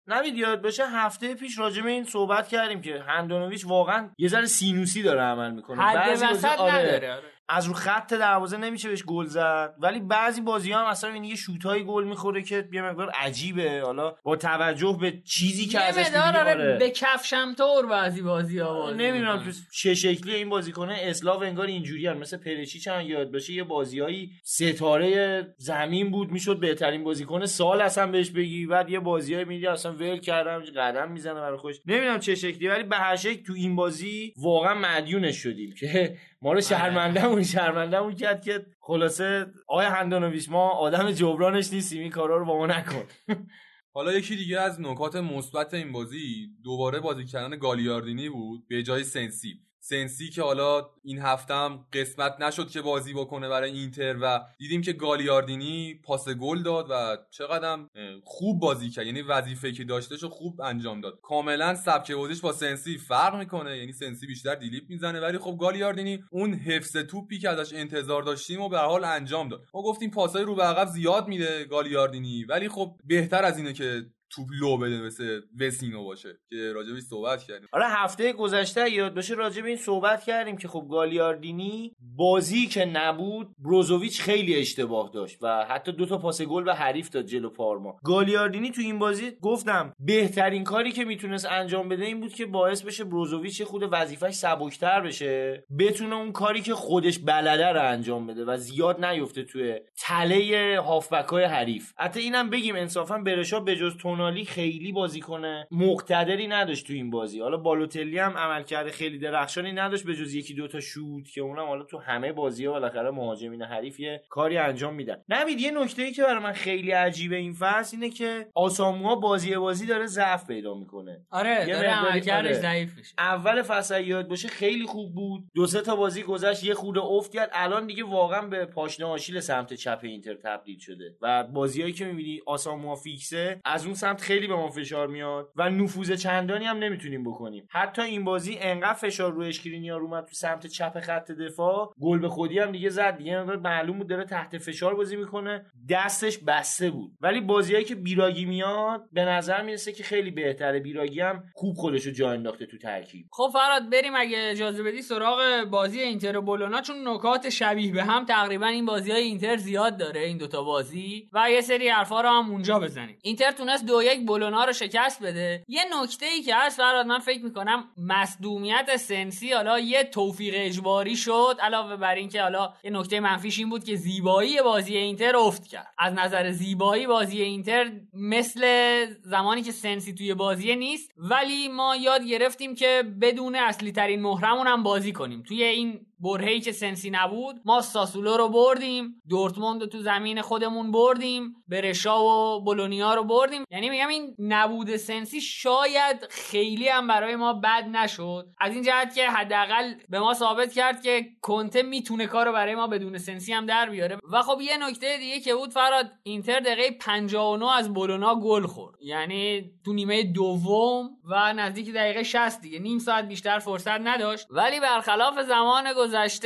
نوید یاد باشه هفته پیش راجع به این صحبت کردیم که هندانویچ واقعا یه ذره سینوسی داره عمل میکنه.
حد وسط نداره.
از رو خط دروازه نمیشه بهش گل زد، ولی بعضی بازی‌ها هم اصلا یه شوتای گل میخوره که یه مقدار عجیبه. حالا با توجه به چیزی که ازش
می‌داره به کفشم طور بعضی بازی‌ها بازی
نمیدونم تو چه شکلی این بازیکنه اسلاو انگار اینجوریان، مثل پرشیچ هم یاد باشه یه بازیایی ستاره زمین بود، میشد بهترین بازیکن سال اصلا بهش بگی، بعد یه بازیایی میدی اصلا ول کردم قدم میزنه برای خودش. نمیدونم چه شکلی، ولی به هر شکل تو این بازی واقعا مدیونش شدیم که ما رو شرمندهمون کرد که خلاصه آقای هندانویچ ما آدم جبرانش نیستیم، این کارا رو با ما نکن.
حالا یکی دیگه از نکات مثبت این بازی دوباره بازی کردن گالیاردینی بود به جای سنسی که حالا این هفته هم قسمت نشد که بازی بکنه برای اینتر و دیدیم که گالیاردینی پاس گل داد و چقدر خوب بازی کرد، یعنی وظیفه‌ای که داشتهشو خوب انجام داد. کاملا سبک بازیش با سنسی فرق میکنه، یعنی سنسی بیشتر دیلیپ میزنه ولی خب گالیاردینی اون حفظ توپی که ازش انتظار داشتیم و به هر حال انجام داد. ما گفتیم پاسای رو به عقب زیاد میده گالیاردینی، ولی خب بهتر از اینه که توپ لو بده مثل وسینو باشه که راجبش صحبت کردیم.
آره هفته گذشته یاد باشه راجب این صحبت کردیم که خب گالیاردینی بازی که نبود بروزوویچ خیلی اشتباه داشت و حتی 2 پاس گل به حریف داد جلو پارما. گالیاردینی تو این بازی گفتم بهترین کاری که میتونست انجام بده این بود که باعث بشه بروزوویچ خود وظیفه‌اش سبک‌تر بشه، بتونه اون کاری که خودش بلده رو انجام بده و زیاد نیفته توی تله هافبک‌های حریف. حتی اینم بگیم انصافا برشا بجز تونالی خیلی بازیکن مقتدری نداشت تو این بازی. حالا بالوتلی هم عملکرد خیلی درخشانی نداشت به جز 1-2 تا شوت که اونم حالا تو همه بازی‌ها بالاخره مهاجمین حریف یه کاری انجام میدن. نوید یه نکته‌ای که برای من خیلی عجیبه این فصل اینه که آساموا بازی داره ضعف پیدا میکنه.
آره داره عملکردش ضعیف میشه.
اول فصل یاد باشه خیلی خوب بود، 2-3 تا بازی گذشت یه خورده افت کرد، الان دیگه واقعا به پاشنه آشیل سمت چپ اینتر تبدیل شده و بازیایی که می‌بینی آساموا فیکسه از اون سمت خیلی به ما فشار میاد و نفوذ چندانی هم نمیتونیم بکنیم. حتی این بازی انقدر فشار روی اشکرینیار اومد تو سمت چپ خط دفاع، گل به خودی هم دیگه زد، دیگه معلوم بود داره تحت فشار بازی میکنه، دستش بسته بود. ولی بازیایی که بیراگی میاد به نظر میرسه که خیلی بهتره. بیراگی هم خوب خودشو جا انداخته تو ترکیب.
خب فراد بریم اگه اجازه بدی سراغ بازی اینتر و بولونا، چون نکات شبیه به هم تقریبا این بازی‌های اینتر زیاد داره این دوتا بازی و یه سری حرفا رو هم اونجا بزنیم. اینتر تونست 2-1 بولونا رو شکست بده. یه نکته‌ای که هست فراد، من فکر می‌کنم مصدومیت سنسی حالا یه توفیق اجباری شد، علاوه بر این که حالا یه نکته منفیش این بود که زیبایی بازی اینتر افت کرد. از نظر زیبایی بازی اینتر مثل زمانی که سنسی توی بازی نیست، ولی ما یاد گرفتیم که بدون اصلی ترین مهرمون هم بازی کنیم. توی این برهه‌ای که سنسی نبود ما ساسولو رو بردیم، دورتموند رو تو زمین خودمون بردیم، برشا و بولونیا رو بردیم. یعنی میگم این نبود سنسی شاید خیلی هم برای ما بد نشد، از این جهت که حداقل به ما ثابت کرد که کنته میتونه کارو برای ما بدون سنسی هم در بیاره. و خب یه نکته دیگه که بود فراد، اینتر دقیقه 59 از بولونا گل خورد، یعنی تو نیمه دوم و نزدیک دقیقه 60 دیگه، نیم ساعت بیشتر فرصت نداشت. ولی برخلاف زمان گذشته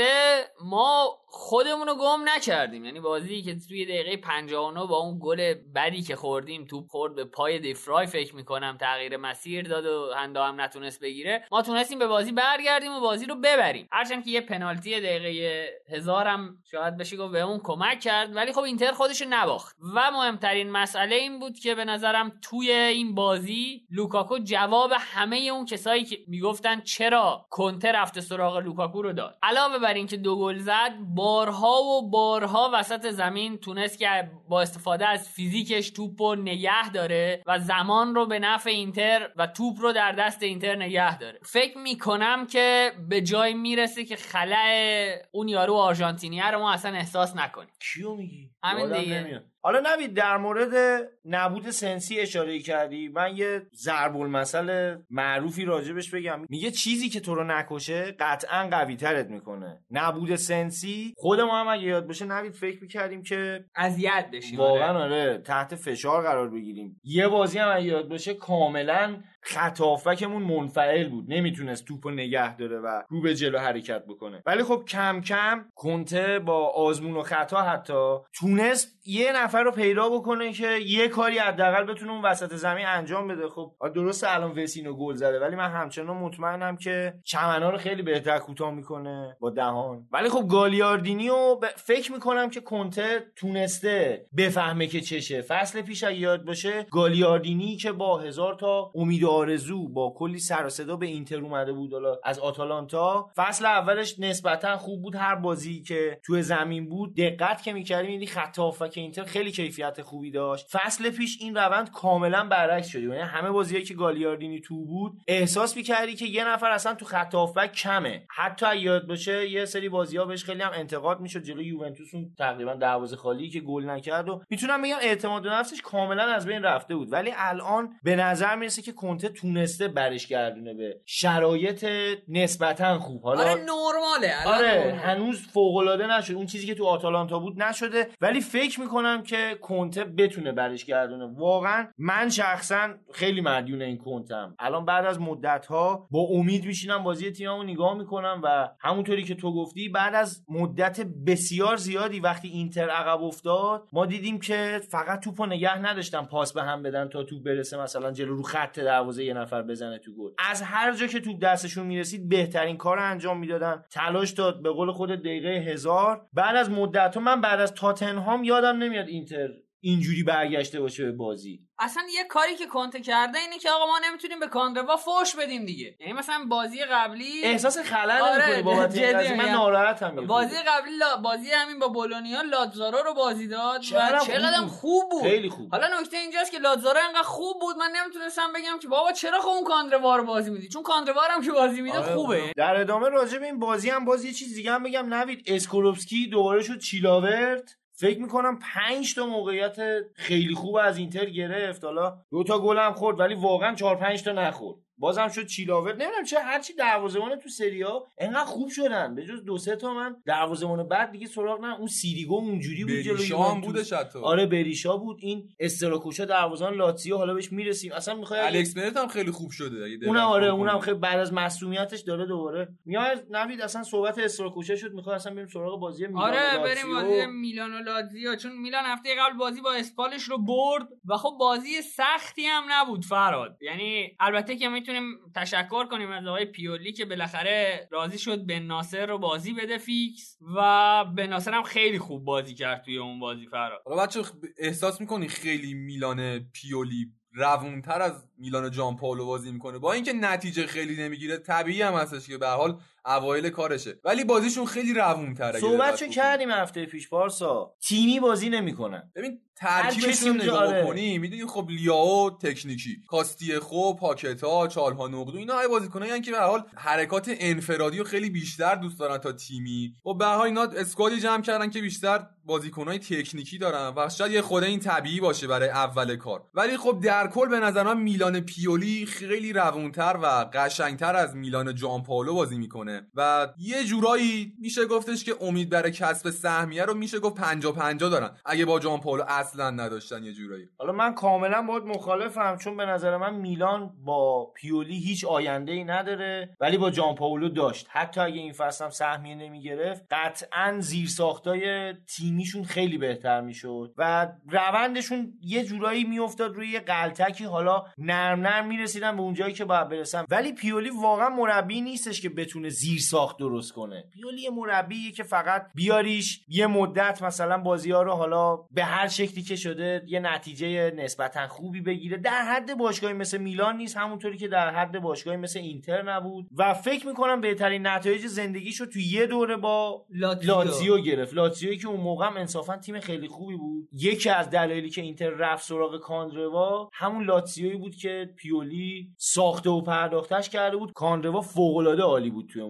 ما خودمونو گم نکردیم. یعنی بازی که توی دقیقه 59 با اون گل بدی که خوردیم، توپ خورد به پای دیفرای فکر میکنم تغییر مسیر داد و هندا هم نتونست بگیره، ما تونستیم به بازی برگردیم و بازی رو ببریم. هرچند که یه پنالتی دقیقه 1000 هم شاید بشه گفت به اون کمک کرد، ولی خب اینتر خودش نباخت. و مهمترین مسئله این بود که به نظرم توی این بازی لوکاکو جواب همه اون کسایی که میگفتن چرا کنته رفته سراغ لوکاکو رو داد. علاوه بر این که 2 گل زد، بارها وسط زمین تونست که با استفاده از فیزیکش توپ رو نگه داره و زمان رو به نفع اینتر و توپ رو در دست اینتر نگه داره. فکر میکنم که به جای میرسه که خلأ اون یارو آرژانتینیه رو ما اصلا احساس نکنیم.
کیو میگی؟
همین دیگه.
حالا نوید در مورد نبود سنسی اشاره کردی، من یه ضرب المثل معروفی راجبش بگم. میگه چیزی که تو رو نکشه قطعا قوی ترت میکنه. نبود سنسی خود ما هم اگه یاد باشه نوید فکر میکردیم که
اذیت بشیم،
واقعا آره تحت فشار قرار بگیریم. یه بازی هم اگه یاد باشه کاملا خط هافبکمون منفعل بود، نمیتونست توپو نگه داره و رو به جلو حرکت بکنه. ولی خب کم کم کنته با آزمون و خطا حتی تونست یه نفر رو پیدا بکنه که یه کاری حداقل بتونه اون وسط زمین انجام بده. خب درسته الان وسینو گل زده، ولی من همچنان مطمئنم که چمنا رو خیلی بهتر کوتاه میکنه با دهان. ولی خب گالیاردینیو فکر میکنم که کنته تونسته بفهمه که چشه. فصل پیش اگه یاد باشه گالیاردینی که با 1000 تا امید و آرزو با کلی سر و صدا به اینتر اومده بود از آتالانتا، فصل اولش نسبتا خوب بود، هر بازی که تو زمین بود دقت که می‌کردیم یعنی خط هافبک اینتر خیلی کیفیت خوبی داشت. فصل پیش این روند کاملا برعکس شد، یعنی همه بازیایی که گالیاردینی تو بود احساس می‌کردی که یه نفر اصلا تو خط هافبک کمه. حتی یاد باشه یه سری بازی‌ها بهش خیلی هم انتقاد می‌شد، جلوی یوونتوس اون تقریبا دروازه خالی که گل نکرد و میتونم بگم اعتماد به نفسش کاملا از بین رفته بود. ولی الان به نظر میرسه که کنته تونسته برش گردونه به شرایط نسبتا خوب. حالا
آره نرماله،
آره هنوز فوق‌العاده نشد، اون چیزی که تو آتالانتا بود نشده، ولی فکر میکنم که کنته بتونه برش گردونه. واقعا من شخصا خیلی مدیون این کنتم. الان بعد از مدت‌ها با امید میشینم بازی تیممو نگاه میکنم و همونطوری که تو گفتی بعد از مدت بسیار زیادی وقتی اینتر عقب افتاد ما دیدیم که فقط توپو نگه نداشتن پاس به هم بدن تا توپ برسه مثلا جلو رو خط دروازه یه نفر بزنه تو گل. از هر جا که توپ دستشون میرسید بهترین کارو انجام میدادن، تلاش داد. به قول خود دقیقه 1000 بعد از مدت‌ها من بعد از تاتنهام یادم نمیاد اینتر اینجوری برگشته باشه به بازی.
اصلا یه کاری که کنته کرده اینه که آقا ما نمیتونیم به کاندروا فوش بدیم دیگه. یعنی مثلا بازی قبلی
احساس خلل نمی‌کنی بابت این قضیه؟ من ناراحتم.
بازی قبلی بازی همین با بولونیا لاتزارو رو بازی داد و چقدر خوب بود،
خیلی خوب.
حالا نکته اینجاست که لاتزارو انقدر خوب بود من نمیتونستم بگم که بابا چرا خب اون کاندروا رو بازی میدی، چون کاندروا هم که بازی میده خوبه.
در ادامه راجع به این بازی هم یه چیز دیگه هم بگم. نوید اسکولوفسکی دوباره شد چیلاورت. فکر میکنم 5 تا موقعیت خیلی خوب از اینتر گرفت، حالا 2 تا گل هم خورد ولی واقعا 4-5 تا نخورد. بازم شد چیلاورت. نمیدونم چه هرچی دروازه‌بان تو سری آ انقدر خوب شدن، به جز 2-3 تا من دروازه‌بان بعد دیگه سراغ نه. اون سیریگو اونجوری بود جلوی
یوونتوس بودش حتی.
آره بریشا بود. این استراکوشا دروازه‌بان لاتزیو حالا بهش میرسیم. اصلا میخواد
الکس منت هم خیلی خوب شده
اونم آره اونم خیلی بعد از معصومیتش داره دوباره میاد. نوید اصلا صحبت استراکوشا شد، میخواد اصلا بریم سراغ بازی میلان.
آره بریم بازی میلان و لاتزیو، چون میلان هفته قبل بازی با اسپالش رو برد و خب بازی سختی هم نبود فراد. یعنی البته که میتونیم تشکر کنیم از آقای پیولی که بالاخره راضی شد بن ناصر رو بازی بده فیکس و بن ناصر هم خیلی خوب بازی کرد توی اون بازی فراد.
حالا بچه احساس میکنی خیلی میلان پیولی روونتر از میلان جان پائولو بازی میکنه، با اینکه نتیجه خیلی نمیگیره طبیعی هم هستش که به هر حال اوایل کارشه، ولی بازیشون خیلی روونتره.
صحبتشو کردیم هفته پیش پارسا، تیمی بازی نمیکنن.
ببین ترکیبشون نگاه کنی میدونی خب لیاو تکنیکی، کاستی خوب، پاکتا، چالها نقدو، اینا های بازیکنایی که به هر حال حرکات انفرادی رو خیلی بیشتر دوست دارن تا تیمی. و به هر حال اینا اسکوادی جمع کردن که بیشتر بازیکنای تکنیکی دارن و شاید یه خود این طبیعی باشه برای اول کار. ولی خب در کل به نظر من میلان پیولی خیلی روونتر و قشنگتر از میلان جان پائولو بازی میکنه و یه جورایی میشه گفتش که امید برای کسب سهمیه رو میشه گفت 50-50 دارن اگه با جان پائولو اصلا نداشتن یه جورایی.
حالا من کاملا باهات مخالفم، چون به نظر من میلان با پیولی هیچ آینده‌ای نداره ولی با جان پائولو داشت. حتی اگه این فصل هم سهمیه نمیگرفت قطعاً زیرساختای تیمیشون خیلی بهتر میشد و روندشون یه جورایی میافتاد روی غلطکی، حالا نرم نرم میرسیدن به اونجایی که باید برسن. ولی پیولی واقعا مربی نیستش که بتونه زیرساخت درست کنه. پیولی یه مربیه که فقط بیاریش یه مدت مثلا بازی‌ها رو حالا به هر شکلی که شده یه نتیجه نسبتا خوبی بگیره. در حد باشگاهی مثل میلان نیست، همونطوری که در حد باشگاهی مثل اینتر نبود و فکر میکنم بهترین نتایج زندگیشو تو یه دوره با لاتزیو گرفت. لاتزیویی که اون موقع هم انصافا تیم خیلی خوبی بود. یکی از دلایلی که اینتر رفت سراغ کاندروا همون لاتزیویی بود که پیولی ساخته و پرداختش کرده بود. کاندروا فوق‌العاده عالی بود توی اون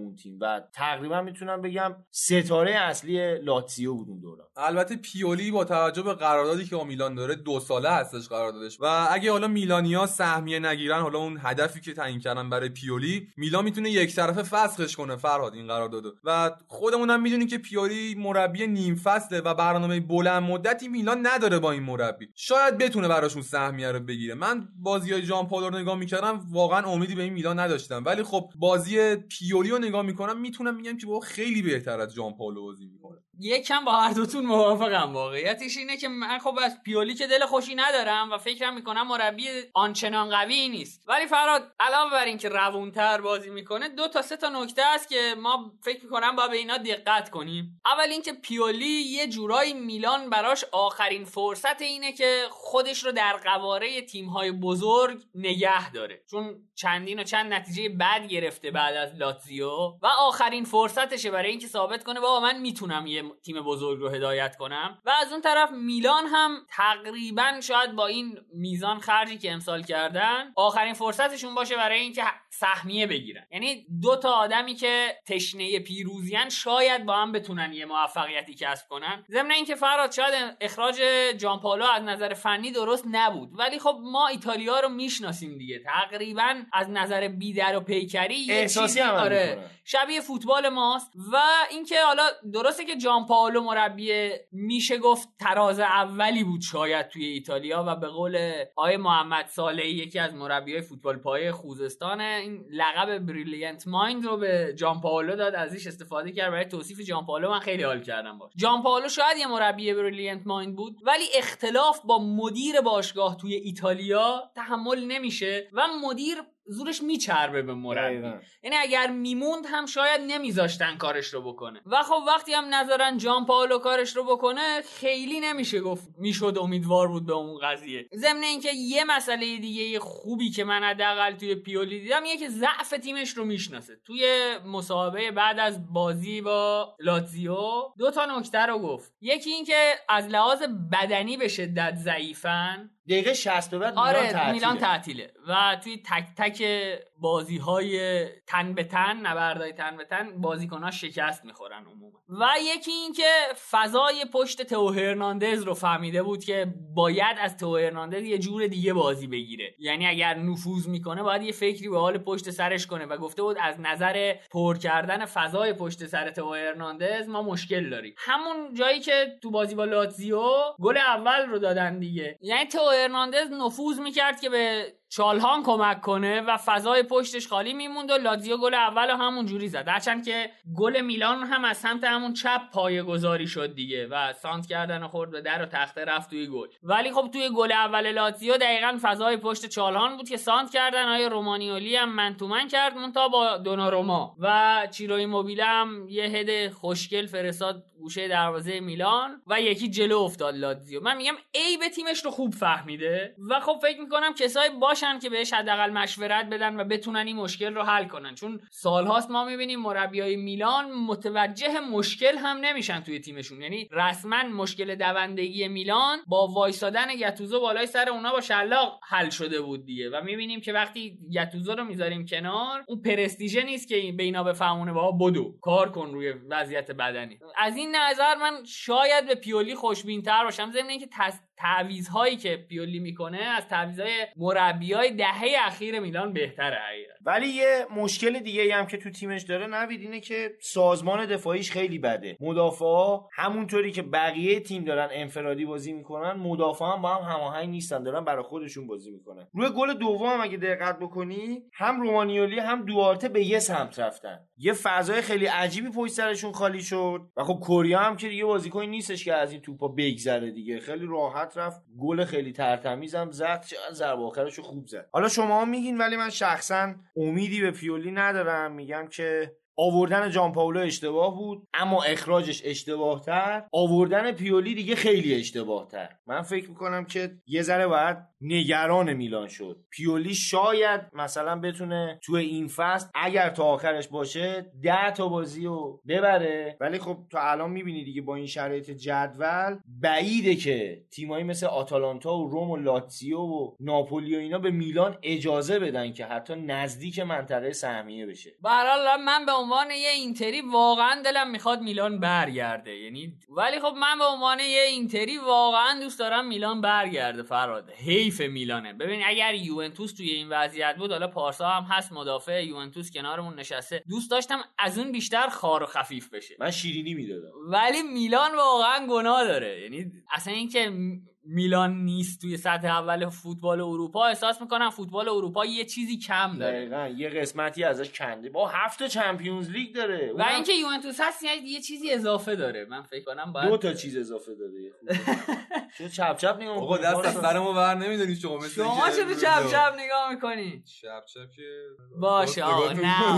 اون تیم و تقریبا میتونم بگم ستاره اصلی لاتزیو بود اون دوران.
البته پیولی با توجه به قراردادی که با میلان داره 2 ساله هستش قراردادش و اگه حالا میلانیا سهمیه نگیرن، حالا اون هدفی که تعیین کردن برای پیولی، میلان میتونه یک طرفه فسخش کنه فرهاد این قراردادو. و خودمون هم میدونیم که پیولی مربی نیم فصله و برنامه بلند مدتی میلان نداره با این مربی. شاید بتونه براشون سهمیه رو بگیره. من بازیای ژان پائولو رو نگاه میکردم واقعا امیدی به این میلان نداشتم، ولی خب بازی پیولی رو نگاه میکنم میتونم میگم که بابا خیلی بهتر از ژان پائولو بازی میکنه.
یکم با هر دوتون موافقم. واقعیتش اینه که من خب از پیولی که دل خوشی ندارم و فکرم میکنم مربی آنچنان قوی نیست، ولی فراد علاوه بر این که روونتر بازی میکنه 2 تا 3 تا نکته است که ما فکر میکنم باید به اینا دقت کنیم. اول اینکه پیولی یه جورایی میلان براش آخرین فرصت اینه که خودش رو در قواره تیم‌های بزرگ نگه داره، چون چندین و چند نتیجه بد گرفته بعد از لاتزیو و آخرین فرصتشه برای اینکه ثابت کنه بابا من میتونم یه تیم بزرگ رو هدایت کنم. و از اون طرف میلان هم تقریبا شاید با این میزان خرجی که امسال کردن آخرین فرصتشون باشه برای اینکه سهمیه بگیرن. یعنی 2 تا آدمی که تشنه پیروزیان شاید با هم بتونن یه موفقیتی کسب کنن. ضمن اینکه فراد شاید اخراج ژان پائولو از نظر فنی درست نبود، ولی خب ما ایتالیا رو میشناسیم دیگه، تقریبا از نظر بیدر و پیکری
احساسی هم
شبیه فوتبال ماست. و اینکه حالا درسته که ژان پائولو مربی میشه گفت تراز اولی بود شاید توی ایتالیا و به قول آقای محمد صالحی یکی از مربیای فوتبال پایه خوزستان این لقب بریلیانت مایند رو به ژان پائولو داد، ازش استفاده کرد برای توصیف ژان پائولو. من خیلی حال کردم باش. ژان پائولو شاید یه مربی بریلیانت مایند بود، ولی اختلاف با مدیر باشگاه توی ایتالیا تحمل نمیشه و مدیر زورش میچربه به مربی. یعنی اگر میموند هم شاید نمیذاشتن کارش رو بکنه و خب وقتی هم نذارن ژان پائولو کارش رو بکنه خیلی نمیشه گفت میشد امیدوار بود به اون قضیه. ضمن اینکه یه مسئله دیگه خوبی که من حداقل توی پیولی دیدم یه که ضعف تیمش رو میشناسه. توی مسابقه بعد از بازی با لاتزیو 2 تا نکته رو گفت. یکی این که از لحاظ بدنی به شدت ضعیفن.
دقیقه 60 به بعد
میلان تعطیله و توی تک تک بازی‌های تن به تن، نبردهای تن به تن، بازیکن‌ها شکست می‌خورن عموما. و یکی این که فضای پشت تئو هرناندز رو فهمیده بود که باید از تئو هرناندز یه جور دیگه بازی بگیره. یعنی اگر نفوذ میکنه باید یه فکری به حال پشت سرش کنه و گفته بود از نظر پر کردن فضای پشت سر تئو هرناندز ما مشکل داریم. همون جایی که تو بازی با لاتزیو گل اول رو دادن دیگه. یعنی تئو هرناندز نفوذ میکرد که به چالهان کمک کنه و فضای پشتش خالی میموند و لاتزیو گل اولو همون جوری زد. هرچند که گل میلان هم از سمت همون چپ پایه‌گذاری شد دیگه و سانت کردن خورد به در و تخته رفت توی گل. ولی خب توی گل اول لاتزیو دقیقاً فضای پشت چالهان بود که سانت کردن. آیه رومانیولی هم من تو من کرد منتها با دوناروما و چیرو ایموبیله هم یه هد خوشگل فرستاد گوشه دروازه میلان و یکی جلو افتاد لاتزیو. من میگم ای به تیمش رو خوب فهمیده و خب فکر میکنم کسایی باشن که بهش حداقل مشورت بدن و بتونن این مشکل رو حل کنن، چون سالهاست ما میبینیم مربیای میلان متوجه مشکل هم نمیشن توی تیمشون. یعنی رسما مشکل دوندگی میلان با وایسادن گتوزو بالای سر اونا با شلاق حل شده بود دیگه و میبینیم که وقتی گتوزو رو میذاریم کنار اون پرستیژه نیست که به اینا بفهمونه بابا بدو کار کن روی وضعیت بدنی. از این نظر من شاید به پیولی خوشبین‌تر باشم، ضمن اینکه تعویض‌هایی که پیولی میکنه از تعویض‌های مربیای دهه اخیر میلان بهتره حقیقتا.
ولی یه مشکل دیگه هم که تو تیمش داره نوید اینه که سازمان دفاعیش خیلی بده. مدافعا همونطوری که بقیه تیم دارن انفرادی بازی میکنن، مدافعا هم با هم هماهنگ نیستن، دارن برای خودشون بازی میکنن. روی گل دوم اگه دقت بکنی هم رومانیولی هم دوارته به یه سمت رفتن، یه فضای خیلی عجیبی پشت سرشون خالی شد و خب کوریا هم که دیگه بازیکنی نیستش که از این توپا بگذره دیگه، خیلی راحت رفت گل خیلی ترتمیزم زد، ضربه آخرشو خوب زد. حالا شما میگین ولی من شخصا امیدی به پیولی ندارم. میگم که آوردن ژان پائولو اشتباه بود، اما اخراجش اشتباه‌تر، آوردن پیولی دیگه خیلی اشتباه‌تر. من فکر میکنم که یه ذره باید نگران میلان شد. پیولی شاید مثلا بتونه تو این فصل اگر تا آخرش باشه 10 تا بازی رو ببره، ولی خب تا الان میبینی دیگه با این شرایط جدول بعیده که تیمایی مثل آتالانتا و روم و لاتزیو و ناپولی و اینا به میلان اجازه بدن که حتی نزدیک منطقه سهمیه بشه.
به هر حال من به عنوان یه اینتری واقعا دلم میخواد میلان برگرده، یعنی ولی خب من به عنوان یه اینتری واقعا دوست دارم میلان برگرده. فراد حیف میلانه. ببین اگر یوونتوس توی این وضعیت بود، حالا پارسا هم هست مدافع یوونتوس کنارمون نشسته، دوست داشتم از اون بیشتر خار و خفیف بشه،
من شیرینی میدادم.
ولی میلان واقعا گناه داره. یعنی اصلا اینکه میلان نیست توی سطح اول فوتبال اروپا، احساس میکنم فوتبال اروپا یه چیزی کم داره.
دقیقاً یه قسمتی ازش کنده. با 7 چمپیونز لیگ داره
و اینکه یوونتوس هست یه چیزی اضافه داره. من فکر کنم باید
2 تا چیز اضافه داره. چه چپ چپ نگاه
آقا دست از سرمو ور نمیدونی شما مثل
شما چرا چپ چپ نگاه میکنی؟
چپ چپ که
باشه آقا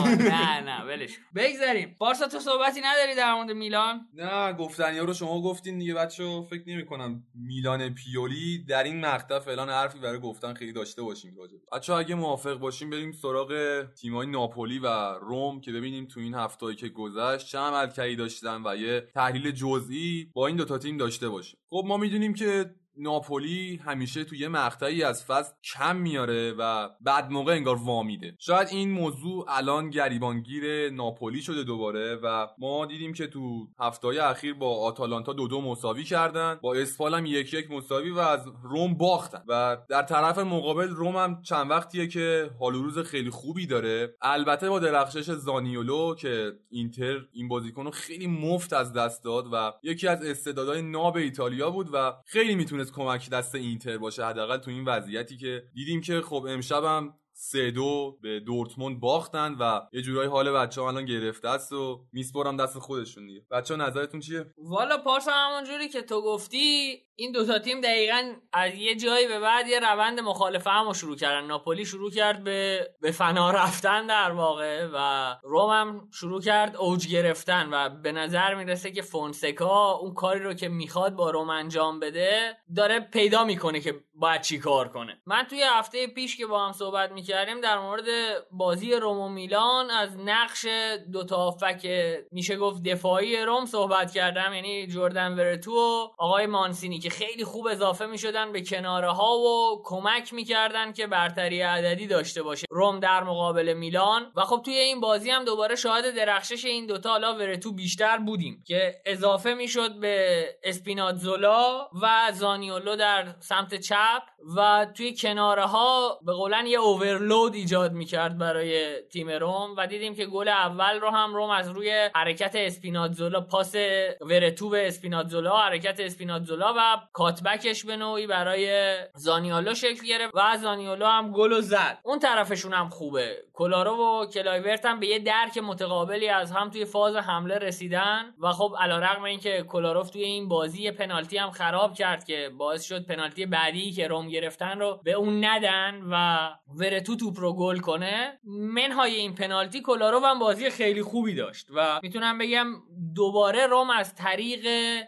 نه ولش کن. بگذاریم. بارسا تو صحبتی نداری در مورد میلان؟
نه گفتنیا رو شما گفتین دیگه بچه‌ها. فکر نمی‌کنم میلان پیولی در این مقطع فعلا حرفی برای گفتن خیلی داشته باشیم راجع. بچه‌ها اگه موافق باشیم بریم سراغ تیم‌های ناپولی و روم که ببینیم تو این هفته‌ای که گذشت چه عملکردی داشتن و یه تحلیل جزئی با این دو تا تیم داشته باشیم. خب ما می‌دونیم که ناپولی همیشه توی مقطعی از فصل کم میاره و بعد موقع انگار وامیده. شاید این موضوع الان گریبانگیر ناپولی شده دوباره و ما دیدیم که تو هفته‌های اخیر با آتالانتا 2-2 مساوی کردن، با اسپال هم 1-1 مساوی و از روم باختن و در طرف مقابل روم هم چند وقتیه که حال و روز خیلی خوبی داره. البته با درخشش زانیولو که اینتر این بازیکنو خیلی مفت از دست داد و یکی از استعدادهای ناب ایتالیا بود و خیلی میتونه کمک دست اینتر باشه، حداقل تو این وضعیتی که دیدیم که خب امشب هم 3-2 به دورتموند باختن و یه جورایی حال بچه‌ها الان گرفته است و میسپرم دست خودشون دیگه. بچه‌ها نظرتون چیه؟
والا پارسا همون جوری که تو گفتی این دوتا تیم دقیقاً از یه جایی به بعد یه روند مخالفه هم شروع کردن. ناپولی شروع کرد به فنا رفتن در واقع و روم هم شروع کرد اوج گرفتن و به نظر میرسه که فونسکا اون کاری رو که میخواد با روم انجام بده داره پیدا میکنه که باید چی کار کنه. من توی هفته پیش که با هم صحبت میکردیم در مورد بازی روم و میلان از نقش دوتا هافبک میشه گفت دفاعی روم صحبت کردم، یعنی جردن ورتو و آقای مانسینی که خیلی خوب اضافه میشدن به کناره ها و کمک میکردن که برتری عددی داشته باشه روم در مقابل میلان. و خب توی این بازی هم دوباره شاهد درخشش این دوتا، حالا ورتو بیشتر بودیم، که اضافه میشد به اسپیناتزولا و زانیولو در سمت چپ و توی کناره ها به قولن یه اوورلود ایجاد میکرد برای تیم روم و دیدیم که گل اول رو هم روم از روی حرکت اسپیناتزولا، پاس ورتو به اسپیناتزولا، حرکت اسپیناتزولا و کاتبکش به نوعی برای زانیولو شکل گرفت و زانیولو هم گل زد. اون طرفشون هم خوبه. کولارو و کلایورت هم به یه درک متقابلی از هم توی فاز حمله رسیدن و خب علیرغم اینکه کولاروف توی این بازی یه پنالتی هم خراب کرد که باعث شد پنالتی بعدی که روم گرفتن رو به اون ندن و ورتو توپ رو گل کنه، منهای این پنالتی کولاروف هم بازی خیلی خوبی داشت و میتونم بگم دوباره روم از طریق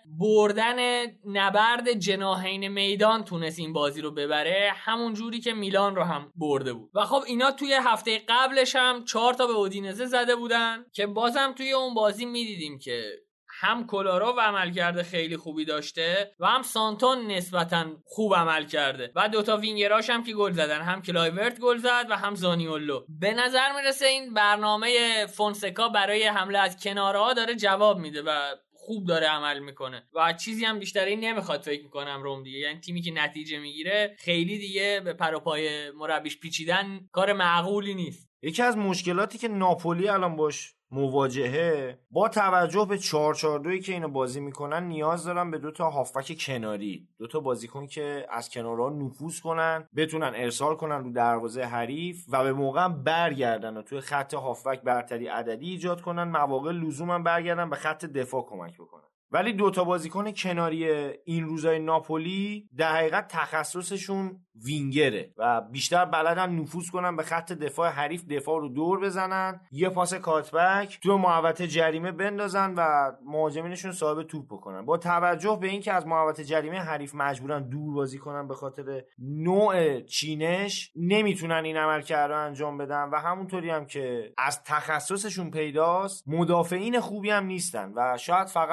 بردن نبرد جناحین میدان تونست این بازی رو ببره، همون جوری که میلان رو هم برده بود. و خب اینا توی هفته قبلش هم 4 تا به اودینزه زده بودن که بازم توی اون بازی میدیدیم که هم کولارو عمل کرده خیلی خوبی داشته و هم سانتون نسبتا خوب عمل کرده و دوتا وینگراش هم که گل زدن، هم کلایورت گل زد و هم زانیولو. به نظر میرسه این برنامه فونسکا برای حمله از کنارها داره جواب میده و خوب داره عمل میکنه و چیزی هم بیشتری نمیخواد فکر میکنم روم دیگه. یعنی تیمی که نتیجه میگیره خیلی دیگه به پر و پای مربیش پیچیدن کار معقولی نیست.
یکی از مشکلاتی که ناپولی الان باش مواجهه، با توجه به 4-4-2 که اینا بازی میکنن، نیاز دارن به 2 تا هافبک کناری، 2 تا بازیکن که از کنارها نفوذ کنن، بتونن ارسال کنن رو دروازه حریف و به موقع برگردن و توی خط هافبک برتری عددی ایجاد کنن، مواقع لزوما برگردن به خط دفاع کمک بکنن. ولی 2 تا بازیکن کناری این روزای ناپولی در حقیقت تخصصشون وینگره و بیشتر بلدن نفوذ کنن به خط دفاع حریف، دفاع رو دور بزنن، یه پاس کاتبک تو محوطه جریمه بندازن و مهاجمینشون صاحب توپ بکنن. با توجه به اینکه از محوطه جریمه حریف مجبورن دور بازی کنن به خاطر نوع چینش، نمیتونن این عملکردو انجام بدن و همونطوری هم که از تخصصشون پیداست مدافعین خوبی هم نیستن و شاید فقط توی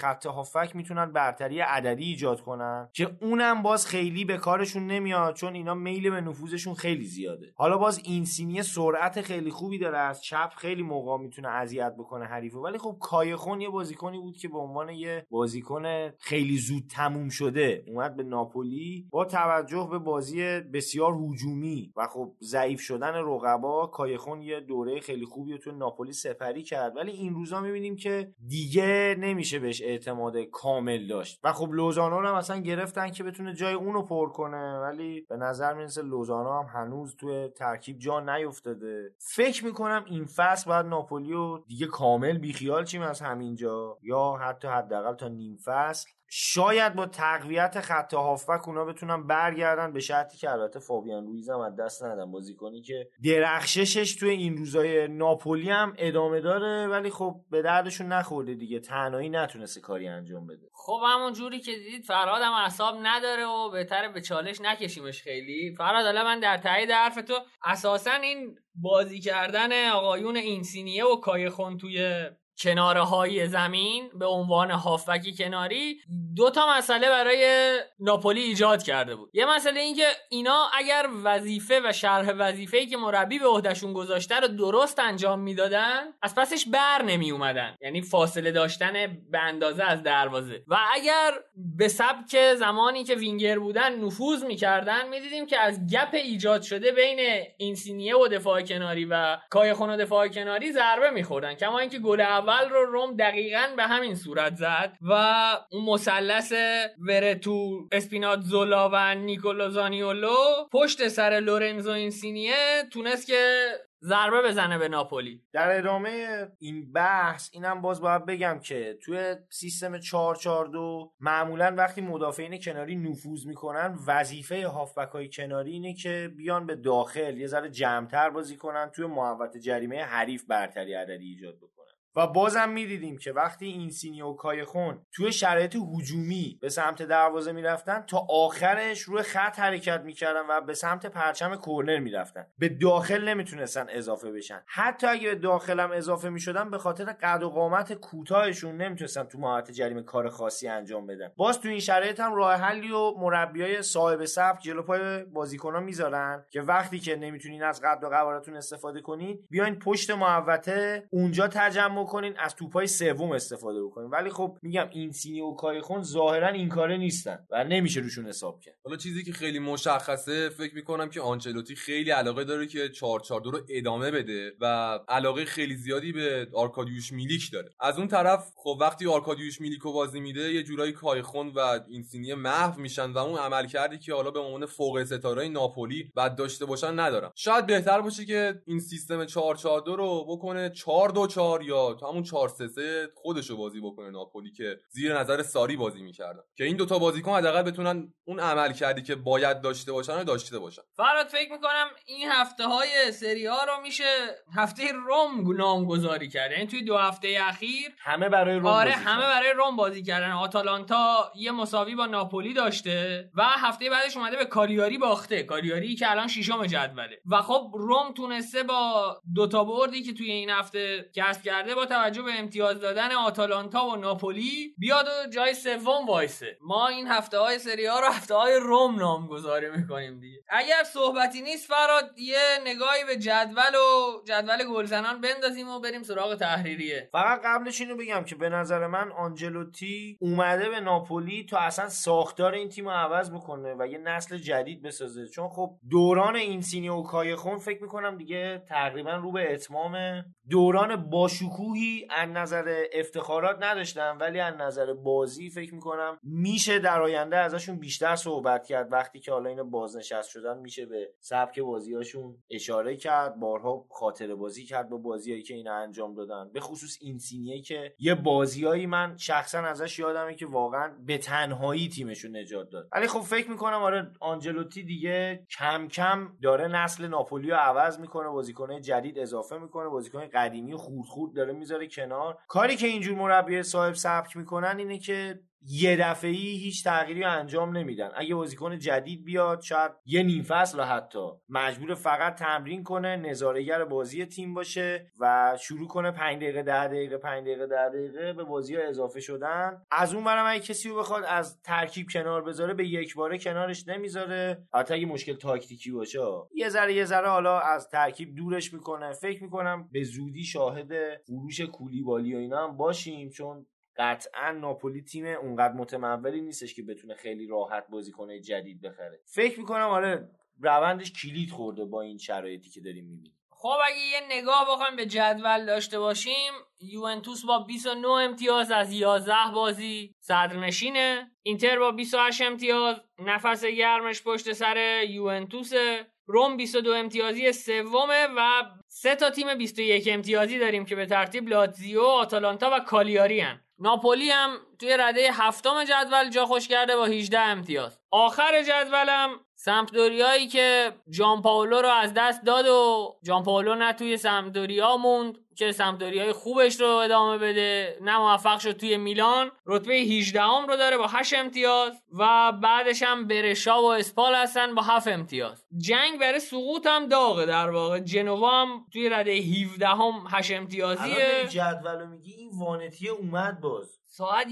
خط هافک میتونن برتری عددی ایجاد کنن که اونم باز خیلی به کارشون نمیاد، چون اینا میل به نفوذشون خیلی زیاده. حالا باز اینسینیه سرعت خیلی خوبی داره، از چپ خیلی موقع میتونه اذیت بکنه حریفو، ولی خب کایخون یه بازیکنی بود که به عنوان یه بازیکن خیلی زود تموم شده اومد به ناپولی. با توجه به بازی بسیار هجومی و خب ضعیف شدن رقبا، کایخون یه دوره خیلی خوبی رو تو ناپولی سپری کرد، ولی این روزا میبینیم که دیگه نمیشه بهش اعتماد کامل داشت و خب لوزانو رو هم مثلا گرفتن که بتونه جای اونو پر کنه، ولی به نظر میرسه لوزانو هم هنوز توی ترکیب جا نیفتاده. فکر میکنم این فصل باید ناپولی رو دیگه کامل بیخیال چیم از همینجا، یا حتی حداقل تا نیم فصل. شاید با تقویت خط هافبک اونا بتونن برگردن، به شرطی که البته فابیان رویز هم از دست ندن، بازیکنی که درخششش توی این روزای ناپولی هم ادامه داره، ولی خب به دردشون نخورده دیگه، تنهایی نتونسته کاری انجام بده.
خب همون جوری که دیدید فرهاد هم اعصاب نداره و بهتره به چالش نکشیمش خیلی. فرهاد حالا من در تایید حرف تو، اساسا این بازی کردن آقایون اینسینیه و کایخون توی کناره های زمین به عنوان هافبک کناری دو تا مسئله برای ناپولی ایجاد کرده بود. یه مسئله این که اینا اگر وظیفه و شرح وظیفه‌ای که مربی به عهدهشون گذاشته رو درست انجام میدادن، از پسش بر نمی اومدن، یعنی فاصله داشتن به اندازه از دروازه، و اگر به سبک زمانی که وینگر بودن نفوذ میکردن، میدیدیم که از گپ ایجاد شده بین اینسینیه و دفاع کناری و کایخون و دفاع کناری ضربه میخوردن. کما اینکه گل اول رو روم دقیقاً به همین صورت زد و اون مثلث ورتو، اسپیناتزولا و نیکولو زانیولو پشت سر لورنزو اینسینیه تونست که ضربه بزنه به ناپولی.
در ادامه این بحث اینم باز باید بگم که توی سیستم 4-4-2 معمولا وقتی مدافعین کناری نفوذ میکنن، وظیفه هافبک‌های کناری اینه که بیان به داخل یه ذره جمع‌تر بازی کنن، توی محوطه جریمه حریف برتری عددی ایجاد بکنن. و بازم میدیدیم که وقتی اینسینیه و کایخون توی شرایط هجومی به سمت دروازه میرفتن، تا آخرش روی خط حرکت میکردن و به سمت پرچم کورنر میرفتن، به داخل نمیتونستن اضافه بشن. حتی اگه به داخل هم اضافه میشدن، به خاطر قد و قامت کوتاهشون نمیتونستن تو محوطه جریمه کار خاصی انجام بدن. باز تو این شرایط هم راه حلی و مربیای صاحب سبک جلو پای بازیکن‌ها میذارن که وقتی که نمیتونین از قد و قوارتون استفاده کنین، بیاین پشت محوطه اونجا تجمع کنین، از توپای سوم استفاده بکنین. ولی خب میگم اینسینی و کایخون ظاهرا این کاره نیستن و نمیشه روشون حساب کرد.
حالا چیزی که خیلی مشخصه، فکر میکنم که آنچلوتی خیلی علاقه داره که 4-4-2 رو ادامه بده و علاقه خیلی زیادی به آرکادیوش میلیک داره. از اون طرف خب وقتی آرکادیوش میلیکو بازی میده، یه جورایی کایخون و اینسینی محو میشن و اون عملکردی که حالا به عنوان فوق ستاره ناپولی بعد داشته باشن ندارن. شاید بهتر باشه که این سیستم 4-4-2 رو بکنه 4-2-4 یا همون 4-3-3 خودشو بازی بکنه ناپولی که زیر نظر ساری بازی میکردن، که این دوتا بازیکن حداقل بتونن اون عمل کردی که باید داشته باشن رو داشته باشن.
فراد فکر میکنم این هفته های سری ها رو میشه هفته روم نامگذاری کرد، یعنی توی 2 هفته اخیر
همه برای روم
همه برای روم بازی کردن. آتالانتا یه مساوی با ناپولی داشته و هفته بعدش اومده به کاریاری باخته، کاریاری که الان ششم جدوله، و خب روم تونسته با 2 تا بردی که توی این هفته کسب کرده، با توجه به امتیاز دادن آتالانتا و ناپولی، بیاد و جای سوم وایسه. ما این هفته های سری ها رو هفته های روم نامگذاری میکنیم دیگه. اگر صحبتی نیست فراد، یه نگاهی به جدول گلزنان بندازیم و بریم سراغ تحریریه.
فقط قبلش اینو بگم که به نظر من آنجلوتی اومده به ناپولی تا اصلا ساختار این تیم رو عوض بکنه و یه نسل جدید بسازه، چون خب دوران اینسینی و کایخون فکر میکنم دیگه تقریبا رو به اتمامه. دوران باشکوهی از نظر افتخارات نداشتن، ولی از نظر بازی فکر میکنم میشه در آینده ازشون بیشتر صحبت کرد. وقتی که حالا اینا بازنشست شدن، میشه به سبک بازیاشون اشاره کرد، بارها خاطره بازی کرد با بازیایی که اینا انجام دادن، به خصوص اینسینیه که یه بازیایی من شخصا ازش یادمه که واقعا به تنهایی تیمشون نجات داد. ولی خب فکر میکنم آره آنجلوتی دیگه کم کم داره نسل ناپولی رو عوض میکنه، بازیکن‌های جدید اضافه میکنه، بازیکن قدیمی خورد داره میذاره کنار. کاری که اینجور مربی صاحب سبک میکنن اینه که یه دفعه‌ای هیچ تغییری انجام نمیدن. اگه بازیکن جدید بیاد شاید یه نیم فصل حتی مجبور فقط تمرین کنه، نظاره‌گر بازی تیم باشه و شروع کنه 5 دقیقه 10 دقیقه 5 دقیقه 10 دقیقه به بازی‌ها اضافه شدن. از اون برم اگه کسی رو بخواد از ترکیب کنار بذاره به یک باره کنارش نمیذاره. البته اگه مشکل تاکتیکی باشه یه ذره حالا از ترکیب دورش میکنه. فکر میکنم به زودی شاهد فروش کولیبالی و اینا هم باشیم، چون قطعا ناپولی تیم اونقدر متمولی نیستش که بتونه خیلی راحت بازیکن جدید بخره. فکر میکنم آره روندش کلید خورده با این شرایطی که داریم میبینیم.
خب اگه یه نگاه بخوایم به جدول داشته باشیم، یوونتوس با 29 امتیاز از 11 بازی صدرنشینه. اینتر با 28 امتیاز نفس گرمش پشت سر یوونتوسه. روم 22 امتیازی سومه و 3 تا تیم 21 امتیازی داریم که به ترتیب لاتزیو، آتالانتا و کالیاری هن. ناپولی هم توی رده هفتم جدول جا خوش کرده با 18 امتیاز. آخر جدولم سمپدوریایی که ژانپائولو رو از دست داد و ژانپائولو نه توی سمپدوریا موند که سمپدوریای خوبش رو ادامه بده، نه موفق شد توی میلان، رتبه 18 رو داره با 8 امتیاز و بعدش هم برشا و اسپال هستن با 7 امتیاز. جنگ برای سقوط هم داغه در واقع. جنوا هم توی رده 17 8 امتیازیه.
الان جدولو میگی این وانتی اومد باز
ساعت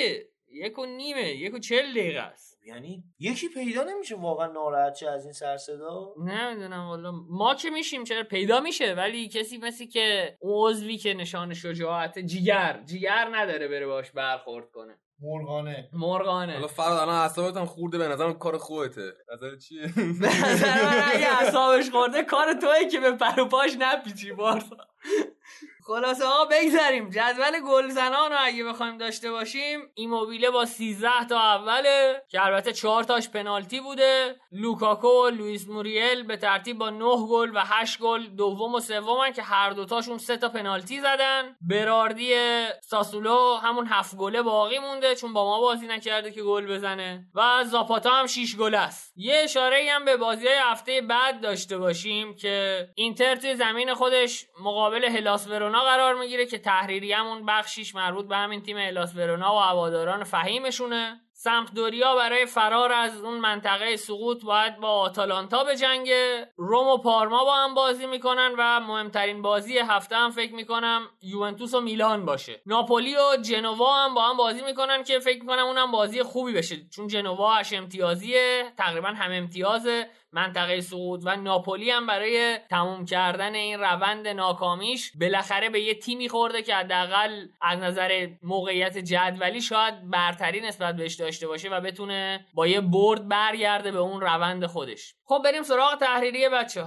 1:30 1:40 است.
یعنی یکی پیدا نمیشه واقعا ناراحت چه از این سر صدا؟
نمیدونم والا. ما که میشیم چرا پیدا میشه، ولی کسی مثل که اون عضوی که نشان شجاعت جیگر نداره بره باش برخورد کنه. مرغانه.
حالا فراد الان اعصابت هم خورده، به نظرم کار خودته. نظر چیه؟
به نظر من اگه اعصابش خورده کار توئه که به پر و پاش نپیچی بارسا. خلاصه بگذاریم جدول گلزنان رو اگه بخوایم داشته باشیم، ایموبیله با 13 تا اوله که البته 4 تاش پنالتی بوده. لوکاکو و لوئیس موریل به ترتیب با 9 گل و 8 گل دوم و سومن که هر دوتاشون 3 تا پنالتی زدن. براردی ساسولو همون 7 گله باقی مونده چون با ما بازی نکرده که گل بزنه و زاپاتا هم 6 گل است. یه اشاره‌ای هم به بازی‌های هفته بعد داشته باشیم که اینتر توی زمین خودش مقابل هلاس ورونا قرار میگیره که تحریریه‌مون بخشیش مربوط به همین تیم هلاس ورونا و هواداران فهیمشونه. سمپدوریا برای فرار از اون منطقه سقوط باید با آتالانتا بجنگه. روم و پارما با هم بازی میکنن و مهمترین بازی هفته هم فکر میکنم یوونتوس و میلان باشه. ناپولی و جنوا هم با هم بازی میکنن که فکر میکنم اونم بازی خوبی بشه چون جنوا 8 امتیازیه، تقریبا هم امتیازه منطقه سقوط و ناپولی هم برای تموم کردن این روند ناکامیش بالاخره به یه تیمی خورده که حداقل از نظر موقعیت جدولی شاید برتری نسبت بهش داشته باشه و بتونه با یه برد برگرده به اون روند خودش. خب بریم سراغ تحریریه بچه‌ها.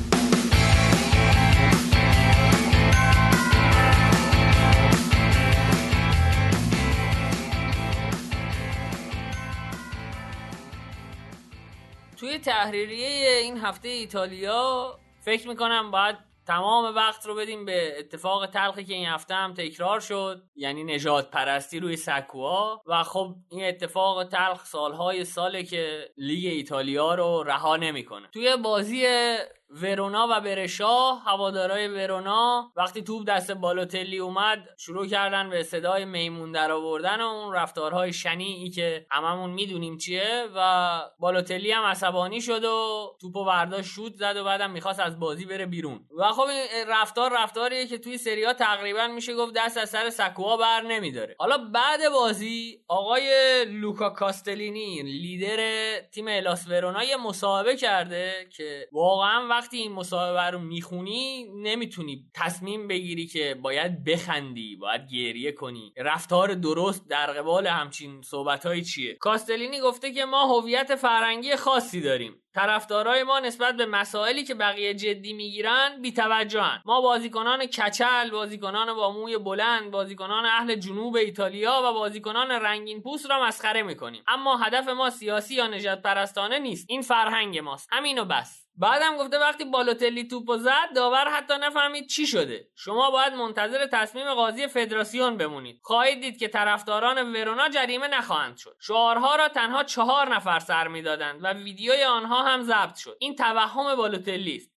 توی تحریریه این هفته ایتالیا فکر میکنم باید تمام وقت رو بدیم به اتفاق تلخی که این هفته هم تکرار شد، یعنی نژاد پرستی روی سکوها. و خب این اتفاق تلخ ساله که لیگ ایتالیا رو رها نمیکنه. توی بازی ورونا و برشا، هوادارهای ورونا وقتی توپ دست بالوتلی اومد شروع کردن به صدای میمون در آوردن و اون رفتارهای شنیعی که هممون میدونیم چیه و بالوتلی هم عصبانی شد و توپو برداشت شوت زد و بعدم میخواست از بازی بره بیرون. و خب این رفتاریه که توی سری ها تقریبا میشه گفت دست از سر سکوها بر نمیداره. حالا بعد بازی آقای لوکا کاستلینی لیدر تیم هلاس ورونا یه مصاحبه کرده که واقعا وقتی این مصاحبه رو میخونی نمیتونی تصمیم بگیری که باید بخندی، باید گریه کنی. رفتار درست در قبال همچین صحبت‌های چیه؟ کاستلینی گفته که ما هویت فرهنگی خاصی داریم. طرفدارای ما نسبت به مسائلی که بقیه جدی میگیرن بی‌توجهن. ما بازیکنان کچل، بازیکنان با موی بلند، بازیکنان اهل جنوب ایتالیا و بازیکنان رنگین پوست را مسخره میکنیم. اما هدف ما سیاسی یا نژاد پرستانه نیست. این فرهنگ ماست. همینو بس. بعدم گفته وقتی بالوتلی توپو زد داور حتی نفهمید چی شده. شما باید منتظر تصمیم قاضی فدراسیون بمونید. خواهید دید که طرفداران ورونا جریمه نخواهند شد. شعارها را تنها 4 نفر سر میدادند و ویدیوی آنها هم ضبط شد. این توهم بالوتلی است.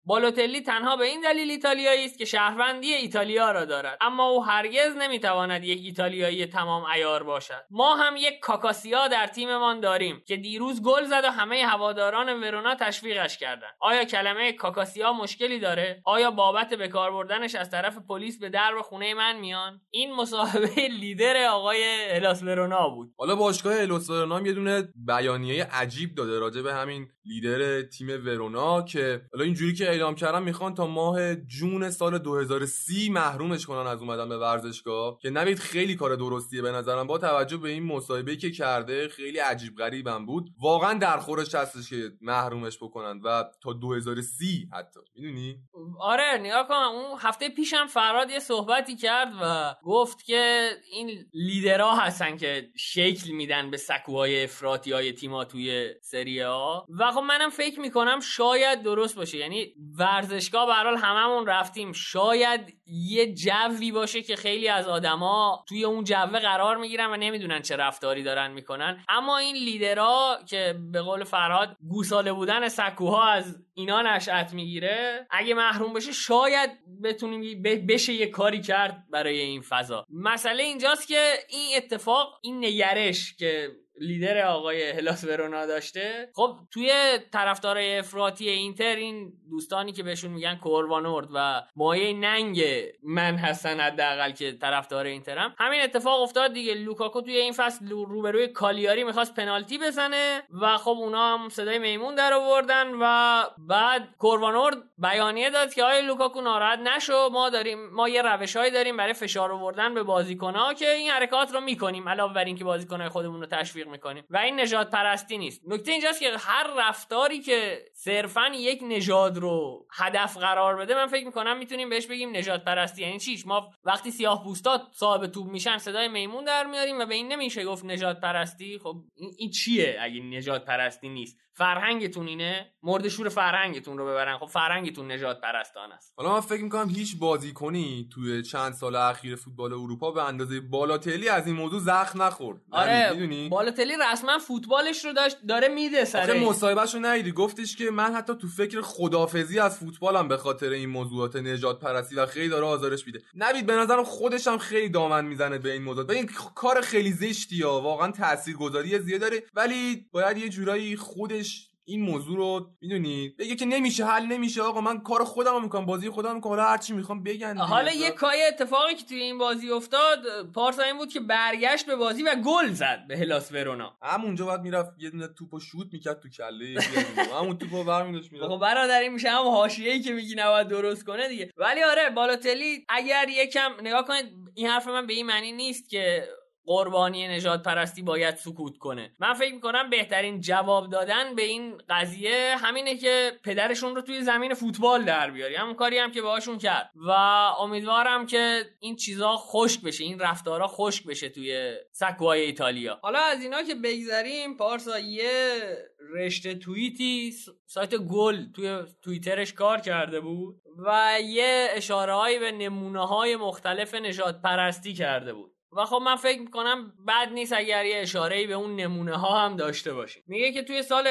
بالوتلی تنها به این دلیل ایتالیایی است که شهروندی ایتالیا را دارد، اما او هرگز نمیتواند یک ایتالیایی تمام عیار باشد. ما هم یک کاکاسیا در تیممان داریم که دیروز گل زد و همه هواداران ورونا تشویقش کردند. آیا کلمه کاکاسیا مشکلی داره؟ آیا بابت به کار بردنش از طرف پلیس به درب خونه من میان؟ این مصاحبه لیدر آقای هلاس ورونا بود.
حالا باشگاه هلاس ورونا هم یه دونه بیانیه عجیب داده راجع به همین لیدر تیم ورونا که حالا اینجوری که اعلام کردن میخوان تا ماه جون سال 2030 محرومش کنن از اومدن به ورزشگاه، که نوید خیلی کار درستیه به نظرم. با توجه به این مصاحبه‌ای که کرده خیلی عجیب غریبم بود، واقعا در خورش هستش که محرومش بکنن و تا 2030 حتی، میدونی؟
آره نگاه کن، اون هفته پیشم فراد یه صحبتی کرد و گفت که این لیدرها هستن که شکل میدن به سکوهای افراطیای تیم‌ها توی سری آ و خب منم فکر میکنم شاید درست باشه. یعنی ورزشگاه به هر حال هممون رفتیم، شاید یه جوی باشه که خیلی از آدما توی اون جو قرار میگیرن و نمیدونن چه رفتاری دارن میکنن، اما این لیدرها که به قول فرهاد گوساله بودن سکوها از اینا نشأت میگیره، اگه محروم بشه شاید بتونیم بشه یه کاری کرد برای این فضا. مسئله اینجاست که این اتفاق، این نگرش که لیدر آقای هلاس ورونا داشته، خب توی طرفدارای افراطی اینتر، این دوستانی که بهشون میگن کوروانورد و مایه ننگ من هستن حداقل که طرفدار اینترم، همین اتفاق افتاد دیگه. لوکاکو توی این فصل روبروی کالیاری میخواست پنالتی بزنه و خب اونا هم صدای میمون در آوردن و بعد کوروانورد بیانیه داد که آقای لوکاکو ناراحت نشو، ما یه روشایی داریم برای فشار آوردن به بازیکن‌ها که این حرکات رو میکنیم، علاوه بر این که بازیکن‌های خودمون رو تشویق میکنیم و این نژاد پرستی نیست. نکته اینجاست که هر رفتاری که صرفاً یک نژاد رو هدف قرار بده، من فکر میکنم میتونیم بهش بگیم نژاد پرستی. یعنی چیش؟ ما وقتی سیاه‌پوستا صاحب توپ میشن صدای میمون در میاریم و به این نمیشه گفت نژاد پرستی. خب این چیه اگه نژاد پرستی نیست؟ فرهنگتون اینه، مرد شور فرهنگتون رو ببرن، خب فرهنگتون نژاد پرستانه است.
حالا من فکر میکنم هیچ بازیکنی توی چند سال اخیر فوتبال اروپا به اندازه بالاتلی از این موضوع زخم نخورد.
آره
میدونی
بالاتلی رسما فوتبالش رو داره میده سر.
آخه مصاحبهشو ندیدی؟ گفتش که من حتی تو فکر خدافظی از فوتبالم به خاطر این موضوعات نژاد پرستی و خیلی داره آزارش میده. نوید به نظرم خودش هم خیلی دامن میزنه به این موضوع. این کار خیلی زشتیه، واقعا تاثیرگذاری زیاد داره، ولی باید یه جورایی خودش این موضوع رو میدونی بگه که نمیشه، حل نمیشه، آقا من کار خودمو میکنم، بازی خودمو میکنم، حالا هر چی میخوام بگن.
حالا یه کای اتفاقی که توی این بازی افتاد پارسا این بود که برگشت به بازی و گل زد به هلاس ورونا.
همونجا بعد میرفت یه دونه توپو شوت میکرد تو کله همون توپو برمی‌داشت میرفت.
خب برادر این میشه هم حاشیه‌ای که میگی نباید درست کنه دیگه. ولی آره بالاتلی اگر یکم نگاه کنید، این حرف من به این معنی نیست که قربانی نژاد پرستی باید سکوت کنه. من فکر میکنم بهترین جواب دادن به این قضیه همینه که پدرشون رو توی زمین فوتبال در بیاری، همون کاری هم که باهاشون کرد و امیدوارم که این چیزا خشک بشه، این رفتارا خشک بشه توی سکوهای ایتالیا. حالا از اینا که بگذریم، پارسا یه رشته توییتی سایت گل توی توییترش کار کرده بود و یه اشاره‌هایی به نمونه‌های مختلف نژاد پرستی کرده بود و خب من فکر میکنم بد نیست اگر یه اشاره‌ای به اون نمونه ها هم داشته باشیم. میگه که توی سال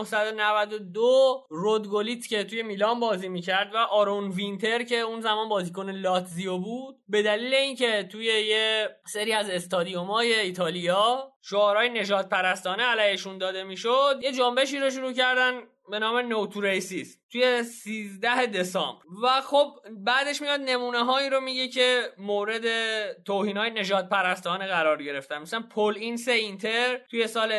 1992 رودگولیت که توی میلان بازی میکرد و آرون وینتر که اون زمان بازیکن لاتزیو بود، به دلیل اینکه توی یه سری از استادیوم‌های ایتالیا شعارهای نژاد پرستانه علیهشون داده میشد، یه جنبشی رو شروع کردن به نام نو تو ریسیس توی 13 دسامبر و خب بعدش میاد نمونه هایی رو میگه که مورد توهین‌های نژاد پرستانه قرار گرفتن. مثلا پول اینس اینتر توی سال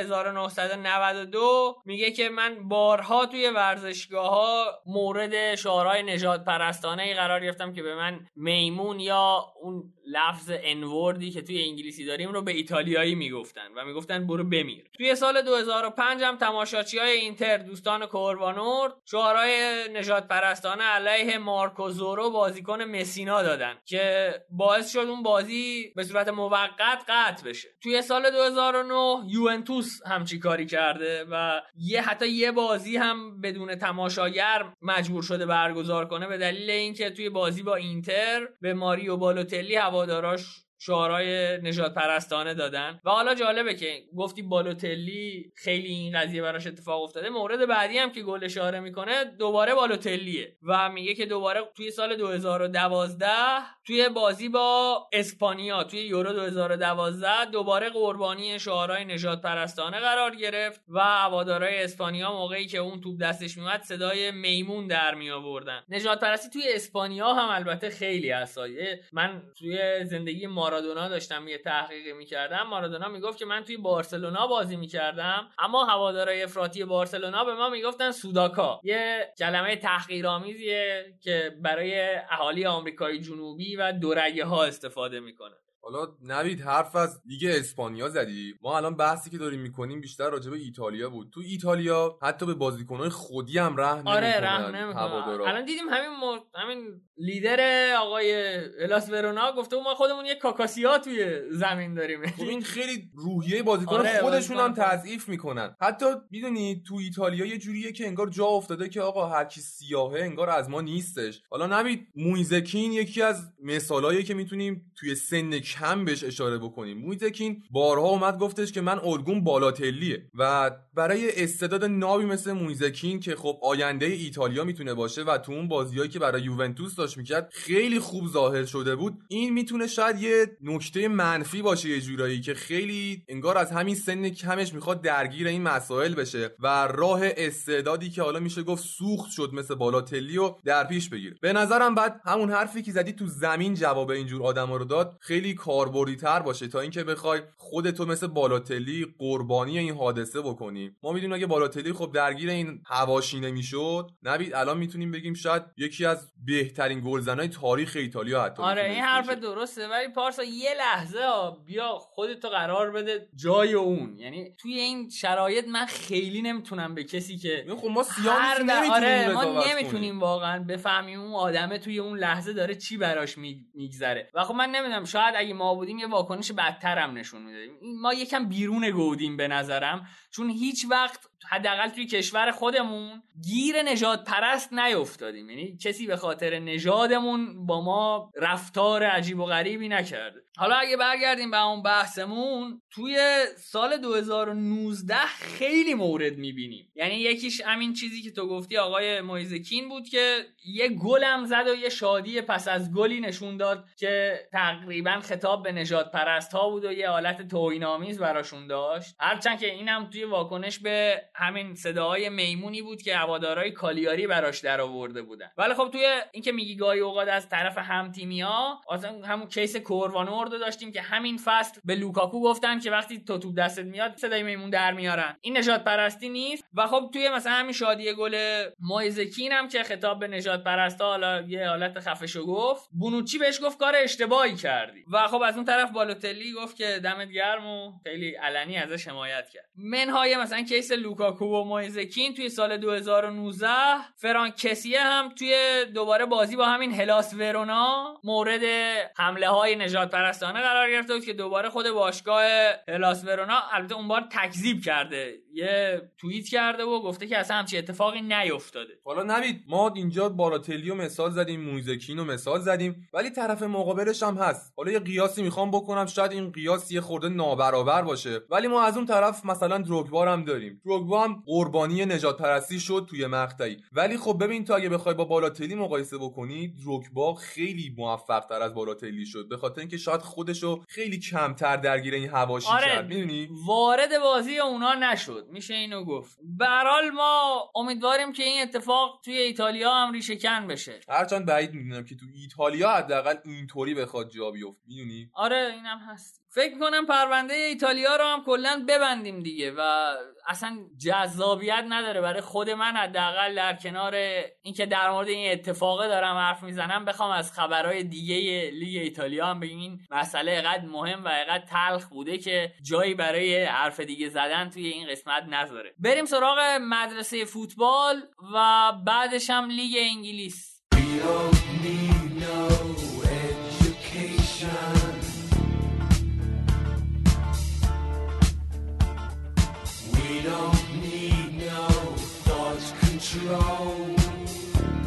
1992 میگه که من بارها توی ورزشگاه‌ها مورد شعارهای نژاد پرستانه قرار گرفتم که به من میمون یا اون لفظ انوردی که توی انگلیسی داریم رو به ایتالیایی میگفتن و میگفتن برو بمیر. توی سال 2005 هم تماشاچیای اینتر دوستان کوروانورد شعارهای نژاد پرستانه علیه مارکو زورو بازیکن مسینا دادن که باعث شد اون بازی به صورت موقت قطع بشه. توی سال 2009 یوونتوس همچی کاری کرده و حتی یه بازی هم بدون تماشاگر مجبور شده برگزار کنه به دلیل اینکه توی بازی با اینتر به ماریو بالوتلی هواداراش شعارهای نژاد پرستانه دادن. و حالا جالبه که گفتی بالوتلی خیلی این قضیه براش اتفاق افتاده. مورد بعدی هم که گل اشاره میکنه دوباره بالوتلیه و میگه که دوباره توی سال 2012 توی بازی با اسپانیا توی یورو 2012 دوباره قربانی شعارهای نژاد پرستانه قرار گرفت و هوادارهای اسپانیا موقعی که اون توپ دستش میومد صدای میمون در می آوردن. نژاد پرستی توی اسپانیا هم البته خیلی اسایه. من توی زندگی مارادونا داشتم یه تحقیق میکردم. مارادونا میگفت که من توی بارسلونا بازی میکردم اما هوادارهای افراطی بارسلونا به ما میگفتن سوداکا، یه کلمه تحقیرآمیزیه که برای اهالی آمریکای جنوبی و دورگه ها استفاده میکنه.
حالا نوید حرف از لیگ اسپانیا زدی. ما الان بحثی که داریم میکنیم بیشتر راجع به ایتالیا بود. تو ایتالیا حتی به بازیکن‌های خودی هم رحم
نمیکنن. الان دیدیم همین لیدر آقای الاس ورونا گفته ما خودمون یه کاکاسیا توی زمین داریم.
خب این خیلی روحیه بازیکن خودشون هم تضعیف میکنن. حتی میدونی تو ایتالیا یه جوریه که انگار جا افتاده که آقا هر کی سیاهه انگار از ما نیستش. حالا نوید مویزکین یکی از مثالاییه که میتونیم توی سن کم بهش اشاره بکنیم. مویزکین بارها اومد گفتش که من الگوم بالاتلیه و برای استعداد نابی مثل مویزکین که خب آینده ایتالیا میتونه باشه و تو اون بازیایی که برای یوونتوس داشت میکرد خیلی خوب ظاهر شده بود، این میتونه شاید یه نکته منفی باشه یه جورایی که خیلی انگار از همین سن کمش میخواد درگیر این مسائل بشه و راه استعدادی که حالا میشه گفت سوخت شد مثل بالاتلی رو در پیش بگیره. به نظرم بعد همون حرفی که زدی تو زمین جواب اینجور آدما رو داد خیلی کاربردی‌تر باشه تا اینکه بخوای خودتو مثل بالاتلی قربانی این حادثه بکنی. ما میدونیم اگه بالاتلی خب درگیر این حواشی نمیشد، نبید الان میتونیم بگیم شاید یکی از بهترین گلزنای تاریخ ایتالیا حتی.
آره این حرف درسته، ولی پارسا یه لحظه بیا خودتو قرار بده جای اون. یعنی توی این شرایط من خیلی نمیتونم به کسی که
خب ما سیاه نمیتونیم
ما نمیتونیم واقعا بفهمیم اون آدمه توی اون لحظه داره چی براش میگذره. و خب من نمیدونم شاید اگه ما بودیم یه واکنش بدتر هم نشون میدادیم. ما یکم بیرون گودیم به نظرم، چون هیچ وقت حداقل توی کشور خودمون گیر نژاد پرست نیافتادیم. یعنی کسی به خاطر نژادمون با ما رفتار عجیب و غریبی نکرده. حالا اگه برگردیم به اون بحثمون، توی سال 2019 خیلی مورد میبینیم. یعنی یکیش همین چیزی که تو گفتی آقای مویزکین بود که یه گلم زد و یه شادی پس از گلی نشون داد که تقریبا خطاب به نژاد پرست ها بود و یه حالت توهین‌آمیز براشون داشت. هرچند که اینم توی واکنش به همین صداهای میمونی بود که هوادارهای کالیاری براش در آورده بودن. ولی خب توی این که میگی گاهی اوقات از طرف هم تیمیا، اصلا همون کیس کوروانورد داشتیم که همین فصل به لوکاکو گفتن که وقتی تو توپ دستت میاد صدای میمون در میارن، این نژاد پرستی نیست. و خب توی مثلا همین شادی گل مویزکین هم که خطاب به نژاد پرستا حالا یه حالت خفشو گفت، بونوچی بهش گفت کار اشتباهی کردی. و خب از اون طرف بالوتلی گفت که دمت گرم و خیلی علنی ازش حمایت کرد. منهای مثلا کیس لوکاکو و مویزکین توی سال 2019 فرانک کسیه هم توی دوباره بازی با همین هلاس ورونا مورد حمله های نژاد پرستانه قرار گرفته بود که دوباره خود باشگاه هلاس ورونا البته اون بار تکذیب کرده، یه توییت کرده و گفته که اصلا همچین اتفاقی نیفتاده.
حالا نوید ما اینجا بالاتلی رو مثال زدیم، مویزکین رو مثال زدیم، ولی طرف مقابلش هم هست. حالا یه قیاسی میخوام بکنم، شاید این قیاس یه خورده نابرابر باشه، ولی ما از اون طرف مثلا دروگبا هم داریم. دروگبا هم قربانی نژاد پرستی شد توی مقطعی، ولی خب ببین تو اگه بخوای با بالاتلی مقایسه بکنی، دروگبا خیلی موفق تر از بالاتلی شد به خاطر اینکه شاید خودشو خیلی کمتر درگیر این حواشی کرد. میدونی
وارد بازی اونا نشد، میشه اینو گفت. به هر حال ما امیدواریم که این اتفاق توی ایتالیا هم ریشه کن بشه،
هرچند بعید میدونم که تو ایتالیا حداقل اینطوری بخواد جا بیفته. میدونی
آره اینم هست. فکر کنم پرونده ایتالیا رو هم کلا ببندیم دیگه و اصلا جذابیت نداره برای خود من حداقل، در کنار اینکه در مورد این اتفاقه دارم حرف میزنم بخوام از خبرهای دیگه لیگ ایتالیا هم بگم این مسئله اینقدر مهم و اینقدر تلخ بوده که جایی برای حرف دیگه زدن توی این قسمت نذاره. بریم سراغ مدرسه فوتبال و بعدش هم لیگ انگلیس.
We don't need no thought control.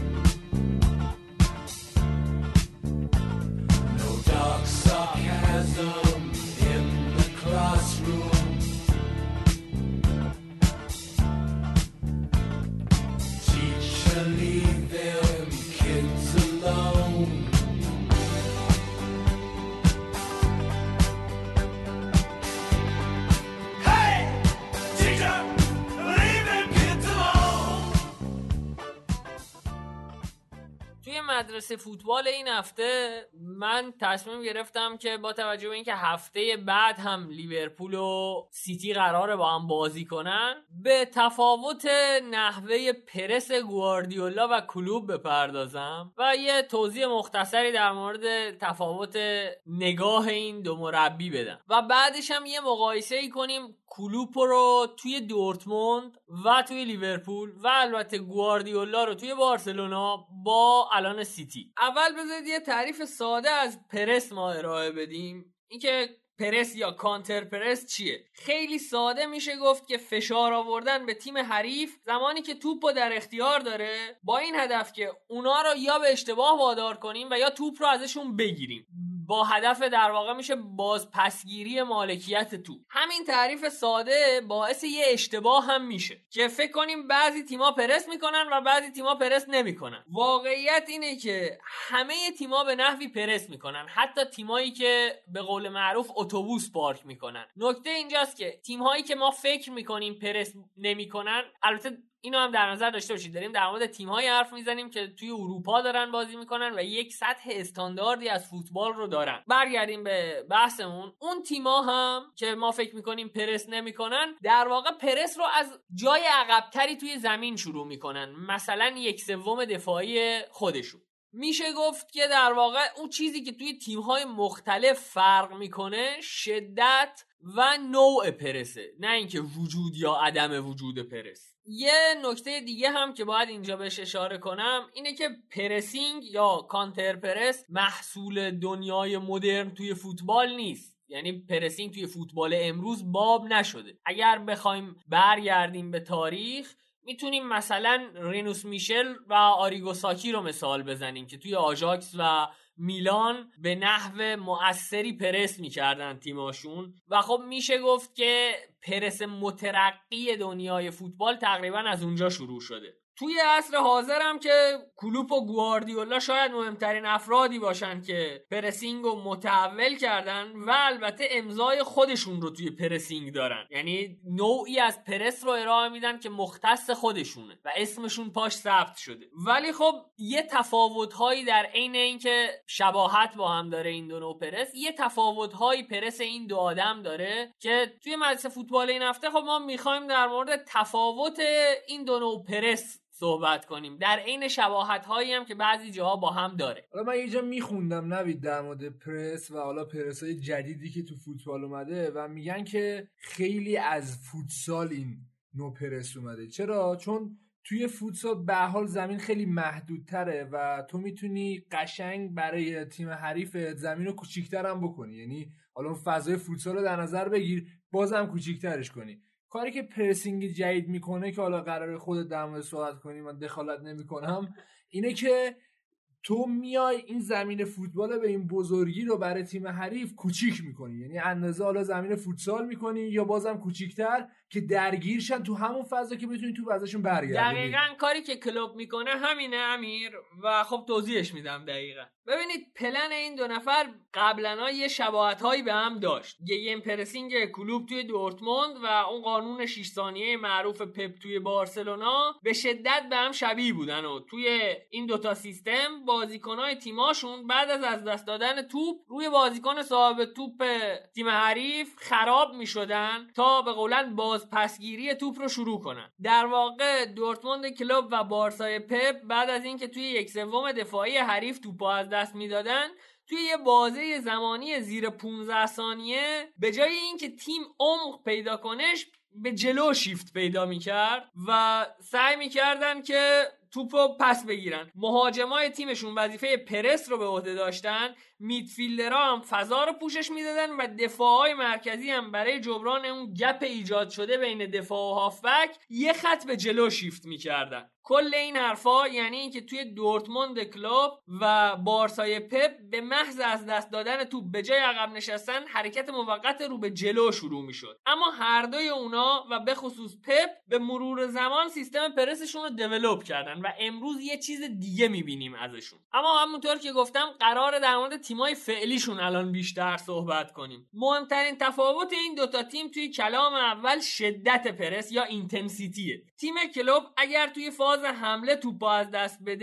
No dark sarcasm.
مدرسه فوتبال این هفته من تصمیم گرفتم که با توجه به اینکه هفته بعد هم لیورپول و سیتی قراره با هم بازی کنن به تفاوت نحوه پرس گواردیولا و کلوب بپردازم و یه توضیح مختصری در مورد تفاوت نگاه این دو مربی بدم و بعدش هم یه مقایسه ای کنیم کلوب رو توی دورتموند و توی لیورپول و البته گواردیولا رو توی بارسلونا با الان سیتی. اول بذارید یه تعریف ساده از پرس ما ارائه بدیم. اینکه پرس یا کانتر پرس چیه؟ خیلی ساده میشه گفت که فشار آوردن به تیم حریف زمانی که توپو در اختیار داره با این هدف که اونا رو یا به اشتباه وادار کنیم و یا توپ رو ازشون بگیریم، با هدف در واقع میشه بازپسگیری مالکیت توپ. همین تعریف ساده باعث یه اشتباه هم میشه که فکر کنیم بعضی تیما پرس میکنن و بعضی تیما پرس نمیکنن. واقعیت اینه که همه تیما به نحوی پرس میکنن، حتی تیمایی که به قول معروف اتوبوس پارک میکنن. نکته اینجاست که تیم‌هایی که ما فکر میکنیم پرس نمیکنن، البته اینو هم در نظر داشته باشید داریم در مورد تیم‌های حرف میزنیم که توی اروپا دارن بازی میکنن و یک سطح استانداردی از فوتبال رو دارن. برگردیم به بحثمون. اون تیم‌ها هم که ما فکر میکنیم پرس نمیکنن در واقع پرس رو از جای عقب‌تری توی زمین شروع میکنن، مثلا 1/3 دفاعی خودشون. میشه گفت که در واقع اون چیزی که توی تیم‌های مختلف فرق میکنه شدت و نوع پرسه، نه اینکه وجود یا عدم وجود پرس. یه نکته دیگه هم که باید اینجا بهش اشاره کنم اینه که پرسینگ یا کانتر پرس محصول دنیای مدرن توی فوتبال نیست. یعنی پرسینگ توی فوتبال امروز باب نشده. اگر بخوایم برگردیم به تاریخ میتونیم مثلا رینوس میشل و آریگو ساکی رو مثال بزنیم که توی آژاکس و میلان به نحو مؤثری پرس میکردن تیماشون و خب میشه گفت که پرس مترقی دنیای فوتبال تقریبا از اونجا شروع شده. توی عصر حاضر هم که کلوپ و گواردیولا شاید مهمترین افرادی باشن که پرسینگ رو متحول کردن و البته امضای خودشون رو توی پرسینگ دارن، یعنی نوعی از پرس رو ارائه میدن که مختص خودشونه و اسمشون پاش ثبت شده. ولی خب یه تفاوت‌هایی در عین اینکه شباهت با هم داره این دو نوع پرس، یه تفاوت‌هایی پرس این دو آدم داره که توی مدرسه فوتبال این هفته خب ما می‌خوایم در مورد تفاوت این دو نوع پرس صحبت کنیم، در عین شباهت‌هایی هم که بعضی جاها با هم داره.
حالا من یه جا میخوندم نوید در مورد پرس و حالا پرس‌های جدیدی که تو فوتبال اومده و میگن که خیلی از فوتسال این نوع پرس اومده. چرا؟ چون توی فوتسال به حال زمین خیلی محدودتره و تو میتونی قشنگ برای تیم حریفت زمین رو کوچیک‌تر هم بکنی. یعنی حالا اون فضای فوتسال رو در نظر بگیر بازم کوچیک‌ترش کنی. کاری که پرسینگ جدید میکنه که حالا قراره خودت در مورد صحبت کنی، من دخالت نمیکنم، اینه که تو میای این زمین فوتبال به این بزرگی رو برای تیم حریف کوچیک میکنی، یعنی اندازه حالا زمین فوتسال میکنی یا بازم کوچیکتر که درگیرشن تو همون فضا که بتونی تو ازشون برگردونی.
دقیقاً کاری که کلوب میکنه همینه امیر و خب توضیحش میدم دقیقاً. ببینید پلن این دو نفر قبلا یه شباهت‌هایی به هم داشت. گیم پرسینگ کلوب توی دورتموند و اون قانون 6 ثانیه معروف پپ توی بارسلونا به شدت به هم شبیه بودن و توی این دوتا سیستم بازیکن‌های تیماشون بعد از دست دادن توپ روی بازیکن صاحب توپ تیم حریف خراب می‌شدن تا به قولن بازپسگیری توپ رو شروع کنن. در واقع دورتموند کلوب و بارسای پپ بعد از اینکه توی 1/3 دفاعی حریف توپو از دست میدادن توی یه بازه زمانی زیر 15 ثانیه به جای اینکه تیم عمق پیدا کنش به جلو شیفت پیدا میکرد و سعی میکردن که توپو پس بگیرن. مهاجمای تیمشون وظیفه پرس رو به عهده داشتن، میدفیلدرها هم فضا رو پوشش میدادن و دفاعهای مرکزی هم برای جبران اون گپ ایجاد شده بین دفاع و هافبک یه خط به جلو شیفت میکردن. کل این حرفا یعنی این که توی دورتموند کلوب و بارسای پپ به محض از دست دادن توپ به جای عقب نشستن حرکت موقت رو به جلو شروع میشد. اما هر دوی اونا و به خصوص پپ به مرور زمان سیستم پرسشون رو دیولپ کردن و امروز یه چیز دیگه میبینیم ازشون. اما همونطور که گفتم قراره در مورد تیمای فعلیشون الان بیشتر صحبت کنیم. مهمترین تفاوت این دوتا تیم توی کلام اول شدت پرس یا اینتنسیتیه. تیم کلوب اگر توی فاز حمله توپو از دست بده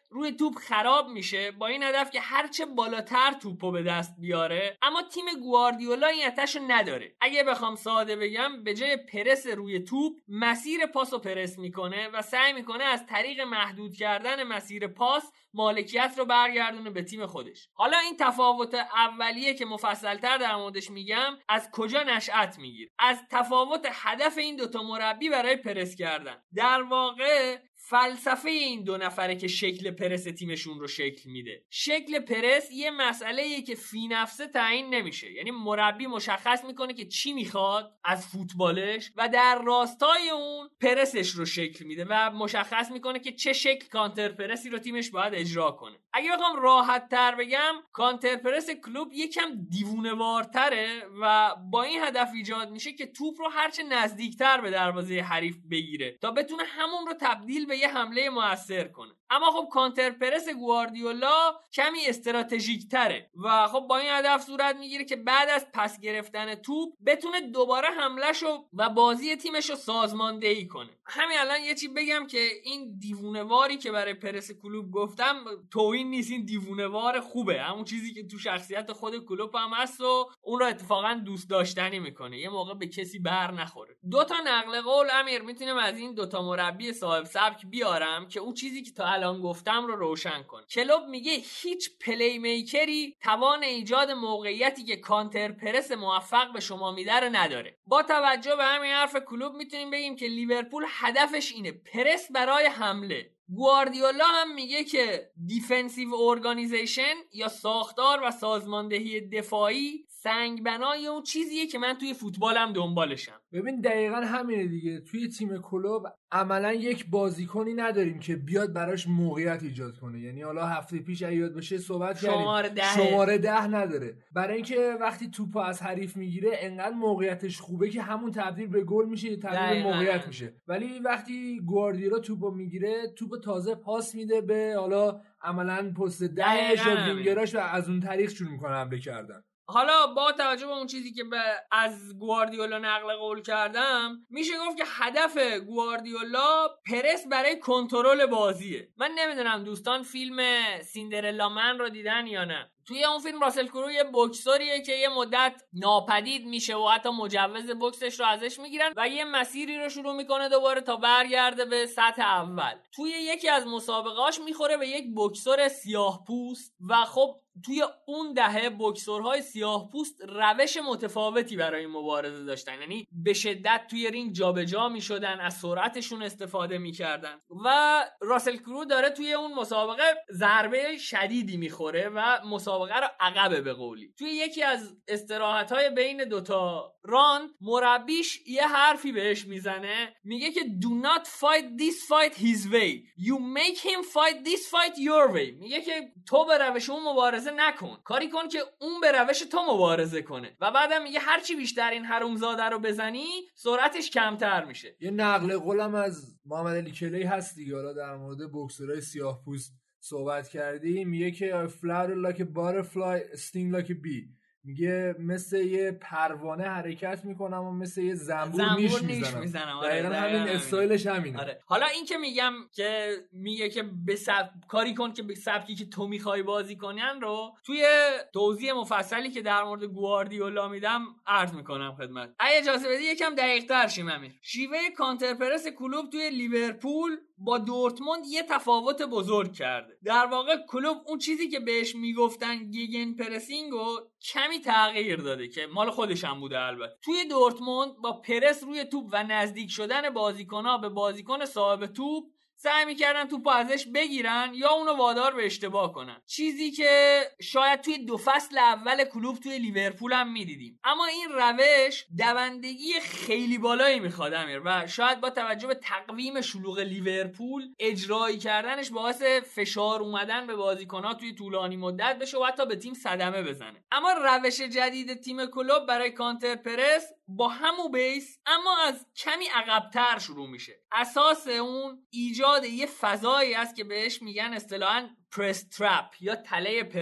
روی توپ خراب میشه با این هدف که هرچه بالاتر توپو به دست بیاره. اما تیم گواردیولا این اتشو نداره. اگه بخوام ساده بگم، به جای پرس روی توپ مسیر پاسو پرس میکنه و سعی میکنه از طریق محدود کردن مسیر پاس مالکیت رو برگردونه به تیم خودش. حالا این تفاوت اولیه که مفصل‌تر در موردش میگم از کجا نشأت میگیره؟ از تفاوت هدف این دوتا مربی برای پرس کردن. در واقع فلسفه این دو نفره که شکل پرس تیمشون رو شکل میده. شکل پرس یه مسئله‌ایه که فی نفسه تعیین نمیشه، یعنی مربی مشخص میکنه که چی میخواد از فوتبالش و در راستای اون پرسش رو شکل میده و مشخص میکنه که چه شکل کانتر پرسی رو تیمش باید اجرا کنه. اگه بخوام راحت تر بگم، کانتر پرس کلوب یکم دیوونه‌وارتره و با این هدف ایجاد میشه که توپ رو هرچه نزدیکتر به دروازه حریف بگیره تا بتونه همون رو تبدیل به یه حمله موثر کنه. اما خب کانتر پرس گواردیولا کمی استراتژیک تره و خب با این هدف صورت میگیره که بعد از پس گرفتن توپ بتونه دوباره حملهشو و بازی تیمشو سازماندهی کنه. همین الان یه چی بگم که این دیوونه‌واری که برای پرس کلوب گفتم توهین نیست، این دیوونه‌وار خوبه، همون چیزی که تو شخصیت خود کلوب هم هست و اون رو اتفاقا دوست داشتنی میکنه، یه موقع به کسی بر نخوره. دو تا نقل قول امیر میتونم از این دو تا مربی صاحب سبک بیارم که اون چیزی که تا الان گفتم رو روشن کنه. کلوب میگه هیچ پلی میکری توان ایجاد موقعیتی که کانتر پرس موفق به شما میده رو نداره. با توجه به همین حرف کلوب میتونیم بگیم که لیورپول هدفش اینه پرس برای حمله. گواردیولا هم میگه که دیفنسیو اورگانیزیشن یا ساختار و سازماندهی دفاعی سنگبنای اون چیزیه که من توی فوتبالم دنبالشم.
ببین دقیقاً همینه دیگه. توی تیم کلوب عملا یک بازیکنی نداریم که بیاد براش موقعیت ایجاد کنه. یعنی حالا هفته پیش ایاد بشه صحبت کردیم شماره 10 نداره، برای اینکه وقتی توپو از حریف میگیره انقدر موقعیتش خوبه که همون تبدیل به گل میشه، تبدیل به موقعیت میشه. ولی وقتی گواردیولا توپو میگیره، توپو تازه پاس میده به حالا عملا پست 10 یا وینگراش و از اون طریق شروع میکنه حمله کردن.
حالا با توجه به اون چیزی که از گواردیولا نقل قول کردم، میشه گفت که هدف گواردیولا پرس برای کنترل بازیه. من نمیدونم دوستان فیلم سیندرلا من رو دیدن یا نه. توی اون فیلم راسل کرو یه بوکسوریه که یه مدت ناپدید میشه و حتی مجوز بوکسش رو ازش میگیرن و یه مسیری رو شروع میکنه دوباره تا برگرده به سطح اول. توی یکی از مسابقهاش میخوره به یک بوکسور سیاه پوست و خب توی اون دهه بوکسورهای سیاه پوست روش متفاوتی برای این مبارزه داشتن، یعنی به شدت توی رینگ جابجا میشدن، از سرعتشون استفاده میکردن و راسل کرو داره توی اون مسابقه ضربه شدیدی میخوره و مسابقه رو عقبه به قولی. توی یکی از استراحت‌های بین دوتا راند مربیش یه حرفی بهش میزنه، میگه که do not fight this fight his way, you make him fight this fight your way. میگه که تو به روش اون مبارزه نکن، کاری کن که اون به روش تو مبارزه کنه و بعدم میگه هرچی بیشتر این حرومزاده رو بزنی سرعتش کمتر میشه.
یه نقل قولم از محمد علی کلی هست دیگه، حالا در مورد بوکسورای سیاه پوست صحبت کردی، میگه که fly like a butterfly sting like a bee. میگه مثل یه پروانه حرکت میکنم و مثل یه زنبور نیش میزنم. دقیقا همین استایلش همینه.
آره. حالا این که میگم که میگه که کاری کن که به سبکی که تو میخوای بازی کنن رو توی توضیح مفصلی که در مورد گواردیولا میدم عرض میکنم خدمت. اگه اجازه بدی یکم دقیق تر شیم امیر. شیوه کانتر پرس کلوب توی لیورپول با دورتموند یه تفاوت بزرگ کرده. در واقع کلوب اون چیزی که بهش میگفتن گیگن پرسینگ رو کمی تغییر داده که مال خودش هم بوده. البته توی دورتموند با پرس روی توپ و نزدیک شدن بازیکن‌ها به بازیکن صاحب توپ سعی میکردن توپو ازش بگیرن یا اونو وادار به اشتباه کنن، چیزی که شاید توی 2 فصل اول کلوب توی لیورپول هم میدیدیم. اما این روش دوندگی خیلی بالایی میخواد امیر و شاید با توجه به تقویم شلوغ لیورپول اجرایی کردنش باعث فشار اومدن به بازیکن‌ها توی طولانی مدت بشه و حتی به تیم صدمه بزنه. اما روش جدید تیم کلوب برای کانتر پرس با همو بیس اما از کمی عقب‌تر شروع میشه. اساس اون ایجاد یه فضایی است که بهش میگن اصطلاحاً پرس ترپ یا تله پرس.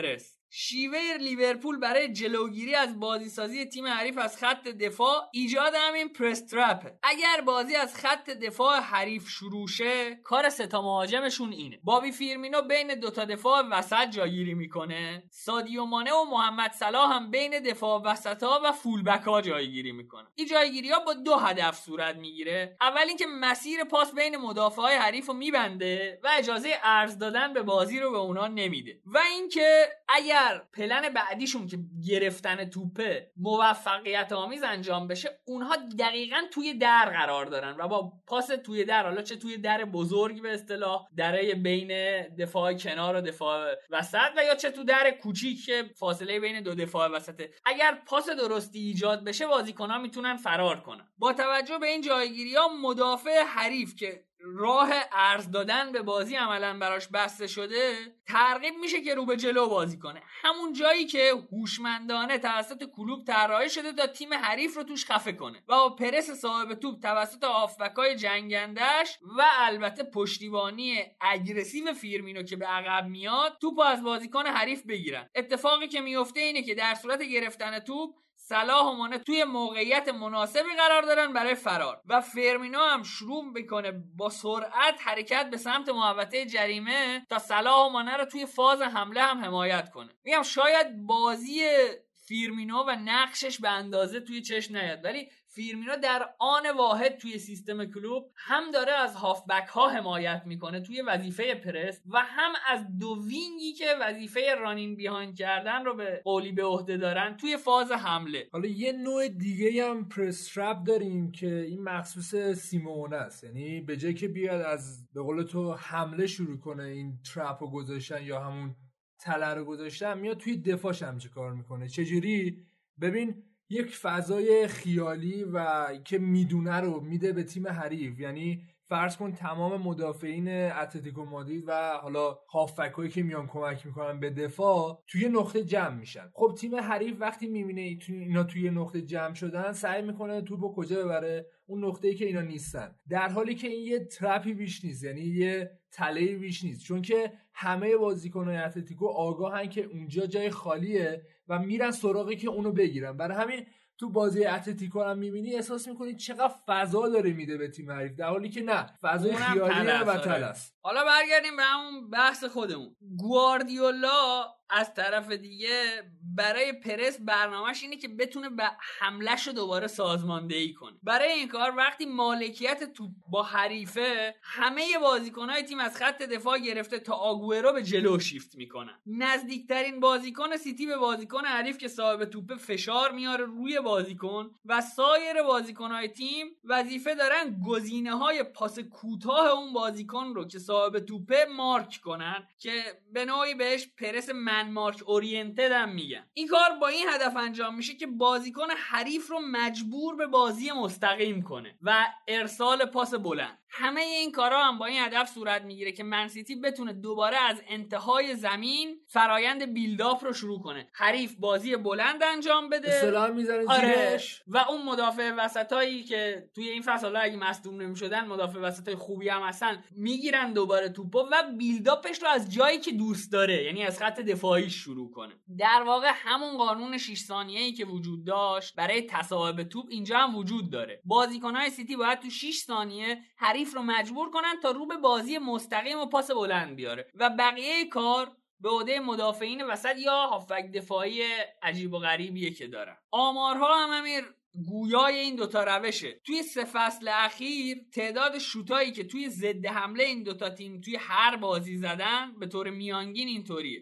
شیوه لیورپول برای جلوگیری از بازیسازی تیم حریف از خط دفاع ایجاد همین پرس ترپه. اگر بازی از خط دفاع حریف شروع شه، کار سه تا مهاجمشون اینه: بابی فیرمینو بین دوتا دفاع وسط جایگیری میکنه، سادیو مانه و محمد صلاح هم بین دفاع وسطا و فول بک ها جایگیری میکنه. این جایگیری ها با دو هدف صورت میگیره. اول اینکه مسیر پاس بین مدافعای حریف رو میبنده و اجازه عرض دادن به بازی رو به اونا نمیده، و اینکه اگر پلن بعدیشون که گرفتن توپه موفقیت آمیز انجام بشه، اونها دقیقاً توی در قرار دارن و با پاس توی در، حالا چه توی در بزرگ به اصطلاح دره بین دفاع کنار و دفاع وسط، و یا چه تو در کوچیک که فاصله بین دو دفاع وسطه، اگر پاس درستی ایجاد بشه بازیکن‌ها میتونن فرار کنن. با توجه به این جایگیری‌ها، مدافع حریف که راه عرض دادن به بازی عملاً براش بسته شده ترغیب میشه که رو به جلو بازی کنه، همون جایی که هوشمندانه توسط کلوب طراحی شده تا تیم حریف رو توش خفه کنه و با پرس صاحب توپ توسط هافبک‌های جنگندش و البته پشتیبانی اگریسیو فیرمینو که به عقب میاد، توپو از بازیکن حریف بگیرن. اتفاقی که میفته اینه که در صورت گرفتن توپ صلاح و مانه توی موقعیت مناسبی قرار دارن برای فرار و فرمینو هم شروع میکنه با سرعت حرکت به سمت محوطه جریمه تا صلاح و مانه رو توی فاز حمله هم حمایت کنه. میگم شاید بازی فیرمینو و نقشش به اندازه توی چشم نیاد، ولی فیرمینو در آن واحد توی سیستم کلوب هم داره از هافبک ها حمایت میکنه توی وظیفه پرس و هم از دو وینگی که وظیفه رانین بیهایند کردن رو به قولی به عهده دارن توی فاز حمله.
حالا یه نوع دیگه هم پرس ترپ داریم که این مخصوص سیمونه است، یعنی به جای که بیاد از به قول تو حمله شروع کنه این ترپ رو گذاشتن یا همون تله رو گذاشتن، میاد توی دفاعش هم چه کار میکنه. چجوری؟ ببین، یک فضای خیالی و که میدونه رو میده به تیم حریف. یعنی فرض کن تمام مدافعین اتلتیکو مادرید و حالا هافبکایی که میان کمک میکنن به دفاع توی نقطه جمع میشن. خب تیم حریف وقتی میبینه اینا توی نقطه جمع شدن، سعی میکنه توپو کجا ببره؟ اون نقطه‌ای که اینا نیستن، در حالی که این یه ترپی بیش نیست، یعنی یه تله‌ای بیش نیست، چون که همه بازیکن‌های اتلتیکو آگاهن که اونجا جای خالیه و میرن سراغی که اونو بگیرن. برای همین تو بازی اتلتیکو هم میبینی احساس میکنی چقدر فضا داره میده به تیم حریف، در حالی که نه، فضای خیالیه و تلس.
حالا برگردیم به همون بحث خودمون. گواردیولا از طرف دیگه برای پرس برنامهش اینه که بتونه به حملهش رو دوباره سازماندهی کنه. برای این کار وقتی مالکیت توپ با حریفه، همه بازیکن‌های تیم از خط دفاع گرفته تا آگوئرو به جلو شیفت میکنن. نزدیکترین بازیکن سیتی به بازیکن حریف که صاحب توپ فشار میاره روی بازیکن و سایر بازیکن‌های تیم وظیفه دارن گزینه‌های پاس کوتاه اون بازیکن رو که صاحب توپه مارک کنن، که به نوعی بهش پرس من مارک اورینتد هم میگن. این کار با این هدف انجام میشه که بازیکن حریف رو مجبور به بازی مستقیم کنه و ارسال پاس بلند. همه این کارا هم با این هدف صورت میگیره که منسیتی بتونه دوباره از انتهای زمین فرایند بیلداپ رو شروع کنه، حریف بازی بلند انجام بده،
اصطلاحاً میزنه زیرش،
و اون مدافع وسطایی که توی این فصل اگه مصدوم نمیشدن مدافع وسطای خوبی هم هستن، میگیرن دوباره توپو و بیلداپش رو از جایی که دوست داره، یعنی از خط دفاعی شروع کنه. در واقع همون قانون 6 ثانیه‌ای که وجود داشت برای تصاحب توپ اینجا هم وجود داره. بازیکن‌های سیتی باید تو 6 ثانیه حریف رو مجبور کنن تا رو به بازی مستقیم و پاس بلند بیاره و بقیه کار به عهده مدافعین وسط یا هافبک دفاعی عجیب و غریبیه که دارن. آمارها هم همین گویای این دوتا روشه. توی 3 فصل اخیر تعداد شوتایی که توی ضد حمله این دوتا تیم توی هر بازی زدن به طور میانگین اینطوریه: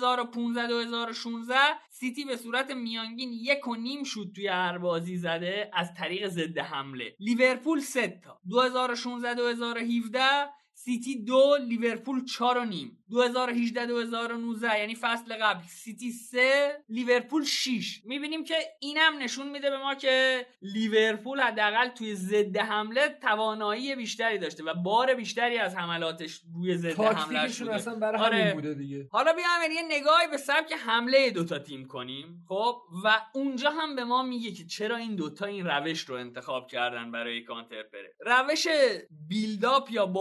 2015-2016 سیتی به صورت میانگین 1.5 شوت توی هر بازی زده از طریق ضد حمله، لیورپول 3 تا. 2016-2017 سیتی 2، لیورپول 4.5. 2018-2019 یعنی فصل قبل سیتی 3، لیورپول 6. میبینیم که اینم نشون میده به ما که لیورپول حداقل توی ضد حمله توانایی بیشتری داشته و بار بیشتری از حملاتش روی ضد حملهش بوده.
اصلا برای همین بوده دیگه.
حالا بیایم یه نگاهی به سبک حمله دوتا تیم کنیم، خب، و اونجا هم به ما میگه که چرا این دوتا این روش رو انتخاب کردن برای کانتر پره. روش بیلداپ یا بازی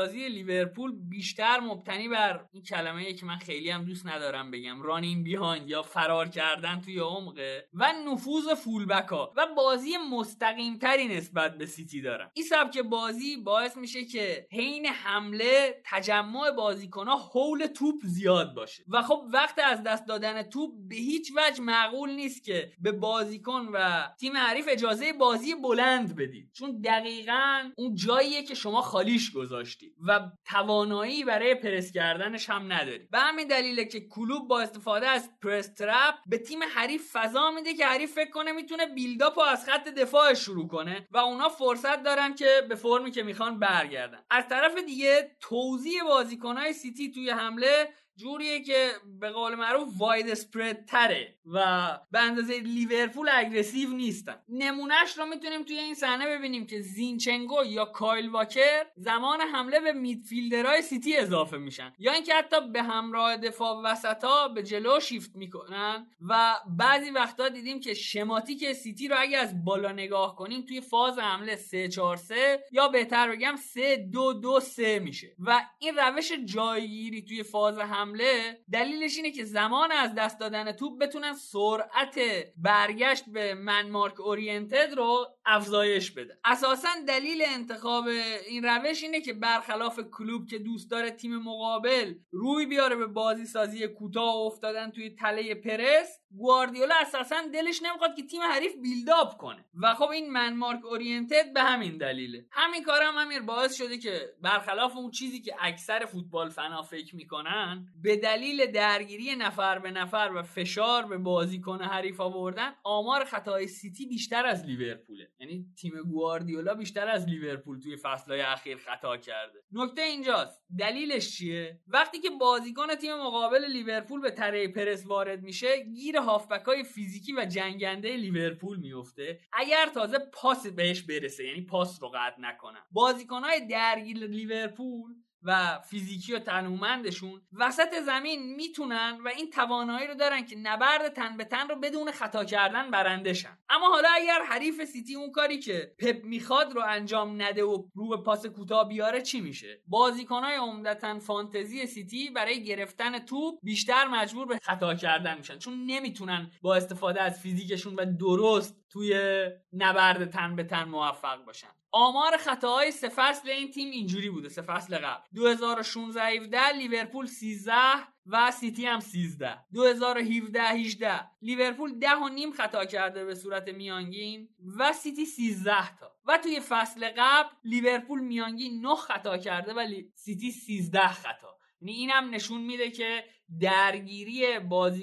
بازیسازی لیورپول بیشتر مبتنی بر این کلمه‌ای که من خیلی هم دوست ندارم بگم، رانینگ بیهایند یا فرار کردن توی عمقه، و نفوذ فولبک‌ها و بازی مستقیم‌تری نسبت به سیتی دارن. این سبک بازی باعث میشه که حین حمله تجمع بازیکن‌ها حول توپ زیاد باشه و خب وقت از دست دادن توپ به هیچ وجه معقول نیست که به بازیکن و تیم حریف اجازه بازی بلند بدید، چون دقیقاً اون جاییه که شما خالیش گذاشتید و توانایی برای پرس کردنش هم نداری. به همین دلیله که کلوب با استفاده از پرس ترپ به تیم حریف فضا میده که حریف فکر کنه میتونه بیلداپ رو از خط دفاع شروع کنه و اونا فرصت دارن که به فرمی که میخوان برگردن. از طرف دیگه توزیع بازیکن‌های سیتی توی حمله جوریه که به قول معروف واید اسپرد تره و به اندازه لیورپول اگریسیو نیستن. نمونهش رو میتونیم توی این صحنه ببینیم که زینچنگو یا کایل واکر زمان حمله به میدفیلدرهای سیتی اضافه میشن یا اینکه حتی به همراه دفاع وسطا به جلو شیفت میکنن و بعضی وقتا دیدیم که شماتیک سیتی رو اگه از بالا نگاه کنیم توی فاز حمله 3-4-3 یا بهتر بگم 3-2-2-3 میشه و این روش جایگیری توی فاز حمله دلیلش اینه که زمان از دست دادن توپ بتونن سرعت برگشت به من مارک اورینتد رو افزایش بدن. اساساً دلیل انتخاب این روش اینه که برخلاف کلوب که دوست داره تیم مقابل روی بیاره به بازی سازی کوتاه افتادن توی تله پرس، گواردیولا اساساً دلش نمیخواد که تیم حریف بیلداپ کنه و خب این من مارک اورینتد به همین دلیله. همین کارم امیر باعث شده که برخلاف اون چیزی که اکثر فوتبال فنا فکر میکنن، به دلیل درگیری نفر به نفر و فشار به بازیکن حریف آوردن، آمار خطای سیتی بیشتر از لیورپوله. یعنی تیم گواردیولا بیشتر از لیورپول توی فصل‌های اخیر خطا کرده. نکته اینجاست، دلیلش چیه؟ وقتی که بازیکن تیم مقابل لیورپول به تره پرس وارد میشه، گیر هافبک‌های فیزیکی و جنگنده لیورپول میفته اگر تازه پاس بهش برسه، یعنی پاس رو قطع نکنن. بازیکن‌های درگیر لیورپول و فیزیکی و تنومندشون وسط زمین میتونن و این توانایی رو دارن که نبرد تن به تن رو بدون خطا کردن برنده شن. اما حالا اگر حریف سیتی اون کاری که پپ میخواد رو انجام نده و رو به پاس کوتاه بیاره، چی میشه؟ بازیکنای عمدتاً فانتزی سیتی برای گرفتن توپ بیشتر مجبور به خطا کردن میشن، چون نمیتونن با استفاده از فیزیکشون و درست توی نبرد تن به تن موفق باشن. آمار خطاهای 3 فصل این تیم اینجوری بوده. 3 فصل قبل 2016-17 لیورپول 13 و سیتی هم 13. 2017-18 لیورپول 10.5 خطا کرده به صورت میانگین و سیتی 13 تا. و توی فصل قبل لیورپول میانگین 9 خطا کرده و سیتی 13 خطا. یعنی اینم نشون میده که درگیری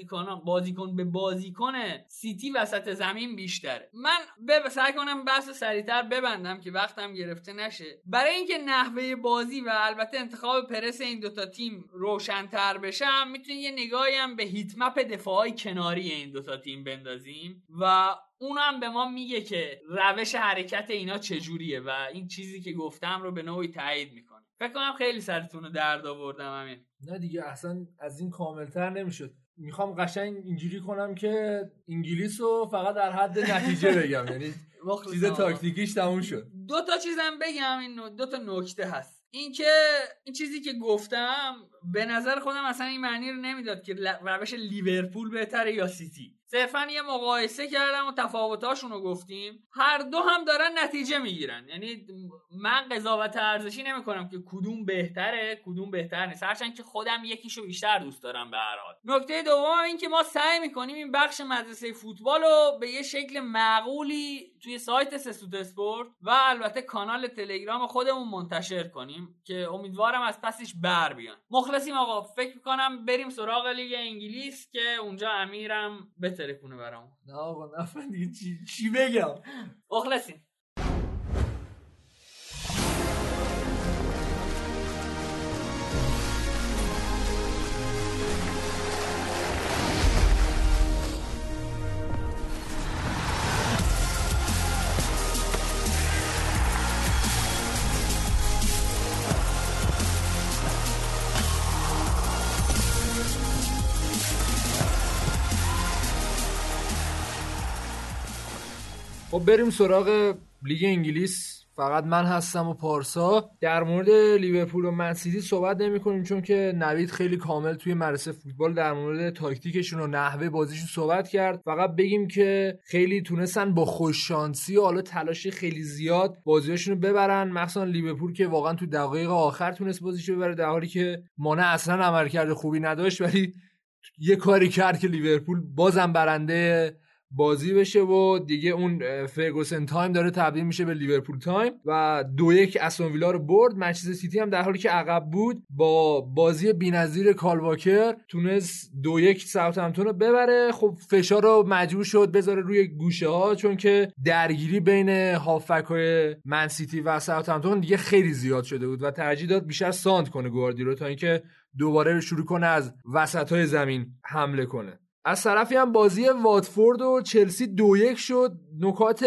بازیکن به بازیکن سیتی وسط زمین بیشتره. من سعی کنم بحث سریعتر ببندم که وقتم گرفته نشه. برای اینکه نحوه بازی و البته انتخاب پرس این دوتا تیم روشن‌تر بشه، میتونید یه نگاهی هم به هیت مپ دفاعی کناری این دوتا تیم بندازیم و اونم به ما میگه که روش حرکت اینا چجوریه و این چیزی که گفتم رو به نوعی تایید میکنه. فکر کنم خیلی سرتون رو درد آوردم همین.
نه دیگه اصلا از این کاملتر نمیشد. میخوام قشنگ اینجوری کنم که انگلیس رو فقط در حد نتیجه بگم، یعنی چیز تاکتیکیش تموم شد.
2 تا چیزم بگم، این 2 تا نکته هست. این که این چیزی که گفتم به نظر خودم اصلا این معنی رو نمیداد که روش لیورپول بهتره یا سیتی. صرفا یه مقایسه کردم و تفاوتاشون رو گفتیم. هر دو هم دارن نتیجه میگیرن. یعنی من قضاوت ارزشی نمی کنم که کدوم بهتره کدوم بهتر نیست، هرچند که خودم یکیشو بیشتر دوست دارم به هر حال. نکته دوم این که ما سعی میکنیم این بخش مدرسه فوتبال رو به یه شکل معقولی توی سایت سسوت اسپورت و البته کانال تلگرام خودمون منتشر کنیم که امیدوارم از پسش بر بیان. مخلصیم آقا. فکر میکنم بریم سراغ لیگ انگلیس که اونجا امیرم بترکونه برام.
نه آقا نفهم دیگه چی بگم.
مخلصیم.
خب بریم سراغ لیگ انگلیس. فقط من هستم و پارسا. در مورد لیورپول و منسیتی صحبت نمی‌کنیم چون که نوید خیلی کامل توی مدرسه فوتبال در مورد تاکتیکشون و نحوه بازیشون صحبت کرد. فقط بگیم که خیلی تونستن با خوششانسی و حالا تلاش خیلی زیاد بازیاشون رو ببرن، مخصوصا لیورپول که واقعا تو دقایق آخر تونست بازیشو ببره، در حالی که مانع اصلا عملکرد خوبی نداشت، ولی یه کاری کرد که لیورپول بازم برنده بازی بشه و دیگه اون فرگوسن تایم داره تبدیل میشه به لیورپول تایم و 2-1 استون ویلا رو برد. منچستر سیتی هم در حالی که عقب بود با بازی بی‌نظیر کال واکر تونست 2-1 ساوثهمپتون رو ببره. خب فشار رو مجبور شد بذاره روی گوشه ها چون که درگیری بین هافبک‌های من سیتی و ساوثهمپتون دیگه خیلی زیاد شده بود و ترجیح داد بیشتر ساند کنه گواردیولا تا اینکه دوباره شروع کنه از وسط‌های زمین حمله کنه. از طرفی هم بازی واتفورد و چلسی 2-1 شد. نکات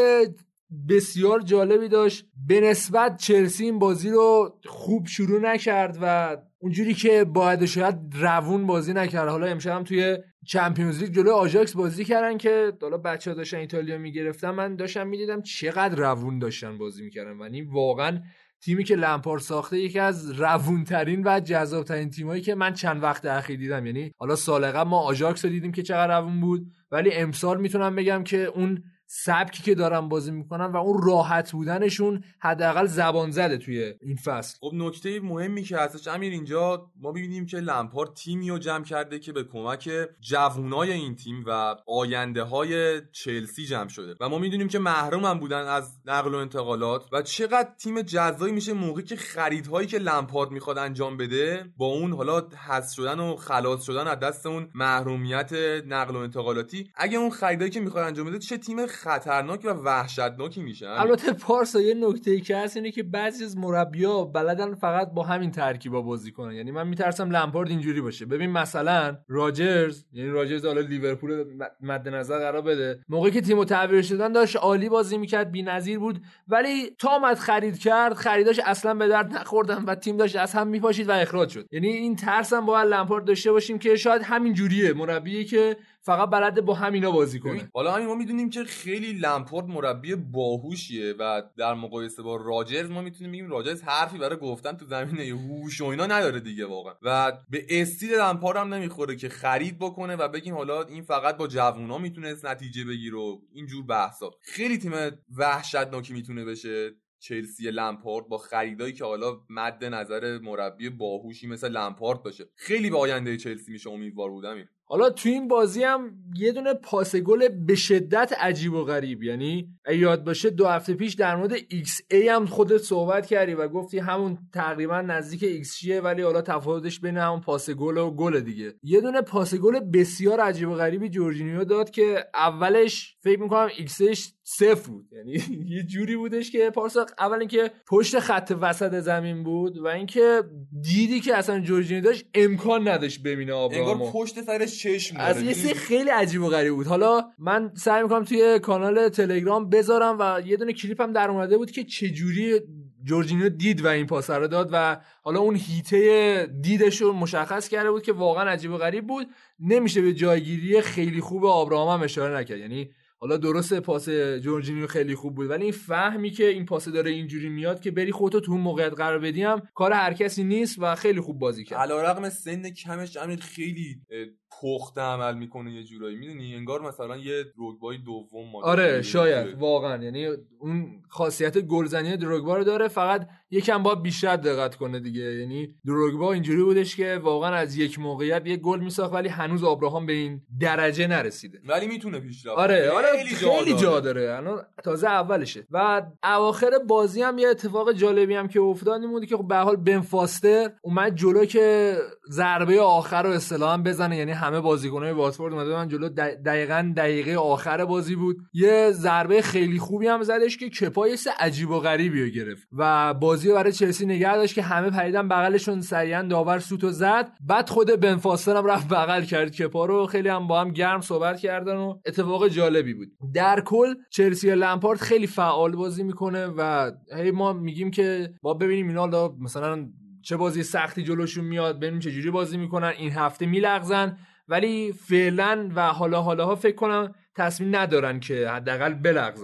بسیار جالبی داشت. به نسبت چلسی این بازی رو خوب شروع نکرد و اونجوری که باید شاید روون بازی نکرد. حالا امشب هم توی چمپیونز لیگ جلوی آژاکس بازی کردن که حالا بچه‌ها داشتن ایتالیا میگرفتن، من داشتم میدیدم چقدر روون داشتن بازی میکردن و این واقعا تیمی که لمپارد ساخته یکی از روونترین و جذابترین تیمایی که من چند وقت اخیر دیدم. یعنی حالا سال قبل ما آژاکس رو دیدیم که چقدر روون بود، ولی امسال میتونم بگم که اون سبکی که دارن بازی میکنن و اون راحت بودنشون حداقل زبان زده توی این فصل.
خب نکته مهمی که هستش امیر، اینجا ما می‌بینیم که لمپارد تیمی رو جمع کرده که به کمک جوونای این تیم و آینده‌های چلسی جمع شده و ما می‌دونیم که محروم هم بودن از نقل و انتقالات و چقدر تیم جذابی میشه موقعی که خریدهایی که لمپارد میخواد انجام بده با اون حالا حذف شدن و خلاص شدن از دست اون محرومیت نقل و انتقالاتی، اگه اون خریدایی که میخواد انجام بده چه تیم خطرناک و وحشتناکی میشن.
البته پارسا یه نکته‌ای که هست اینه که بعضی از مربی‌ها بلدن فقط با همین ترکیبا بازی کنن. یعنی من میترسم لمپارد اینجوری باشه. ببین مثلا راجرز، یعنی راجرز حالا لیورپول مد نظر قرار بده، موقعی که تیمو تعویض شدن داشت عالی بازی میکرد، بی‌نظیر بود، ولی تا اومد خرید کرد خریداش اصلا به درد نخوردن و تیم داشت از هم میپاشید و اخراج شد. یعنی این ترسم با لمپارد داشته باشیم که شاید همین جوریه، مربیی که فقط بلده با همینا بازی کنه.
حالا همین ما میدونیم که خیلی لمپارد مربی باهوشیه و در مقایسه با راجرز ما میتونیم بگیم راجرز حرفی برای گفتن تو زمینه هوش و اینا نداره دیگه واقعا و به استیل لمپارد هم نمیخوره که خرید بکنه و بگیم حالا این فقط با جوونا میتونست نتیجه بگیره و اینجور بحثا. خیلی تیم وحشتناکی میتونه بشه چلسی لمپارد با خریدایی که حالا مد نظر مربی باهوشی مثل لمپارد باشه. خیلی به آینده چلسی میشه امیدوار بودم.
حالا تو این بازی هم یه دونه پاس گل به شدت عجیب و غریب، یعنی یاد باشه 2 هفته پیش در مورد XA هم خودت صحبت کردی و گفتی همون تقریبا نزدیک XG ولی حالا تفاوتش بین همون پاس گل و گل دیگه. یه دونه پاس گل بسیار عجیب و غریبی جورجینیو داد که اولش فکر می‌کنم XGش 0 بود، یعنی یه جوری بودش که پارسا اول اینکه پشت خط وسط زمین بود و اینکه دیدی که اصلا جورجینیو داشت امکان نداشت ببینه آبراهامو،
انگار پشت سرش چشم داره.
از یه سری خیلی عجیب و غریب بود. حالا من سعی میکنم توی کانال تلگرام بذارم و یه دونه کلیپ هم در اومده بود که چه جوری جورجینیو دید و این پاس رو داد و حالا اون هیته دیدش رو مشخص کرده بود که واقعا عجیب و غریب بود. نمیشه به جایگیری خیلی خوب آبراهام هم اشاره نکرد. یعنی حالا درسته پاس جورجینیو خیلی خوب بود ولی این فهمی که این پاس داره اینجوری میاد که بری خودتو تو اون موقعیت قرار بدی هم کار هر کسی نیست و خیلی خوب بازی کرد.
علیرغم سن کمش امیر خیلی پخته عمل میکنه یه جورایی، میدونی انگار مثلا یه دروگبای دوم ماده.
آره شاید واقعا، یعنی اون خاصیت گلزنی دروگبا رو داره، فقط یکم باید بیشتر دقت کنه دیگه. یعنی دروگبا اینجوری بودش که واقعا از یک موقعیت یک گل میساخت ولی هنوز آبراهام به این درجه نرسیده،
ولی میتونه پیشرفت.
آره خیلی جا داره، الان تازه اولشه. و اواخر بازی هم یه اتفاق جالبی هم که افتاد این بود که خب به هر حال بن فاستر اومد جلو که ضربه آخر رو اصطلاحاً بزنه، یعنی همه بازیکن‌های واتفورد اومدن جلو، دقیقاً دقیقه آخر بازی بود، یه ضربه خیلی خوبی هم زدش که کپایس عجیب و غریبی رو گرفت و بازی رو برای چلسی نگه داشت که همه پریدن بغلشون، سریعا داور سوتو زد، بعد خود بن فاستر هم رفت بغل کرد کپا رو، خیلی هم با هم گرم صحبت کردن و اتفاق جالبی بود. در کل چلسی لمپارد خیلی فعال بازی میکنه و هی ما میگیم که با ببینیم اینا مثلا چه بازی سختی جلوشون میاد، ببینیم چه جوری بازی میکنن، این هفته میلغزن ولی فعلا و حالا فکر کنم تصمیم ندارن که حداقل بلغزن.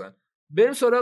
بریم سراغ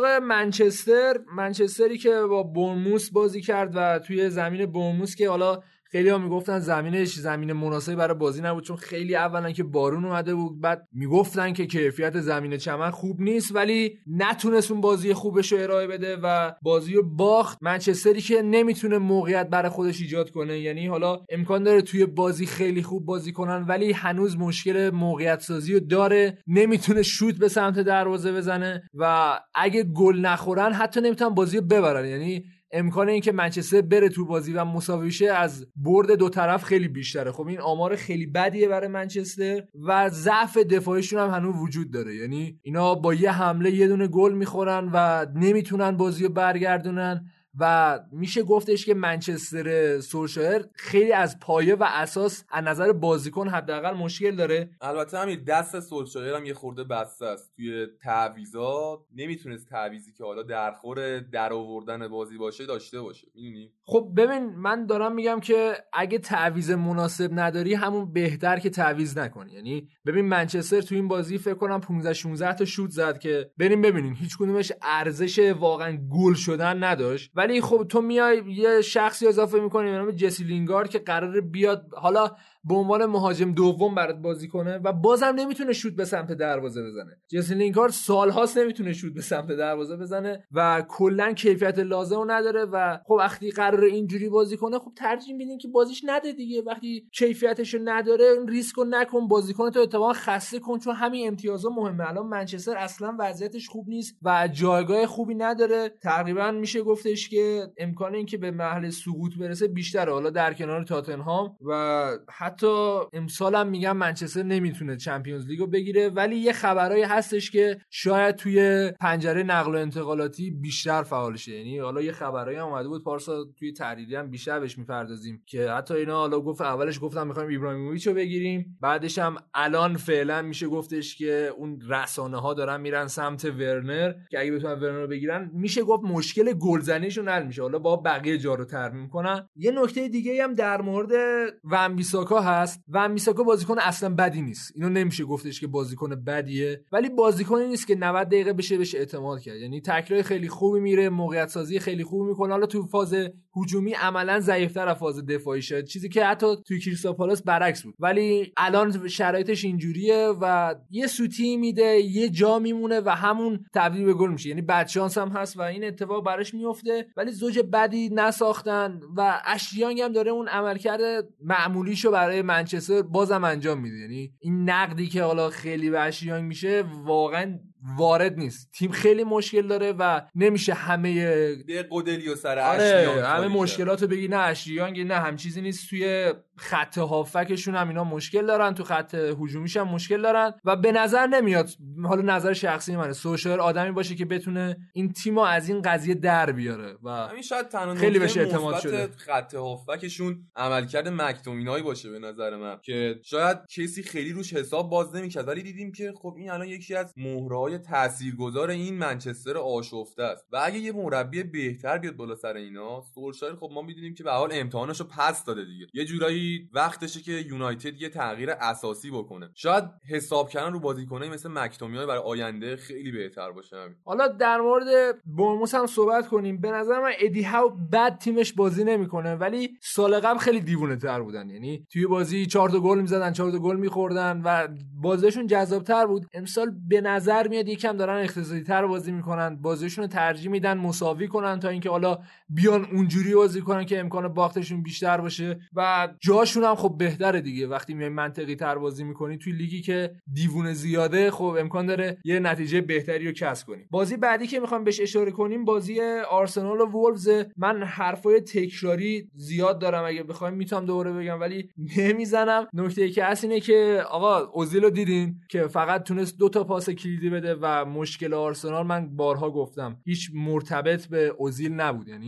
منچستری که با بورنموث بازی کرد و توی زمین بورنموث که حالا خیلی ها میگفتن زمین مناسبی برای بازی نبود، چون خیلی اولا که بارون اومده بود، بعد میگفتن که کیفیت زمین چمن خوب نیست، ولی نتونست اون بازی خوبش رو ارائه بده و بازی رو باخت. منچستری که نمیتونه موقعیت برای خودش ایجاد کنه، یعنی حالا امکان داره توی بازی خیلی خوب بازی کنن ولی هنوز مشکل موقعیت سازی رو داره، نمیتونه شوت به سمت دروازه بزنه و اگه گل نخورن حتی نمیتونن بازی رو ببرن. یعنی امکان این که منچستر بره تو بازی و مساوی شه از برد دو طرف خیلی بیشتره. خب این آمار خیلی بدیه برای منچستر و ضعف دفاعیشون هم هنوز وجود داره، یعنی اینا با یه حمله یه دونه گل میخورن و نمیتونن بازی رو برگردونن و میشه گفتش که منچستر سولشایر خیلی از پایه و اساس از نظر بازیکن حداقل مشکل داره.
البته همین دست سولشایر هم یه خورده بسته است توی تعویضات، نمیتونست تعویضی که حالا درخور در آوردن بازی باشه داشته باشه، میدونی؟
خب ببین من دارم میگم که اگه تعویض مناسب نداری همون بهتر که تعویض نکنی. یعنی ببین منچستر تو این بازی فکر کنم 15-16 تا شوت زد که بریم ببینین هیچ کدومش ارزش واقعا گل شدن نداشت، ولی خب تو میای یه شخصی اضافه میکنی به نام جسی لینگارد که قراره بیاد حالا به عنوان مهاجم دوم برات بازی کنه و بازم نمیتونه شوت به سمت دروازه بزنه. جسی لینگارد سالهاست نمیتونه شوت به سمت دروازه بزنه و کلا کیفیت لازم نداره و خب وقتی قراره اینجوری بازی کنه خب ترجیح میدین که بازیش نده دیگه. وقتی کیفیتشو نداره این ریسکو نکن، بازیکن تو اتفاقا خسته کن، چون همین امتیازا مهمه. الان منچستر اصلا وضعیتش خوب نیست و جایگاه خوبی نداره، تقریبا میشه گفتش که امکان این که به مرحله سقوط برسه بیشتره، حالا در کنار تاتنهام و حتی امسال هم میگم منچستر نمیتونه چمپیونز لیگو بگیره. ولی یه خبرایی هستش که شاید توی پنجره نقل و انتقالاتی بیشتر فعال شه، یعنی حالا یه خبرایی هم اومده بود پارسا توی تحریری هم بیشتر بهش میپردازیم که حتی اینا حالا گفت اولش گفتم میخوایم ابراهیموویچ رو بگیریم، بعدش هم الان فعلا میشه گفتش که اون رسانه ها دارن میرن سمت ورنر که اگه بتونن ورنر رو بگیرن میشه گفت مشکل گلزنیشون حل میشه، حالا با بقیه جا رو ترمیم کنن. یه نکته دیگه هم در مورد ون بیساکا هست. ون بیساکا بازیکن اصلا بدی نیست، اینو نمیشه گفتش که بازیکن بدیه، ولی بازیکنی نیست که 90 دقیقه بشه بهش اعتماد کرد. یعنی تکلای خیلی خوبی میره، موقعیت سازی خیلی خوبی میکنه، حالا تو فاز هجومی عملا ضعیف‌تر از فاز دفاعی شد، چیزی که حتی توی کریستال پالاس برعکس بود، ولی الان شرایطش اینجوریه و یه سوتی میده یه جا میمونه و همون تبدیل به گل میشه. یعنی بد شانس هم هست و این اتفاق براش میفته، ولی زوج بدی نساختن و اشلیانگ هم داره اون عملکرد معمولیشو برای منچستر بازم انجام میده. یعنی این نقدی که حالا خیلی به اشلیانگ میشه واقعا وارد نیست، تیم خیلی مشکل داره و نمیشه همه
قدلی و سر اشلیانگ
همه مشکلاتو بگی نه اشلیانگ، نه هم چیزی نیست. توی خط هافکشون هم اینا مشکل دارن، تو خط هجومیش هم مشکل دارن و به نظر نمیاد، حالا نظر شخصی منه، سولشایر آدمی باشه که بتونه این تیمو از این قضیه در بیاره و
همین شاید تنها
خیلی بهش اعتماد شده.
خط هافکشون عملکرد مکتومینایی باشه به نظر من که شاید کسی خیلی روش حساب باز نمی‌کرد، ولی دیدیم که خب این الان یکی از مهرهای تاثیرگذار این منچستر آشفته است و اگه یه مربی بهتر بیاد بالا سر اینا، سولشایر خب ما می‌دونیم که به حال امتحانشو پس داده دیگه، یه جورایی وقتشه که یونایتد یه تغییر اساسی بکنه. شاید حساب کردن رو بازیکنایی مثل مکتومینای برای آینده خیلی بهتر باشه. همین
حالا در مورد بورنموث هم صحبت کنیم. به نظر من ادی هاو بد تیمش بازی نمیکنه، ولی سال قبل خیلی دیوونه‌تر بودن، یعنی توی بازی 4 تا گل می‌زدن 4 تا گل می‌خوردن و بازیشون جذاب‌تر بود. امسال به نظر میاد یکم دارن اقتصادی‌تر بازی میکنن، بازیشون رو ترجیح میدن مساوی کنن تا اینکه حالا بیان اونجوری بازی کنن که امکان باختشون بیشتر باشه و جاشون هم خب بهتره دیگه. وقتی میای منطقی تر بازی میکنی توی لیگی که دیوونه زیاده، خب امکان داره یه نتیجه بهتری رو کسب کنی. بازی بعدی که میخوام بهش اشاره کنیم بازی آرسنال و وولفز. من حرفای تکراری زیاد دارم، اگه بخوایم میتونم دوباره بگم ولی نمیزنم. نکته که هست اینه که آقا اوزیل رو دیدین که فقط تونست 2 تا پاس کلیدی بده و مشکل آرسنال من بارها گفتم هیچ مرتبط به اوزیل نبود، یعنی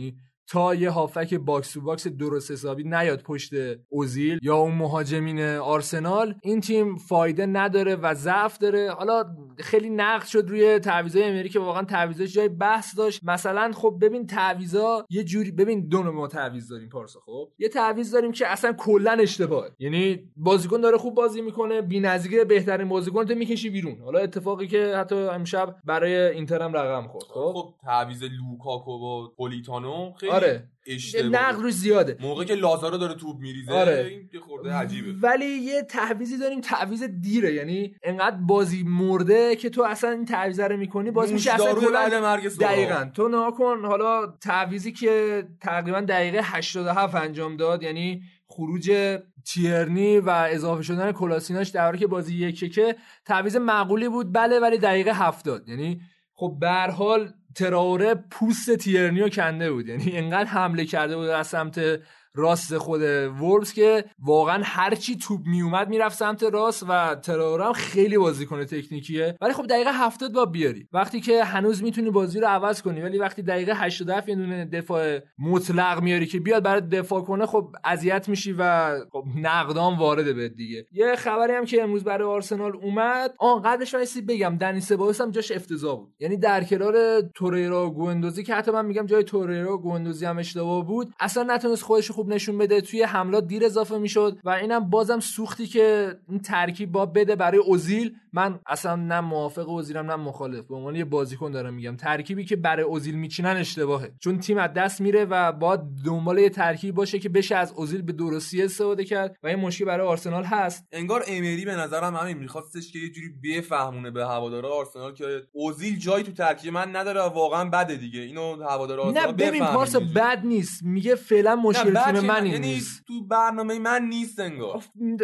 تا یه هافک باکس تو باکس درست حسابی نیاد پشت اوزیل یا اون مهاجمین آرسنال، این تیم فایده نداره و ضعف داره. حالا خیلی نقد شد روی تعویضای امری که واقعا تعویضاش جای بحث داشت. مثلا خب ببین تعویضا یه جوری، ببین دو نوع تعویض داریم پارسا. خب یه تعویض داریم که اصلا کلا اشتباهه، یعنی بازیکن داره خوب بازی میکنه، بی‌نظیر بهترین بازیکن تو میکشی بیرون. حالا اتفاقی که حتی امشب برای اینتر هم رقم خورد.
خب تعویض لوکاکو و پولیتانو خیلی اشتباهه،
نقد روش زیاده
موقعی که لازارو داره توپ میریزه. این که خورده عجیبه.
ولی یه تعویضی داریم، تعویض دیره، یعنی انقدر بازی مرده که تو اصلا این تعویض رو میکنی باز میشه اصلا کلا دقیقاً تو ناکن. حالا تعویضی که تقریبا دقیقه 87 انجام داد، یعنی خروج تیرنی و اضافه شدن کلاسیناش در حالی که بازی یکیکه، تعویض معقولی بود بله، ولی دقیقه 70. یعنی خب به هر حال تراوره پوست تیرنیو کنده بود، یعنی انقدر حمله کرده بود از سمت راست خود وولفز که واقعا هرچی توپ میومد میرفت سمت راست و تراوره هم خیلی بازیکن تکنیکیه. ولی خب دقیقه 70 با بیاری وقتی که هنوز میتونی بازی رو عوض کنی، ولی وقتی دقیقه 87 یه دونه دفاع مطلق میاری که بیاد برای دفاع کنه، خب اذیت میشی و خب نقدام وارده بهت دیگه. یه خبری هم که امروز برای آرسنال اومد، قبلش من بگم دنی سبایوس هم جاش افتضاح بود، یعنی در کنار توریرا و گوندوزی که حتی من میگم جای توریرا و گوندوزی هم اشتباه بود، اصلا نتونست خودش خوب نشون بده. توی حملات دیر اضافه میشد و اینم بازم سوختی که این ترکیب با بده برای اوزیل. من اصلا نه موافق اوزیلم نه مخالف، به عنوان یه بازیکن دارم میگم ترکیبی که برای اوزیل میچینن اشتباهه، چون تیم از دست میره و باید دنبال یه ترکیب باشه که بشه از اوزیل به درستی استفاده کرد و این مشکل برای آرسنال هست.
انگار امری به نظرم همین میخواستش که یه جوری بفهمونه به هوادارا آرسنال که اوزیل جایی تو ترکیب من نداره و واقعا بده دیگه. اینو هوادارا آرسنال
نه ببین پارسا بد نیست، میگه فعلا مشکل تیم من
یعنی
نیست،
تو برنامه من نیست انگار.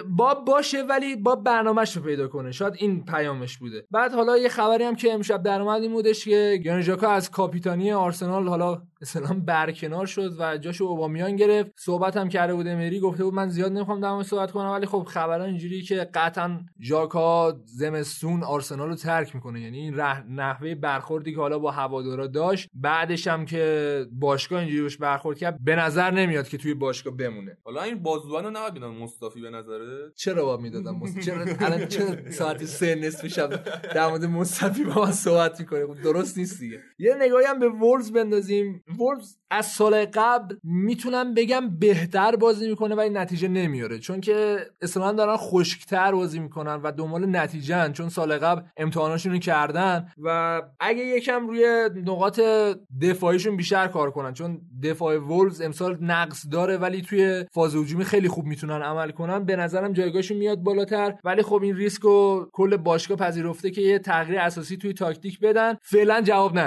باشه ولی با برنامه‌شو پیدا کنه، شاید این پیامش بوده. بعد حالا یه خبری هم که امشب در اومد این بودش که گرانیت ژاکا از کاپیتانی آرسنال حالا اصلا برکنار شد و جاشو اوبامیان گرفت. صحبت هم کرده بود امری، گفته بود من زیاد نمیخوام در مورد صحبت کنم، ولی خب خبرا اینجوری که قطعا ژاکا زمستون آرسنال رو ترک میکنه. یعنی این نحوه برخوردی که حالا با هوادارا داشت، بعدش هم که باشگاه اینجوری روش برخورد کرد، به نظر نمیاد که توی باشگاه بمونه.
حالا این بازوانو نباید میدن مصطفی به نظره؟
چرا باید میدادم؟ چرا الان چرا ساعت 3 نصف شب در مورد مصطفی با من صحبت میکنه؟ درست نیست دیگه. یه نگاهی هم به وولفز بندازیم. وولفز از سال قبل میتونم بگم بهتر بازی میکنه ولی نتیجه نمیاره، چون که اصلا دارن خشکتر بازی میکنن و دنبال نتیجهن، چون سال قبل امتحاناشون رو کردن و اگه یکم روی نقاط دفاعیشون بیشتر کار کنن، چون دفاع وولفز امسال نقص داره ولی توی فاز هجومی خیلی خوب میتونن عمل کنن، به نظرم جایگاهشون میاد بالاتر. ولی خب این ریسکو کل باشگاه پذیرفته که یه تغییر اساسی توی تاکتیک بدن. فعلا جواب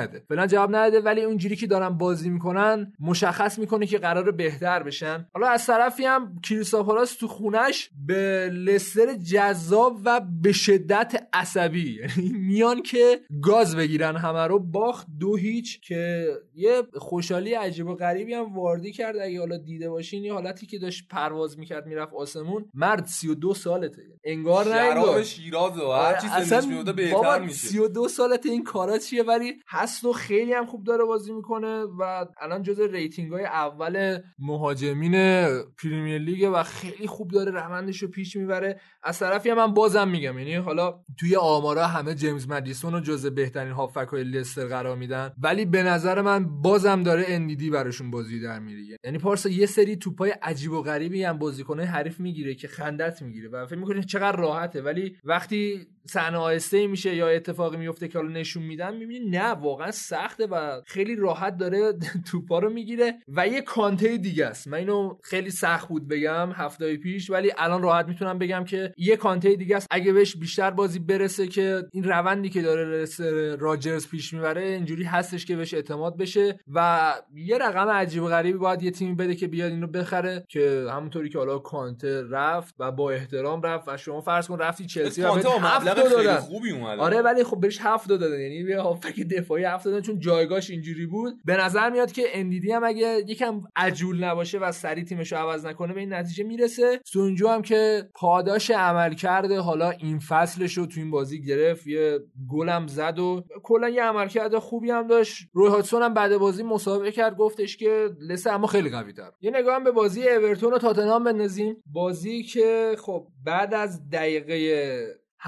نده ولی اونجوری که دارن بازی میکنن مشخص میکنه که قراره بهتر بشن. حالا از طرفی هم کریستوفالاس تو خونش به لستر جذاب و به شدت عصبی، یعنی میان که گاز بگیرن، همه رو باخت 2-0 که یه خوشحالی عجیب و غریبی هم واردی کرد. اگه حالا دیده باشین یه حالتی که داشت پرواز میکرد میرفت آسمون. مرد 32 سالته، انگار نه انگار
شیرازه و هر چی سنش میوده بهتر میشه.
32 سالته، این کارا چیه؟ ولی هست و خیلی هم خوب داره بازی میکنه و الان جزو ریتینگ‌های اول مهاجمین پریمیر لیگ و خیلی خوب داره روندش رو پیش میبره. از طرفی هم من بازم میگم، یعنی حالا توی آمارا همه جیمز مدیسون رو جزو بهترین هافک‌های لستر قرار میدن، ولی به نظر من بازم داره اندیدی براشون بازی در میاره. یعنی پارسا یه سری توپای عجیب و غریبی هم بازیکن‌های حریف میگیره که خندت میگیره و فکر می‌کنی چقدر راحته، ولی وقتی صحنه آهسته میشه یا اتفاقی میفته که حالا نشون میدن، میبینی نه واقعا سخته و خیلی راحت داره توپا رو میگیره. و یه کانته دیگه است، من اینو خیلی سخت بود بگم هفته پیش، ولی الان راحت میتونم بگم که یه کانته دیگه است. اگه بهش بیشتر بازی برسه که این روندی که داره راجرز پیش میبره اینجوری هستش که بهش اعتماد بشه و یه رقم عجیب و غریبی باید یه تیمی بده که بیاد اینو بخره، که همونطوری که حالا کانته رفت و با احترام رفت و شما فرض کن رفتی چلسی و
مبلغ
دادن.
خوبی اومده.
آره ولی خب بهش 7 دادن، یعنی به هافک دفاعی 7 دادن چون جایگاهش اینجوری بود. به نظر میاد که اندیدی هم اگه یکم عجول نباشه و سری تیمشو عوض نکنه به این نتیجه میرسه. سونجو هم که پاداش عمل کرده حالا این فصلشو تو این بازی گرفت، یه گلم زد و کلا یه عملکرد خوبی هم داشت. روی هاتسون هم بعد بازی مسابقه کرد، گفتش که لسه اما خیلی قوی‌تر. یه نگاه هم به بازی اورتون و تاتنهام بندازیم. بازی که خب بعد از دقیقه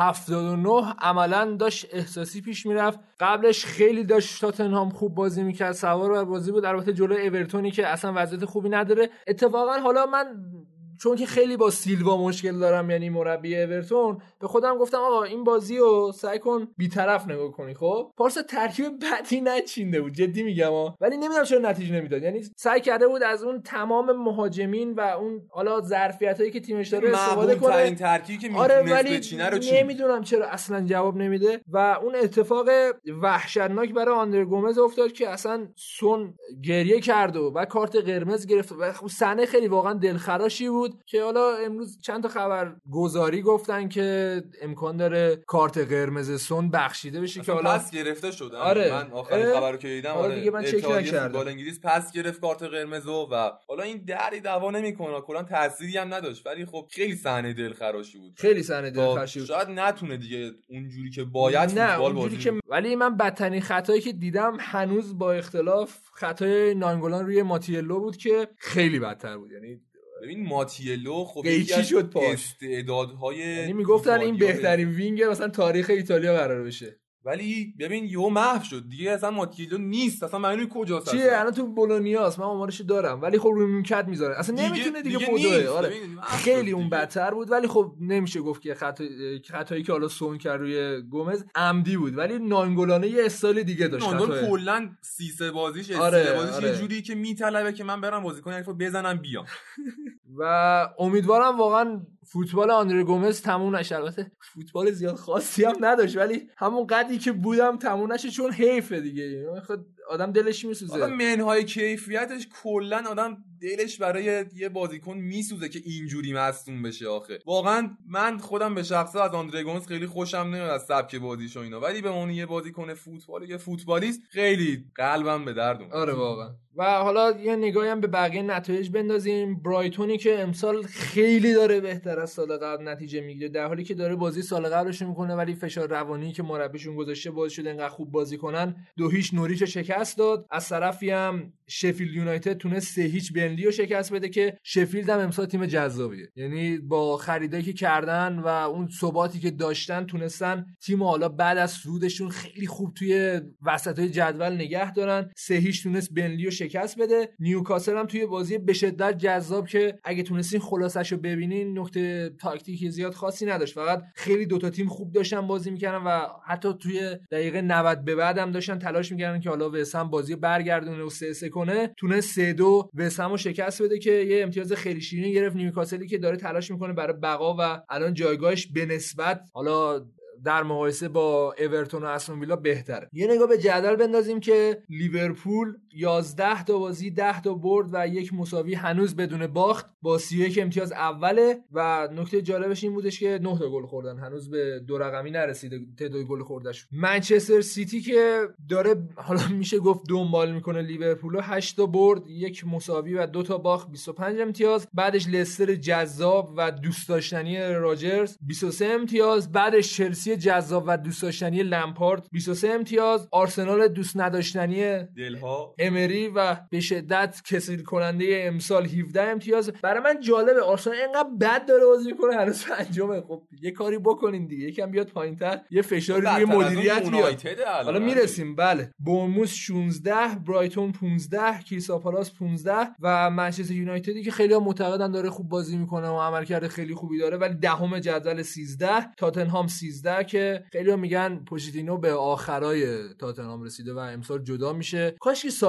79 عملا داشت احساسی پیش میرفت. قبلش خیلی داشت تاتنهام خوب بازی میکرد، سوار بر بازی بود، البته جلوی اورتونی که اصلا وضعیت خوبی نداره. اتفاقا حالا من چون که خیلی با سیلوا مشکل دارم، یعنی مربی اورتون، به خودم گفتم آقا این بازی رو سعی کن بی‌طرف نگاه کنی. خب پارسا ترکیب بدی نچینده بود، جدی میگم ولی نمیدونم چرا نتیجه نمیداد. یعنی سعی کرده بود از اون تمام مهاجمین و اون حالا ظرفیتایی که تیمش داره استفاده کنه.
این ترکیبی که
آره
میتونست
ولی
بچینه رو چین.
نمیدونم چرا اصلا جواب نمیده و اون اتفاق وحشتناک برای آندر گومز افتاد که اصلا سون گریه کرد و کارت قرمز گرفت و صحنه خیلی واقعا دلخراشی بود که حالا امروز چند تا خبر گزاری گفتن که امکان داره کارت قرمز سون بخشیده بشه که حالا
پس گرفته شد.
آره.
من آخرین خبر رو که دیدم
آره دیگه من چک نکردم.
فوتبال انگلیس پس گرفت کارت قرمزو و حالا این دری دعوا نمیکنه، کلا تأثیری هم نداشت، ولی خب خیلی صحنه دلخراشی بود.
خیلی صحنه دلخراشی بود.
شاید نتونه دیگه اونجوری که باید فوتبال بازی
که ولی من بدترین خطایی که دیدم هنوز با اختلاف خطای نانگولان روی ماتیلو بود که خیلی بدتر بود. یعنی
ببین ماتیلو خب
یکی شد پاش
استعدادهای،
یعنی میگفتن این بهترین وینگر مثلا تاریخ ایتالیا قرار بشه،
ولی ببین یهو محو شد دیگه، اصلا ماتیلو نیست، اصلا معلومه کجاست.
چیه الان تو بولونیاست، من آمارشو دارم، ولی خب روی نیمکت میذاره اصلا نمیتونه دیگه پودوه. آره خیلی اون بدتر بود، ولی خب نمیشه گفت که خطایی که حالا سون کرد روی گومز عمدی بود، ولی نانگولانه یه استایل دیگه داشت.
نانگول کلا 3 بازیش بازیش یه جوری که میطلبه که من برم بازیکن حریفو بزنم بیام
و امیدوارم واقعا فوتبال آندره گومز تموم نشه. البته فوتبال زیاد خاصی هم نداشت، ولی همون قدری که بودم تموم نشه چون حیفه دیگه، خود آدم دلش میسوزه.
حالا منهای کیفیتش کلا آدم دلش برای یه بازیکن میسوزه که اینجوری مصدوم بشه. آخه واقعا من خودم به شخصه از آندره گومز خیلی خوشم نمیاد از سبک بازیش و اینا، ولی به اون یه بازیکن فوتبال، یه فوتبالیست، خیلی قلبم به درد اومد.
آره واقعا. و حالا یه نگاهی هم به بقیه نتایج بندازیم. برایتونی که امسال خیلی داره بهتر از سال قبل نتیجه میگیره، در حالی که داره بازی سال قبلش میکنه، ولی فشار روانی که مربیشون گذاشته باعث شده اینقدر خوب بازی کنن. 2-0 نوریچ شکست داد. از طرفی هم شفیلد یونایتد تونست 3-0 بنلی رو شکست بده که شفیلد هم امسال تیم جذابیه، یعنی با خریدایی که کردن و اون ثباتی که داشتن تونستن تیم حالا بعد از صعودشون خیلی خوب توی وسطای جدول نگه دارن. 3-0 تونست بنلی رو شکست بده. نیوکاسل هم توی بازی به شدت جذاب که اگه تونستین خلاصه‌شو ببینین نکته تاکتیکی زیاد خاصی نداشت، فقط خیلی دوتا تیم خوب داشتن بازی میکردن و حتی توی دقیقه 90 به بعد هم داشتن تلاش میکردن که حالا وسام بازی برگردونه و 3-3 کنه. تونست 3-2 وسامو شکست بده که یه امتیاز خیلی شیرین گرفت. نیوکاسلی که داره تلاش میکنه برای بقا و الان جایگاهش به نسبت حالا در مقایسه با اورتون و استون ویلا بهتره. یه نگاه به جدول بندازیم که لیورپول 11 تا بازی 10 تا برد و 1 مساوی هنوز بدون باخت با 31 امتیاز اوله و نکته جالبش این بودش که 9 تا گل خوردن، هنوز به 2 رقمی نرسیده تعداد گل خوردهشون. منچستر سیتی که داره حالا میشه گفت دنبال میکنه لیورپول، 8 تا برد 1 مساوی و 2 تا باخت 25 امتیاز. بعدش لستر جذاب و دوست داشتنی راجرز 23 امتیاز. بعدش چلسی جذاب و دوست داشتنی لمپارد 23 امتیاز. آرسنال دوست نداشتنی
دلها
امری و به شدت کسل کننده امسال 17 امتیاز. برای من جالبه آرسنال اینقدر بد داره بازی میکنه هنوز پنجمه. خب یه کاری بکنین دیگه، یکم بیاد پایینتر، یه فشاری روی مدیریت بیاد. حالا میرسیم. بله بورنموث 16، برایتون 15، کریستال پالاس 15 و منچستر یونایتدی که خیلی معتقدن داره خوب بازی میکنه و عملکرد خیلی خوبی داره ولی دهم جدول 13، تاتنهام 13 که خیلی میگن پوچتینو به آخرای تاتنهام رسیده و امسال جدا میشه. کاش که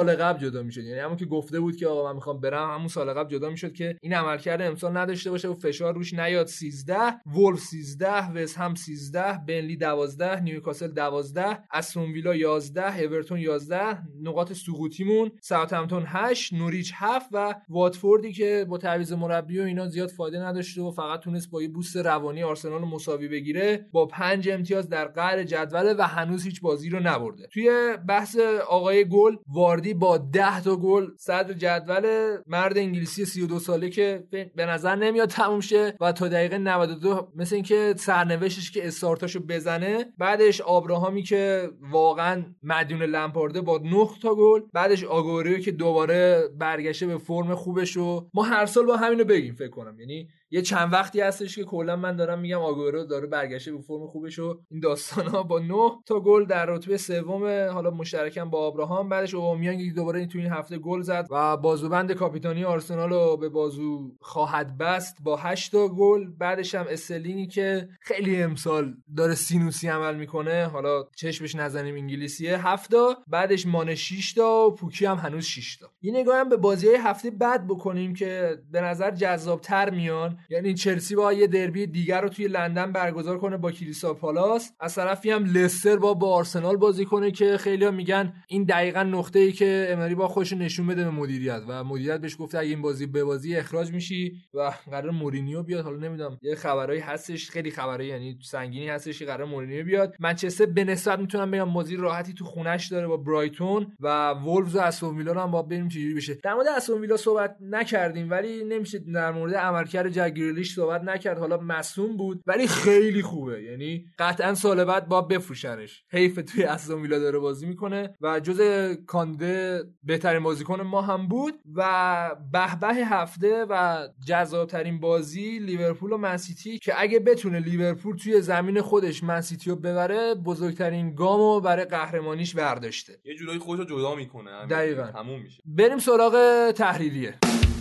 سال قبل جدا میشد، یعنی همون که گفته بود که آقا من میخوام برم همون سال قبل جدا میشد که این عملکرد امسال نداشته باشه و فشار روش نیاد. 13، وولف 13، وست هم 13، بنلی 12، نیوکاسل 12، استون ویلا 11، اورتون 11. نقاط سقوطیمون ساوثهمپتون 8، نوریچ 7 و واتفوردی که با تعویض مربی و اینا زیاد فایده نداشته و فقط تونست با یه بوست روانی آرسنال رو مساوی بگیره با 5 امتیاز در قعر جدول و هنوز هیچ بازی رو نبرده. توی بحث آقای گل، واردی با 10 تا گل صدر جدول، مرد انگلیسی 32 ساله که به نظر نمیاد تموم شه و تا دقیقه 92 مثل اینکه سرنوشتش که استارتاشو بزنه. بعدش آبراهامی که واقعا مدیون لمپارده با 9 تا گل، بعدش آگوریو که دوباره برگشته به فرم خوبش و ما هر سال با همینو بگیم فکر کنم، یعنی یه چند وقتی هستش که کلا من دارم میگم آگوئرو داره برگشته به فرم خوبش و این داستانا با 9 تا گل در رتبه سوم، حالا مشترکاً با آبراهام. بعدش اوبامیانگ دوباره تو این هفته گل زد و بازوبند کاپیتانی آرسنال رو به بازو خواهد بست با 8 تا گل. بعدش هم استرلینگی که خیلی امسال داره سینوسی عمل میکنه، حالا چشمش نزنیم انگلیسیه، 7 تا. بعدش مانه 6 تا و پوکی هم هنوز 6 تا. یه نگاه هم به بازی‌های هفته بعد بکنیم که به نظر جذاب‌تر میان. یعنی چلسی با یه دربی دیگر رو توی لندن برگزار کنه با کریستال پالاس، از طرفی هم لستر با آرسنال بازی کنه که خیلی‌ها میگن این دقیقاً نقطه‌ای که امری با خودش نشون بده به مدیریت و مدیریت بهش گفته اگه این بازی به بازی اخراج میشی و قرار مورینیو بیاد. حالا نمیدونم، یه خبرایی هستش، خیلی خبرایی یعنی سنگینی هستش که قرار مورینیو بیاد. منچستر به نسبت میتونم بگم بازی راحتی تو خونش داره با برایتون و وولفز و استون ویلا رو هم با ببینیم چجوری بشه. در مورد استون ویلا صحبت نکردیم ولی نمیشه در مورد عملکرد جگریلیش صحبت نکرد. حالا مصدوم بود ولی خیلی خوبه، یعنی قطعا سال بعد با بفروشنش. حیف توی استون ویلا داره بازی میکنه و جزء کانده بهترین بازیکن ما هم بود. و به هفته و جذابترین بازی لیورپول و منسیتی که اگه بتونه لیورپول توی زمین خودش منسیتی رو ببره بزرگترین گامو برای قهرمانیش برداشته،
یه جورایی خودشو جدا میکنه.
دقیقاً
تموم میشه.
بریم سراغ تحلیلیه.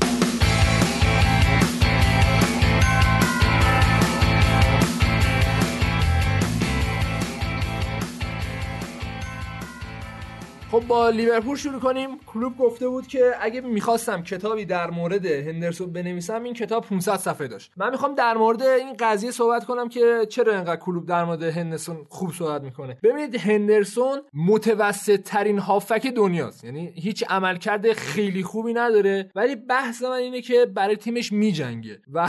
خب با لیورپول شروع کنیم. کلوب گفته بود که اگه میخواستم کتابی در مورد هندرسون بنویسم این کتاب 500 صفحه داشت. من میخوام در مورد این قضیه صحبت کنم که چرا اینقدر کلوب در مورد هندرسون خوب صحبت میکنه. ببینید هندرسون متوسط ترین هافک دنیاست، یعنی هیچ عملکرد خیلی خوبی نداره ولی بحث من اینه که برای تیمش میجنگه و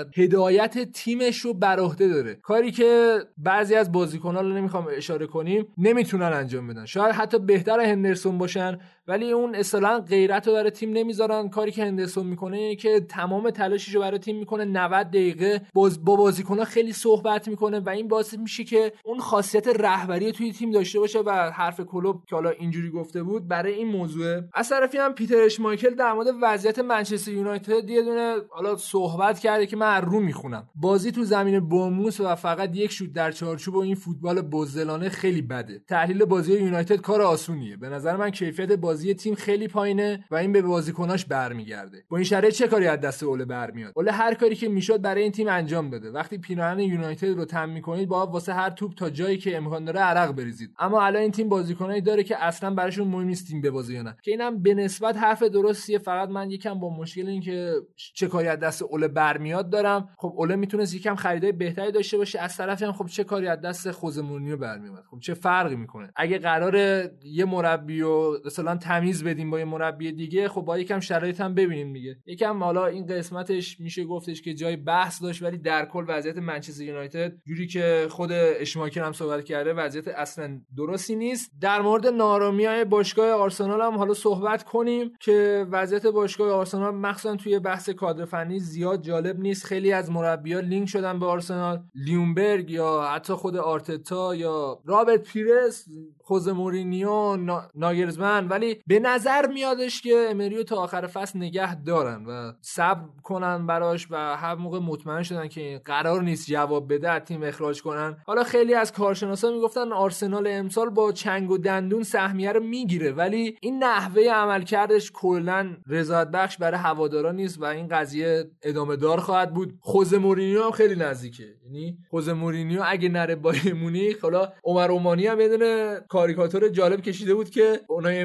هدایت تیمش رو بر عهده داره، کاری که بعضی از بازیکن‌ها رو نمیخوام اشاره کنیم نمیتونن انجام بدن. شاید حتی بهتر هندرسون باشن ولی اون اصلا غیرت رو برای تیم نمیذارن. کاری که هندرسون میکنه اینه که تمام تلاشش رو برای تیم میکنه، 90 دقیقه با بازیکن‌ها خیلی صحبت میکنه و این باعث میشه که اون خاصیت رهبری توی تیم داشته باشه و حرف کلوب که حالا اینجوری گفته بود برای این موضوع. از طرفی هم پیتر اشمایکل در مورد وضعیت منچستر یونایتد یه دونه حالا صحبت کرده که من رو میخونم. بازی تو زمین بوموس و فقط یک شوت در چارچوب و این فوتبال بزدلانه خیلی بده. تحلیل بازی یونایتد کار آسونیه. به نظر من کیفیت بازی تیم خیلی پایینه و این به بازیکناش برمیگرده. با این شرایط چه کاری از دست اوله برمیاد؟ اوله هر کاری که میشد برای این تیم انجام داده. وقتی پیراهن یونایتد رو تم میکنید باید واسه هر توپ تا جایی که امکان داره عرق بریزید. اما الان این تیم بازیکنایی داره که اصلا براشون مهم نیست تیم ببازه یا نه، که اینم به نسبت حرف درستیه. فقط من یکم با مشکل این که چه کاری از دست اوله برمیاد دارم. خب اوله میتونه یکم خریدای بهتری داشته باشه، از طرفی هم خب چه کاری از دست خوزه مورینیو برمیاد؟ خب چه فرقی میکنه؟ اگه قراره یه مربی رو مثلا تمیز بدیم با یه مربی دیگه خب با یکم شرایط هم ببینیم دیگه. یکم حالا این قسمتش میشه گفتش که جای بحث داشت ولی در کل وضعیت منچستر یونایتد جوری که خود اشماکر هم صحبت کرده وضعیت اصلا درستی نیست. در مورد نارامیای باشگاه آرسنال هم حالا صحبت کنیم که وضعیت باشگاه آرسنال مخصوصا توی بحث کادر فنی زیاد جالب نیست. خیلی از مربیان لینک شدن به آرسنال، لیونبرگ یا حتی خود آرتتا یا رابرت پیرس، خوزه مورینیو، ناگلزمن، ولی به نظر میادش که امریو تا آخر فصل نگه دارن و صبر کنن براش و هر موقع مطمئن شدن که قرار نیست جواب بده تیم اخراج کنن. حالا خیلی از کارشناسا میگفتن آرسنال امسال با چنگ و دندون سهمیه رو میگیره ولی این نحوه عملکردش کلا رضایت بخش برای هوادارا نیست و این قضیه ادامه دار خواهد بود. خوزه مورینیو هم خیلی نزدیکه، یعنی خوزه مورینیو اگه نره بایر مونیخ، حالا عمر اومانی هم یه دونه کاریکاتور جالب کشیده بود که اونای امری داشت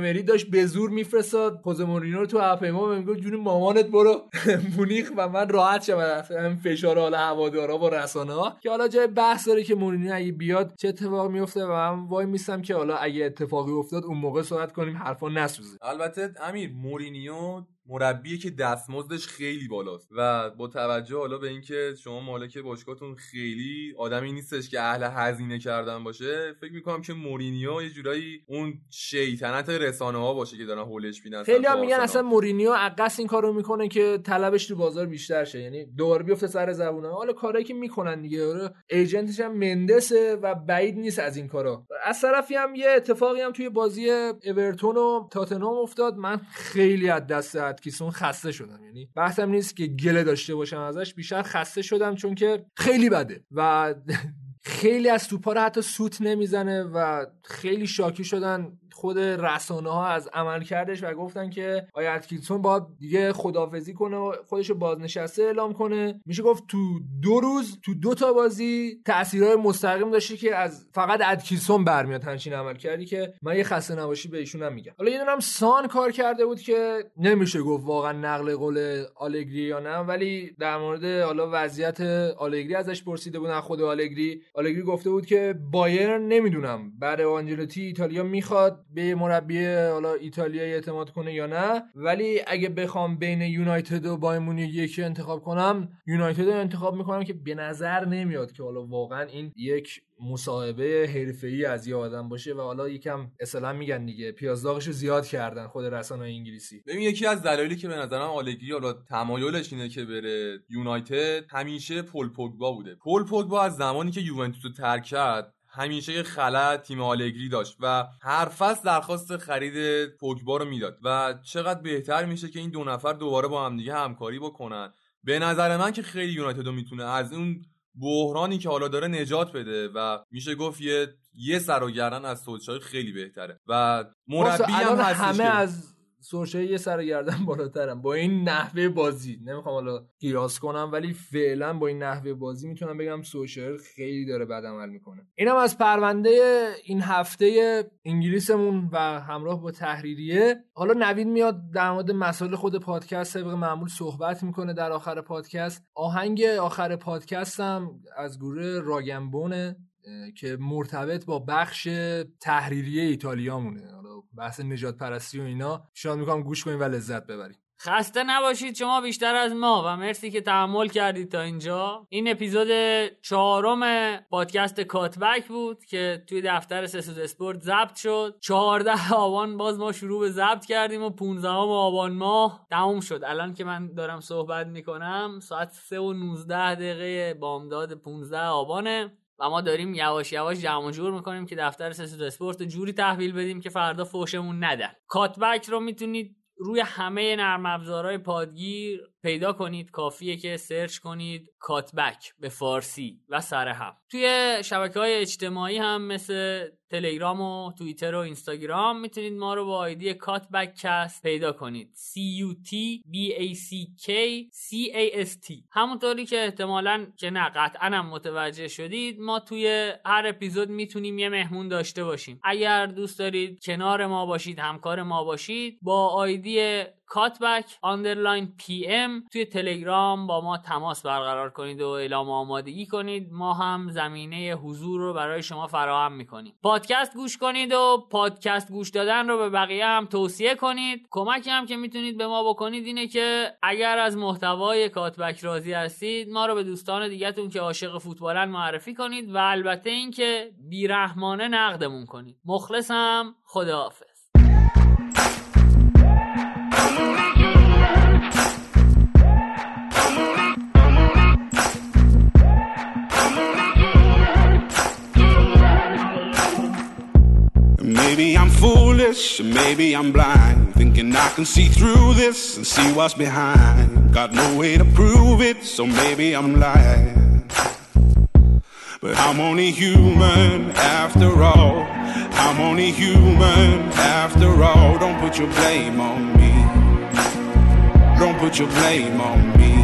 داشت به زور میفرستاد خوزه مورینیو رو تو هواپیما، میگفت جون مامانت برو مونیخ و من راحت شم از هم فشار حال هوادارا و رسانه‌ها. که حالا جای بحث داره که مورینیو اگه بیاد چه اتفاقی میفته و من وای میستم که حالا اگه اتفاقی افتاد اون موقع صحبت کنیم حرفا نسوزه.
البته امیر، مورینیو مربیه که دستمزدش خیلی بالاست و با توجه حالا به اینکه شما مالک باشگاهتون خیلی آدمی نیستش که اهل هزینه کردن باشه، فکر میکنم که مورینیو یه جورایی اون شیطنت رسانه‌ها باشه که دارن هولش میدن.
خیلی هم میگن اصلا مورینیو عقص این کارو میکنه که طلبش تو بازار بیشتر شه، یعنی دوباره بیفته سر زبونه. حالا کارایی که میکنن دیگه، ایجنتش هم مندسه و بعید نیست از این کارا. از طرفی هم یه اتفاقی هم توی بازی اورتون و تاتنهام افتاد، من خیلی از دست اتکینسون خسته شدم. یعنی بحثم نیست که گله داشته باشم ازش، بیشتر خسته شدم چون که خیلی بده و خیلی از توپا رو حتی سوت نمیزنه و خیلی شاکی شدن خود رسانه‌ها از عملکردش و گفتن که آیا اتکینسون باید دیگه خداحافظی کنه و خودشو بازنشسته اعلام کنه. میشه گفت تو 2 روز تو 2 تا بازی تاثیرهای مستقیم داشته که از فقط اتکینسون برمیاد همچین عمل کردی که من یه خسته نباشی به ایشون هم میگم. حالا یه دونم سان کار کرده بود که نمیشه گفت واقعا نقل قول آلگری یا نه، ولی در مورد حالا وضعیت آلگری ازش پرسیده بودن. خود آلگری گفته بود که بایرن نمیدونم بعد آنجلوتی ایتالیا میخواد به مربی حالا ایتالیایی اعتماد کنه یا نه، ولی اگه بخوام بین یونایتد و بایر مونیخ یکی انتخاب کنم، یونایتد رو انتخاب میکنم که به نظر نمیاد که حالا واقعا این یک مصاحبه حرفه‌ای از یه آدم باشه و حالا یکم اصلا میگن دیگه پیازداغشو زیاد کردن خود رسانه‌های انگلیسی.
ببین یکی از دلایلی که به نظرم آلگری حالا تمایلش اینه که بره یونایتد همیشه پول پوگبا بوده. پول پوگبا از زمانی که یوونتوس رو ترک کرد همیشه یه خلأ تیم آلگری داشت و هر فصل درخواست خرید پوگبا رو میداد و چقدر بهتر میشه که این 2 نفر دوباره با هم دیگه همکاری بکنن. به نظر من که خیلی یونایتد رو میتونه از اون بحرانی که حالا داره نجات بده و میشه گفت یه سر و گردن از سولشایر خیلی بهتره و مربی هم هستش
همه از سولشایر یه سر و گردن بالاترم با این نحوه بازی. نمیخوام حالا قیاس کنم ولی فعلا با این نحوه بازی میتونم بگم سولشایر خیلی داره بد عمل میکنه. اینم از پرونده این هفته انگلیسمون و همراه با تحریریه. حالا نوید میاد در مورد مسائل خود پادکست طبق معمول صحبت میکنه در آخر پادکست. آهنگ آخر پادکستم از گروه راگنبونه که مرتبط با بخش تحریریه ایتالیامونه. حالا بحث نجات پرستی و اینا شاید میکنم گوش کنیم و لذت ببریم.
خسته نباشید شما بیشتر از ما و مرسی که تحمل کردید تا اینجا. این اپیزود 4 پادکست کاتبک بود که توی دفتر سسود اسپورت ضبط شد. 14 آبان باز ما شروع به ضبط کردیم و 15 آبان ماه تموم شد. الان که من دارم صحبت میکنم ساعت 3:19 بامداد 15 آبانه و ما داریم یواش یواش جمع و جور میکنیم که دفتر سسود اسپورت جوری تحویل بدیم که فردا فوشمون ندن. کاتبک رو میتونید روی همه نرم افزارهای پادگیر پیدا کنید. کافیه که سرچ کنید کاتبک به فارسی و سر هم. توی شبکه‌های اجتماعی هم مثل تلگرام و توییتر و اینستاگرام میتونید ما رو با آیدی کاتبکcast پیدا کنید. CUTBACKCAST. همونطوری که احتمالاً که نه قطعاً هم متوجه شدید ما توی هر اپیزود میتونیم یه مهمون داشته باشیم. اگر دوست دارید کنار ما باشید، همکار ما باشید، با آیدی cutback_PM توی تلگرام با ما تماس برقرار کنید و اعلام آمادگی کنید. ما هم زمینه حضور رو برای شما فراهم میکنیم. پادکست گوش کنید و پادکست گوش دادن رو به بقیه هم توصیه کنید. کمکی هم که میتونید به ما بکنید اینه که اگر از محتوای کاتبک راضی هستید ما رو به دوستان دیگه‌تون که عاشق فوتبالن معرفی کنید و البته این که بیرحمانه نقدمون کنید. مخلصم. خداحافظ.
Maybe I'm foolish, maybe I'm blind, thinking I can see through this and see what's behind. Got no way to prove it, so maybe I'm lying. But I'm only human after all. I'm only human after all. Don't put your blame on me. Don't put your blame on me.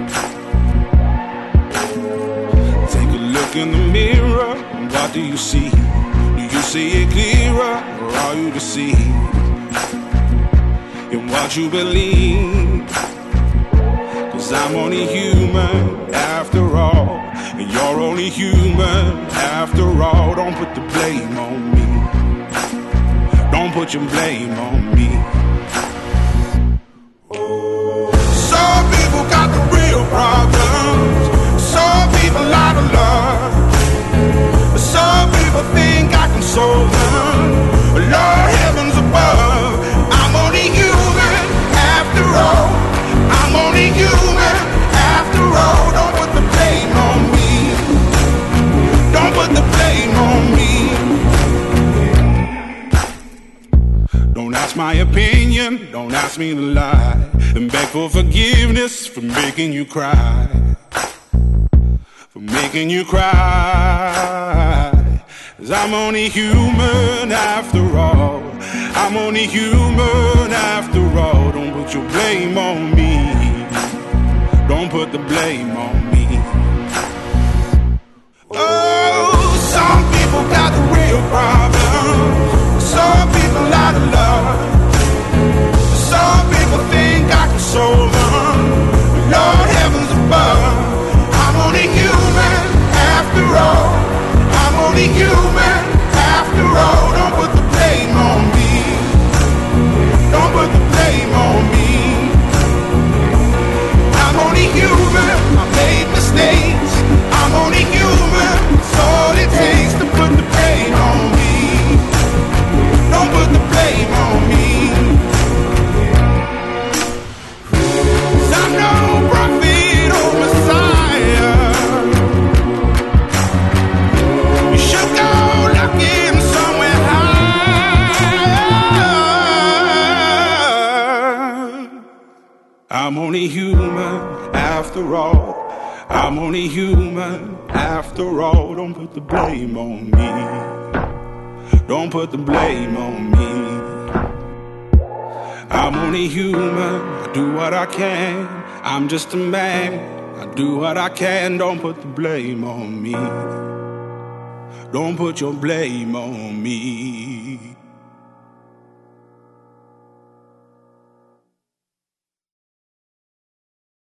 Take a look in the mirror, what do you see? Do you see it clearer or are you deceived? in what you believe. 'Cause I'm only human after all, and you're only human after all. Don't put the blame on me. Don't put your blame on me. Some people got the real problems. Some people out of love. Some people think I can solve them. Lord heavens above, I'm only human after all. I'm only human after all. Don't put the blame on me. Don't put the blame on me. Don't ask my opinion, don't ask me to lie, and beg for forgiveness for making you cry. For making you cry. 'Cause I'm only human after all. I'm only human after all. Don't put your blame on me. Don't put the blame on me. Oh, some people got the real problems. Some people out of love. Some people think I can solve them. Lord heavens above, I'm only human after all. I'm only human after all. Don't put the blame on me. Don't put the blame on me. I'm only human. I made mistakes. I'm only human. It's all it takes to put the blame on me. Don't put the blame on me. 'Cause I'm no prophet or Messiah. You should go looking somewhere higher. I'm only human after all. I'm only human after all. Don't put the blame on me. Don't put the blame on me. I'm only human. I do what I can. I'm just a man. I do what I can. Don't put the blame on me. Don't put your blame on me.